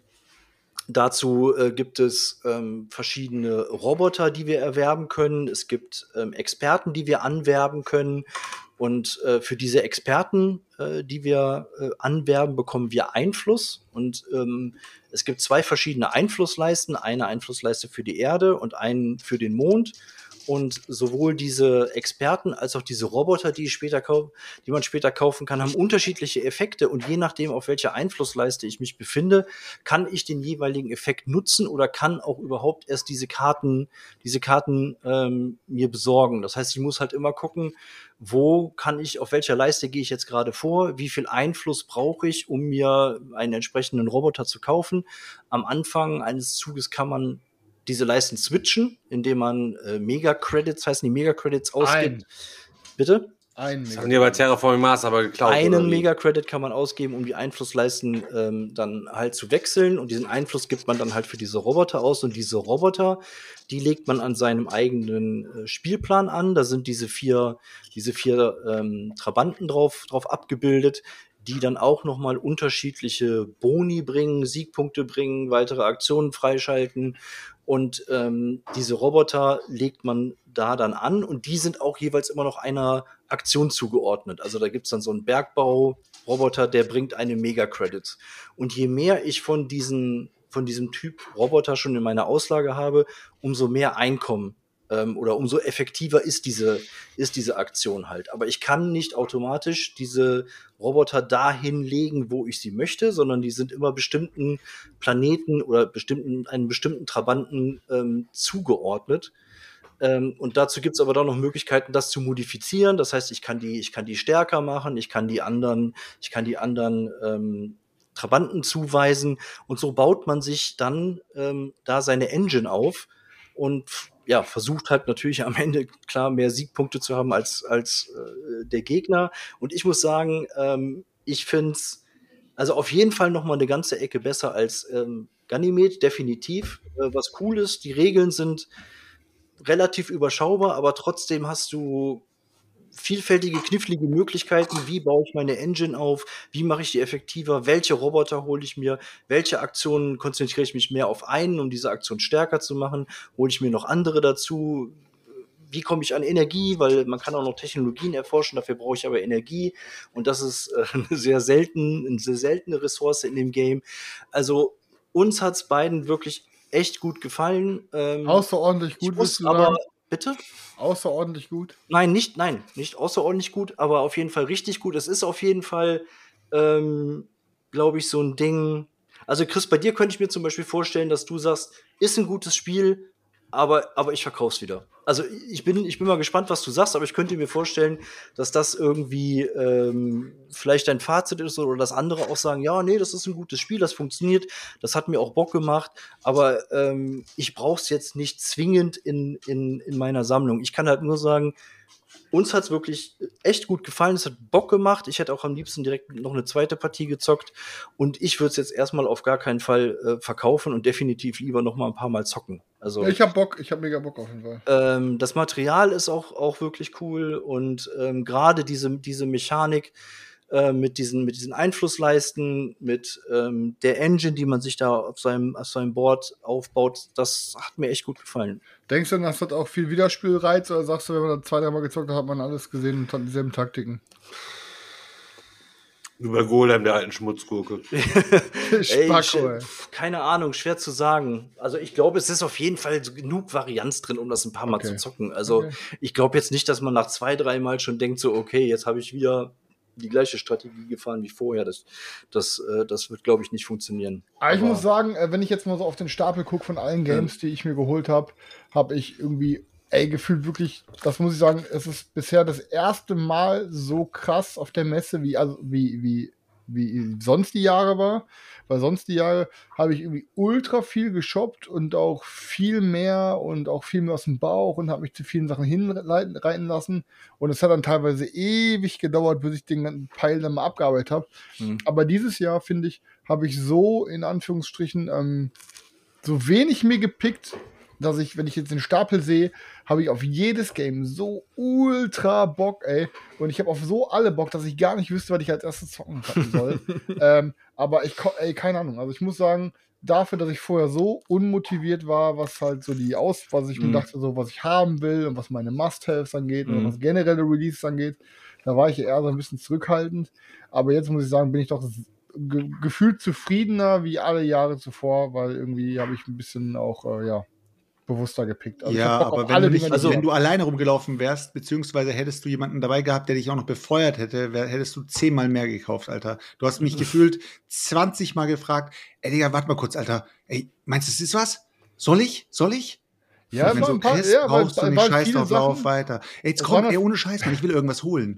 dazu äh, gibt es ähm, verschiedene Roboter, die wir erwerben können. Es gibt ähm, Experten, die wir anwerben können. Und äh, für diese Experten, äh, die wir äh, anwerben, bekommen wir Einfluss. Und ähm, es gibt zwei verschiedene Einflussleisten. Eine Einflussleiste für die Erde und einen für den Mond. Und sowohl diese Experten als auch diese Roboter, die, ich später kauf, die man später kaufen kann, haben unterschiedliche Effekte. Und je nachdem, auf welcher Einflussleiste ich mich befinde, kann ich den jeweiligen Effekt nutzen oder kann auch überhaupt erst diese Karten, diese Karten ähm, mir besorgen. Das heißt, ich muss halt immer gucken, wo kann ich, auf welcher Leiste gehe ich jetzt gerade vor, wie viel Einfluss brauche ich, um mir einen entsprechenden Roboter zu kaufen. Am Anfang eines Zuges kann man diese Leisten switchen, indem man äh, Mega-Credits, heißen die Mega-Credits, ausgibt. Ein. Bitte? Ein Das haben die bei Terraforming Mars aber geklaut. Einen Mega-Credit kann man ausgeben, um die Einflussleisten ähm, dann halt zu wechseln. Und diesen Einfluss gibt man dann halt für diese Roboter aus. Und diese Roboter, die legt man an seinem eigenen äh, Spielplan an. Da sind diese vier, diese vier ähm, Trabanten drauf, drauf abgebildet, die dann auch noch mal unterschiedliche Boni bringen, Siegpunkte bringen, weitere Aktionen freischalten. Und ähm, diese Roboter legt man da dann an und die sind auch jeweils immer noch einer Aktion zugeordnet. Also da gibt's dann so einen Bergbau-Roboter, der bringt eine Mega-Credits. Und je mehr ich von diesen, von diesem Typ Roboter schon in meiner Auslage habe, umso mehr Einkommen ähm, oder umso effektiver ist diese, ist diese Aktion halt. Aber ich kann nicht automatisch diese Roboter dahin legen, wo ich sie möchte, sondern die sind immer bestimmten Planeten oder bestimmten, einem bestimmten Trabanten ähm, zugeordnet. Ähm, und dazu gibt's aber dann noch Möglichkeiten, das zu modifizieren. Das heißt, ich kann die, ich kann die stärker machen, ich kann die anderen, ich kann die anderen ähm, Trabanten zuweisen. Und so baut man sich dann ähm, da seine Engine auf und ja, versucht halt natürlich am Ende klar mehr Siegpunkte zu haben als, als äh, der Gegner. Und ich muss sagen, ähm, ich find's also auf jeden Fall noch mal eine ganze Ecke besser als ähm, Ganymed, definitiv. Äh, was cool ist, die Regeln sind relativ überschaubar, aber trotzdem hast du vielfältige, knifflige Möglichkeiten. Wie baue ich meine Engine auf? Wie mache ich die effektiver? Welche Roboter hole ich mir? Welche Aktionen konzentriere ich mich mehr auf einen, um diese Aktion stärker zu machen? Hole ich mir noch andere dazu? Wie komme ich an Energie? Weil man kann auch noch Technologien erforschen, dafür brauche ich aber Energie. Und das ist äh, eine sehr selten, eine sehr seltene Ressource in dem Game. Also uns hat's beiden wirklich echt gut gefallen. Ähm, Außerordentlich ich gut, muss willst du aber, sagen? bitte? Außerordentlich gut. Nein, nicht, nein, nicht außerordentlich gut, aber auf jeden Fall richtig gut. Es ist auf jeden Fall, ähm, glaube ich, so ein Ding. Also, Chris, bei dir könnte ich mir zum Beispiel vorstellen, dass du sagst, ist ein gutes Spiel, aber, aber ich verkauf's wieder. Also, ich bin, ich bin mal gespannt, was du sagst, aber ich könnte mir vorstellen, dass das irgendwie ähm, vielleicht dein Fazit ist oder dass andere auch sagen, ja, nee, das ist ein gutes Spiel, das funktioniert, das hat mir auch Bock gemacht, aber ähm, ich brauch's jetzt nicht zwingend in, in, in meiner Sammlung. Ich kann halt nur sagen, uns hat's wirklich echt gut gefallen, es hat Bock gemacht. Ich hätte auch am liebsten direkt noch eine zweite Partie gezockt und ich würde es jetzt erstmal auf gar keinen Fall äh, verkaufen und definitiv lieber noch mal ein paar Mal zocken. Also Ja, ich hab Bock, ich hab mega Bock auf jeden Fall. ähm, das Material ist auch, auch wirklich cool und ähm, gerade diese, diese Mechanik äh, mit, diesen, mit diesen Einflussleisten, mit ähm, der Engine, die man sich da auf seinem, auf seinem Board aufbaut, das hat mir echt gut gefallen. Denkst du, das hat auch viel Wiederspielreiz oder sagst du, wenn man da zwei, dreimal gezockt hat, hat man alles gesehen und hat dieselben Taktiken? Über Golem, der alten Schmutzgurke. Ey, Spacko, ey. sch- keine Ahnung, schwer zu sagen. Also ich glaube, es ist auf jeden Fall so genug Varianz drin, um das ein paar Mal Okay. zu zocken. Also Okay. ich glaube jetzt nicht, dass man nach zwei, drei Mal schon denkt, so, okay, jetzt habe ich wieder die gleiche Strategie gefahren wie vorher. Das, das, äh, das wird, glaube ich, nicht funktionieren. Aber ich Aber- muss sagen, äh, wenn ich jetzt mal so auf den Stapel gucke von allen Games, die ich mir geholt habe, habe ich irgendwie, ey, gefühlt wirklich, das muss ich sagen, es ist bisher das erste Mal so krass auf der Messe, wie, also, wie, wie, wie sonst die Jahre war. Weil sonst die Jahre habe ich irgendwie ultra viel geshoppt und auch viel mehr und auch viel mehr aus dem Bauch und habe mich zu vielen Sachen hinreiten reiten lassen. Und es hat dann teilweise ewig gedauert, bis ich den ganzen Pile dann mal abgearbeitet habe. Mhm. Aber dieses Jahr, finde ich, habe ich so in Anführungsstrichen ähm, so wenig mir gepickt, dass ich, wenn ich jetzt den Stapel sehe, habe ich auf jedes Game so ultra Bock, ey. Und ich habe auf so alle Bock, dass ich gar nicht wüsste, was ich als erstes zocken kann soll. ähm, aber ich, ko- ey, keine Ahnung. Also ich muss sagen, dafür, dass ich vorher so unmotiviert war, was halt so die Aus, was ich mir Mhm. dachte, so was ich haben will und was meine Must-Haves angeht Mhm. und was generelle Releases angeht, da war ich eher so ein bisschen zurückhaltend. Aber jetzt muss ich sagen, bin ich doch ge gefühlt zufriedener wie alle Jahre zuvor, weil irgendwie habe ich ein bisschen auch, äh, ja, bewusster gepickt. Also ich ja, hab Bock aber auf wenn alle du, nicht, Dinger, die also ich wenn hab. du alleine rumgelaufen wärst, beziehungsweise hättest du jemanden dabei gehabt, der dich auch noch befeuert hätte, wär, hättest du zehnmal mehr gekauft, Alter. Du hast mich gefühlt zwanzig Mal gefragt, ey Digga, warte mal kurz, Alter. Ey, meinst du, das ist was? Soll ich? Soll ich? Ja, Und wenn es so waren ein paar- Chris, ja, weil- brauchst du weil- nicht, weil scheiß viele drauf, lauf Sachen- weiter. Ey, jetzt es komm, waren ey, noch- ohne Scheiß, Mann, ich will irgendwas holen.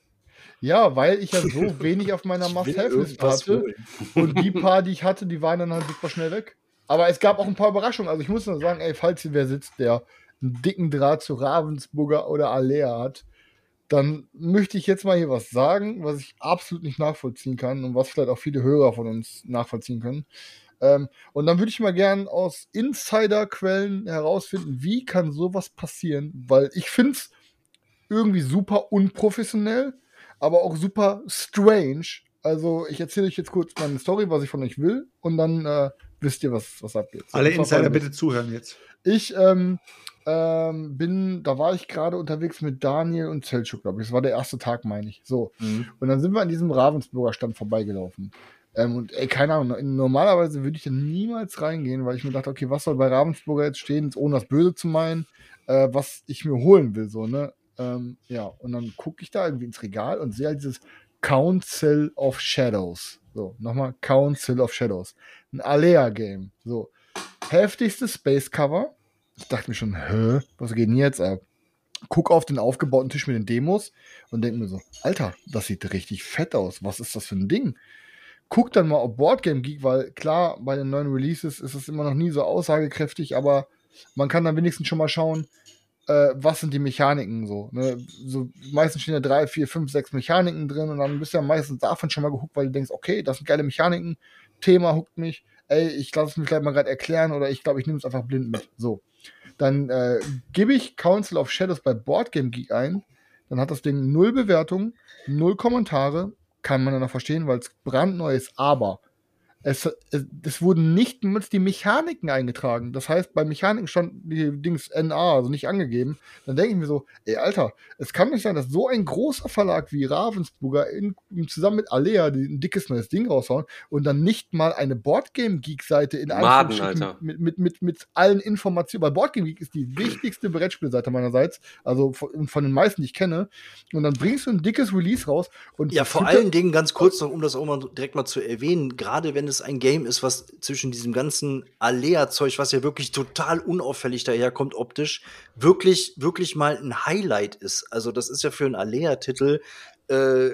Ja, weil ich ja so wenig auf meiner Ich will Must-Have-Liste irgendwas hatte. holen. Und die paar, die ich hatte, die waren dann halt super schnell weg. Aber es gab auch ein paar Überraschungen. Also ich muss nur sagen, ey, falls hier wer sitzt, der einen dicken Draht zu Ravensburger oder Alea hat, dann möchte ich jetzt mal hier was sagen, was ich absolut nicht nachvollziehen kann und was vielleicht auch viele Hörer von uns nachvollziehen können. Ähm, und dann würde ich mal gern aus Insiderquellen herausfinden, wie kann sowas passieren, weil ich finde es irgendwie super unprofessionell, aber auch super strange. Also ich erzähle euch jetzt kurz meine Story, was ich von euch will, und dann äh, wisst ihr, was, was abgeht. So, Alle das war Insider folgendes. bitte zuhören jetzt. Ich ähm, ähm, bin, da war ich gerade unterwegs mit Daniel und Selchuk, glaube ich. Das war der erste Tag, meine ich. So. Mhm. Und dann sind wir an diesem Ravensburger Stand vorbeigelaufen. Ähm, und ey, keine Ahnung, normalerweise würde ich da niemals reingehen, weil ich mir dachte, okay, was soll bei Ravensburger jetzt stehen, ohne das Böse zu meinen, äh, was ich mir holen will, so, ne? Ähm, ja, und dann gucke ich da irgendwie ins Regal und sehe halt dieses Council of Shadows. So, nochmal Council of Shadows. Ein Alea-Game. So. Heftigstes Space-Cover. Ich dachte mir schon, hä, was geht denn jetzt ab? Guck auf den aufgebauten Tisch mit den Demos und denke mir so, Alter, das sieht richtig fett aus. Was ist das für ein Ding? Guck dann mal auf Boardgame Geek, weil klar, bei den neuen Releases ist es immer noch nie so aussagekräftig, aber man kann dann wenigstens schon mal schauen, äh, was sind die Mechaniken so, ne? So meistens stehen da drei, vier, fünf, sechs Mechaniken drin und dann bist du ja meistens davon schon mal gehuckt, weil du denkst, okay, das sind geile Mechaniken, Thema huckt mich, ey, ich lasse es mir vielleicht mal gerade erklären oder ich glaube, ich nehme es einfach blind mit. So. Dann äh, gebe ich Council of Shadows bei Boardgame Geek ein, dann hat das Ding null Bewertungen, null Kommentare, kann man dann noch verstehen, weil es brandneu ist, aber es, es, es wurden nicht mal die Mechaniken eingetragen. Das heißt, bei Mechaniken stand die Dings N A, also nicht angegeben. Dann denke ich mir so, ey, Alter, es kann nicht sein, dass so ein großer Verlag wie Ravensburger in, zusammen mit Alea die ein dickes neues Ding raushauen und dann nicht mal eine Boardgame-Geek-Seite in Maden, Anführungsstrichen Alter. mit, mit, mit, mit allen Informationen. Weil Boardgame Geek ist die wichtigste Brettspielseite meinerseits, also von, von den meisten, die ich kenne. Und dann bringst du ein dickes Release raus. Und Ja, vor fütter- allen Dingen ganz kurz noch, um das auch mal direkt mal zu erwähnen, gerade wenn es ein Game ist, was zwischen diesem ganzen Alea-Zeug, was ja wirklich total unauffällig daherkommt optisch, wirklich, wirklich mal ein Highlight ist. Also das ist ja für einen Alea-Titel äh,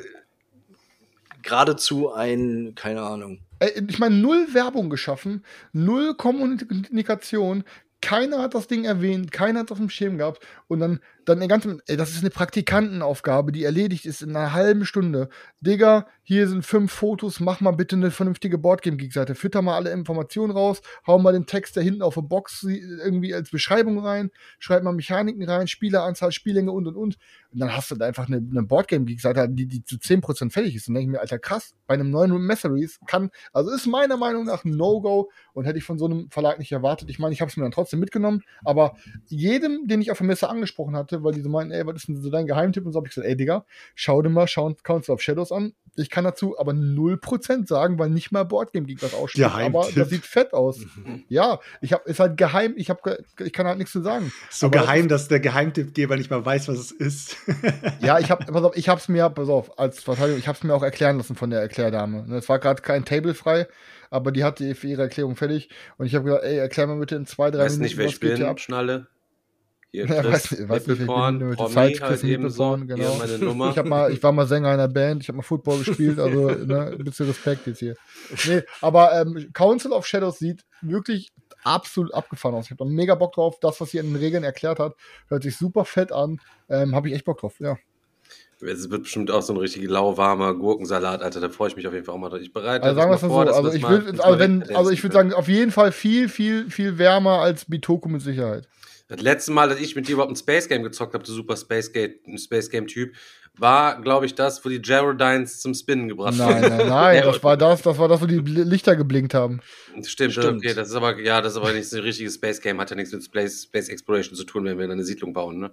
geradezu ein, keine Ahnung. Ey, ich meine, null Werbung geschaffen, null Kommunikation, keiner hat das Ding erwähnt, keiner hat es auf dem Schirm gehabt und dann, dann eine ganze, ey, das ist eine Praktikantenaufgabe, die erledigt ist in einer halben Stunde. Digga, hier sind fünf Fotos, mach mal bitte eine vernünftige Boardgame-Geek-Seite, fütter mal alle Informationen raus, hau mal den Text da hinten auf der Box irgendwie als Beschreibung rein, schreib mal Mechaniken rein, Spieleranzahl, Spiellänge und und und. Und dann hast du da einfach eine, eine Boardgame-Geek-Seite, die, die zu zehn Prozent fertig ist. Und dann denke ich mir, Alter, krass, bei einem neuen Messeries kann, also ist meiner Meinung nach ein No-Go und hätte ich von so einem Verlag nicht erwartet. Ich meine, ich habe es mir dann trotzdem mitgenommen, aber jedem, den ich auf der Messe angesprochen hatte, weil die so meinten, ey, was ist denn so dein Geheimtipp? Und so habe ich gesagt, ey, Digga, schau dir mal schau Council of Shadows an. Ich kann dazu aber null Prozent sagen, weil nicht mal Boardgame Geek das ausspricht. Geheimtipp. Aber das sieht fett aus. Ja, ich hab, ist halt geheim, ich, hab, ich kann halt nichts zu sagen. So aber geheim, dass der Geheimtippgeber nicht mal weiß, was es ist. Ja, ich hab, pass auf, ich hab's mir, pass auf, als Verteidigung, ich hab's mir auch erklären lassen von der Erklärdame. Es war gerade kein Table frei, aber die hatte für ihre Erklärung fertig. Und ich habe gesagt, ey, erklär mal bitte in zwei, drei Weiß Minuten, nicht, wer was ich geht hier bin, ab. Schnalle. Hier, Ja, Chris, weiß nicht, weiß nicht, ich Nippelporn, bin mit Promi Zeit, halt Chris ebenso. Nippelporn, Hier genau. meine Nummer. Ich, hab mal, ich war mal Sänger einer Band, ich habe mal Football gespielt, also ne, ein bisschen Respekt jetzt hier. Nee, aber ähm, Council of Shadows sieht wirklich absolut abgefahren aus. Ich habe da mega Bock drauf. Das, was sie in den Regeln erklärt hat, hört sich super fett an. Ähm, habe ich echt Bock drauf, ja. Es wird bestimmt auch so ein richtig lauwarmer Gurkensalat, Alter. Da freue ich mich auf jeden Fall auch mal drauf. Ich bereite Also sagen wir es mal so, also ich will, also wenn, also ich würde sagen, auf jeden Fall viel, viel, viel wärmer als Bitoku mit Sicherheit. Das letzte Mal, dass ich mit dir überhaupt ein Space Game gezockt habe, der super Space Game, Space Game Typ, war, glaube ich, das, wo die Geraldines zum Spinnen gebracht Nein, wurden. nein, nein, das war das, das war das, wo die Bl- Lichter geblinkt haben. Stimmt, Stimmt. okay, das ist aber, ja, das ist aber nicht so ein richtiges Space Game, hat ja nichts mit Space, Space Exploration zu tun, wenn wir eine Siedlung bauen, ne?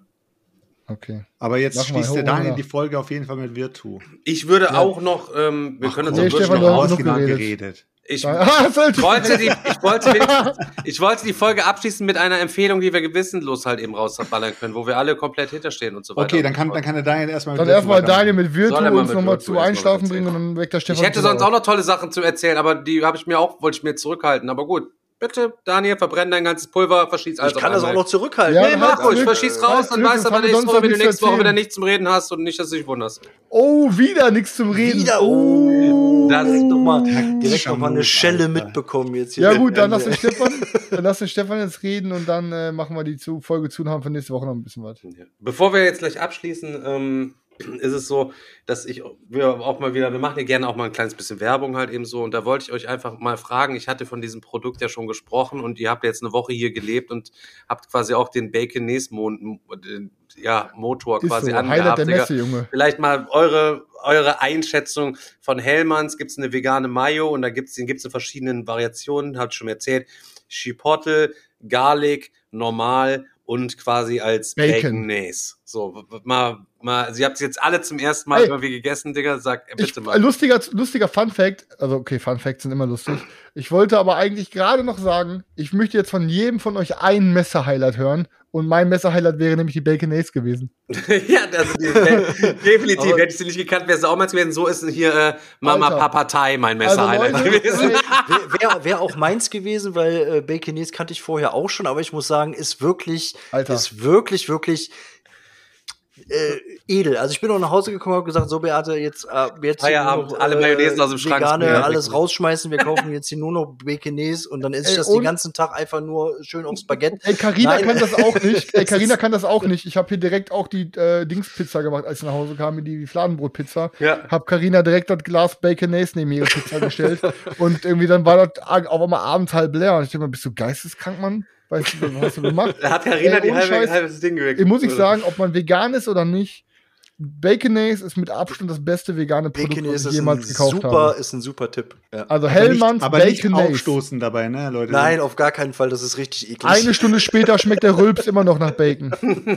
Okay. Aber jetzt Mach mal, schließt der hau Daniel nach. die Folge auf jeden Fall mit Virtu. Ich würde auch noch, ähm, wir können uns nee, auch wirklich Stefan, noch du hast aus. genug geredet. geredet. Ich Ah, Selchuk. wollte, die, ich, wollte wenigstens- ich wollte die Folge abschließen mit einer Empfehlung, die wir gewissenlos halt eben rausballern können, wo wir alle komplett hinterstehen und so weiter. Okay, dann kann, dann kann der Daniel erstmal Dann mit erstmal Virtu Daniel mit Virtu Soll er mal uns mit nochmal Virtu zu erstmal Einschlafen was bringen und erzählen? dann weckt der Stefan. Ich hätte wieder sonst auf. auch noch tolle Sachen zu erzählen, aber die habe ich mir auch, wollte ich mir zurückhalten. Aber gut, bitte, Daniel, verbrenn dein ganzes Pulver, verschieß alles Ich kann auf das auch einmal. noch zurückhalten. Ja, Nee, dann mach halt ruhig, Glück. verschieß raus, Halt dann Glück, weißt du wir aber fangen nächste sonst Woche, noch wenn du nichts nächste zu Woche wieder erzählen. nichts zum Reden hast und nicht, dass du dich wunderst. Oh, wieder nichts zum Reden. Wieder, oh. Das- direkt nochmal Taktischer direkt noch mal eine Move, Schelle Alter. mitbekommen jetzt hier. Ja gut, dann lass Ja. den Stefan, dann lass den Stefan jetzt reden und dann äh, machen wir die zu, Folge zu und haben für nächste Woche noch ein bisschen was. Bevor wir jetzt gleich abschließen, ähm, ist es so, dass ich, wir auch mal wieder, wir machen ja gerne auch mal ein kleines bisschen Werbung halt eben so und da wollte ich euch einfach mal fragen, ich hatte von diesem Produkt ja schon gesprochen und ihr habt jetzt eine Woche hier gelebt und habt quasi auch den Baconese Mo- ja, Motor Ist quasi so, angehabt. Highlight der Digga. Messe, Junge. Vielleicht mal eure, eure Einschätzung von Hellmanns. Gibt es eine vegane Mayo und da gibt es den gibt's in verschiedenen Variationen, habt ihr schon erzählt. Chipotle, Garlic, normal und quasi als Bacon. Baconese. So, w- w- mal, mal, Sie habt es jetzt alle zum ersten Mal Ey. irgendwie gegessen, Digga. Sag äh, Ich, bitte mal. lustiger, lustiger Fun Fact, also okay, Fun Facts sind immer lustig. Ich wollte aber eigentlich gerade noch sagen, ich möchte jetzt von jedem von euch ein Messer-Highlight hören und mein Messer-Highlight wäre nämlich die Baconese gewesen. ja, also die, definitiv. Aber- Hätte ich sie nicht gekannt, wäre es auch mal gewesen. So ist hier äh, Mama Alter. Papa Thai mein Messer-Highlight Also Leute, gewesen. ey, Wäre wär auch meins gewesen, weil äh, Baconese kannte ich vorher auch schon, aber ich muss sagen, ist wirklich, Alter. ist wirklich, wirklich äh, edel. Also ich bin auch nach Hause gekommen und habe gesagt, so Beate, jetzt, äh, jetzt hier Feierabend, nur noch, alle Mayonnaisen aus dem Schrank vegane, sperren. alles rausschmeißen, wir kaufen jetzt hier nur noch Baconese und dann esse ich Ey, das und- den ganzen Tag einfach nur schön aufs Baguette. Ey, Carina Nein. kann das auch nicht. Ey, Das Carina ist- kann das auch nicht. Ich habe hier direkt auch die äh, Dingspizza gemacht, als ich nach Hause kam, die Fladenbrotpizza. Ja. Hab Carina direkt das Glas Baconese neben ihre Pizza gestellt. Und irgendwie dann war das auf einmal abends halb leer. Und ich denke mal, bist du geisteskrank, Mann? Weißt du, was hast du gemacht? Da hat Carina Ey, die ohne halbe, Scheiß. halbes Ding geweckt. Ey, muss ich sagen, ob man vegan ist oder nicht, Baconese ist mit Abstand das beste vegane Produkt, was Baconese ich ist ein jemals gekauft super, habe. ist ein super Tipp. Ja. Also Aber nicht, Hellmanns aber nicht Baconese. aufstoßen dabei, ne, Leute? Nein, auf gar keinen Fall, das ist richtig eklig. Eine Stunde später schmeckt der Rülps immer noch nach Bacon.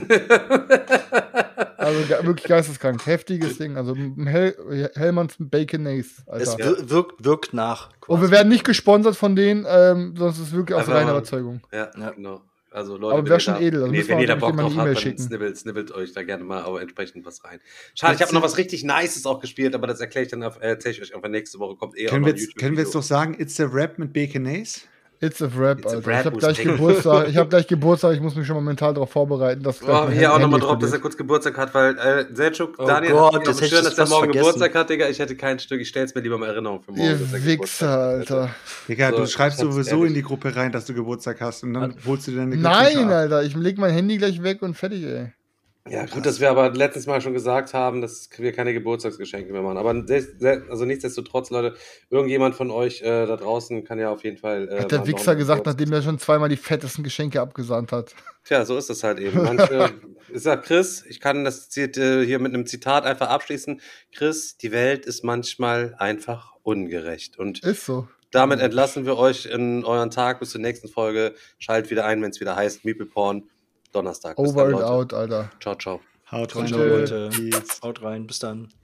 Also ge- wirklich geisteskrank. Heftiges Ding. Also Hell, Hellmanns Baconese, es Alter. wir- wirkt, wirkt nach. Und wir werden nicht gesponsert von denen, ähm, sonst ist es wirklich aus Einfach reiner mal- Überzeugung. Ja, Ja. genau. Also Leute, Aber wenn wär ihr schon da- edel, also Nee, müssen wenn wir ihr da wirklich Bock mal drauf eine habt, E-Mail dann schicken. snibbelt, snibbelt euch da gerne mal aber entsprechend was rein. Schade, ich habe noch was richtig Nices auch gespielt, aber das erkläre ich dann auf, äh, erzähle ich euch einfach nächste Woche. Kommt eh Können auch wir noch ein jetzt, können wir jetzt YouTube-Video. doch sagen, it's a rap mit Baconese? It's a Wrap, It's a Alter. wrap, ich habe who's gleich taking- Geburtstag. Ich habe gleich Geburtstag. Ich muss mich schon mal mental darauf vorbereiten. Dass gleich Oh, mein hier auch Handy nochmal drauf, dass er explodiert. kurz Geburtstag hat, weil äh, Selçuk, Oh Daniel, Gott, hat das das hätte ich schön, dass jetzt er fast morgen vergessen. Geburtstag hat, Digga. Ich hätte kein Stück, ich stell's mir lieber mal in Erinnerung für morgen. Ihr dass er Wichser, Geburtstag hat, Alter. Digga, So, du schreibst ganz sowieso ehrlich. in die Gruppe rein, dass du Geburtstag hast und dann holst du dir deine Nein, Glückwünsche ab. Alter. Ich leg mein Handy gleich weg und fertig, ey. Ja, gut, dass wir aber letztes Mal schon gesagt haben, dass wir keine Geburtstagsgeschenke mehr machen. Aber se- se- also nichtsdestotrotz, Leute, irgendjemand von euch äh, da draußen kann ja auf jeden Fall. Äh, Hat der mal Wichser noch- gesagt, nachdem er schon zweimal die fettesten Geschenke abgesandt hat. Tja, so ist das halt eben. Manche, ich sag Chris, ich kann das Zit- äh, hier mit einem Zitat einfach abschließen. Chris, die Welt ist manchmal einfach ungerecht. Und Ist so. damit entlassen wir euch in euren Tag bis zur nächsten Folge. Schaltet wieder ein, wenn es wieder heißt Meeple Porn. Donnerstag. Bis Over dann, and Leute. out, Alter. Ciao, ciao. Haut rein, Ciao, Leute. Peace. Haut rein, bis dann.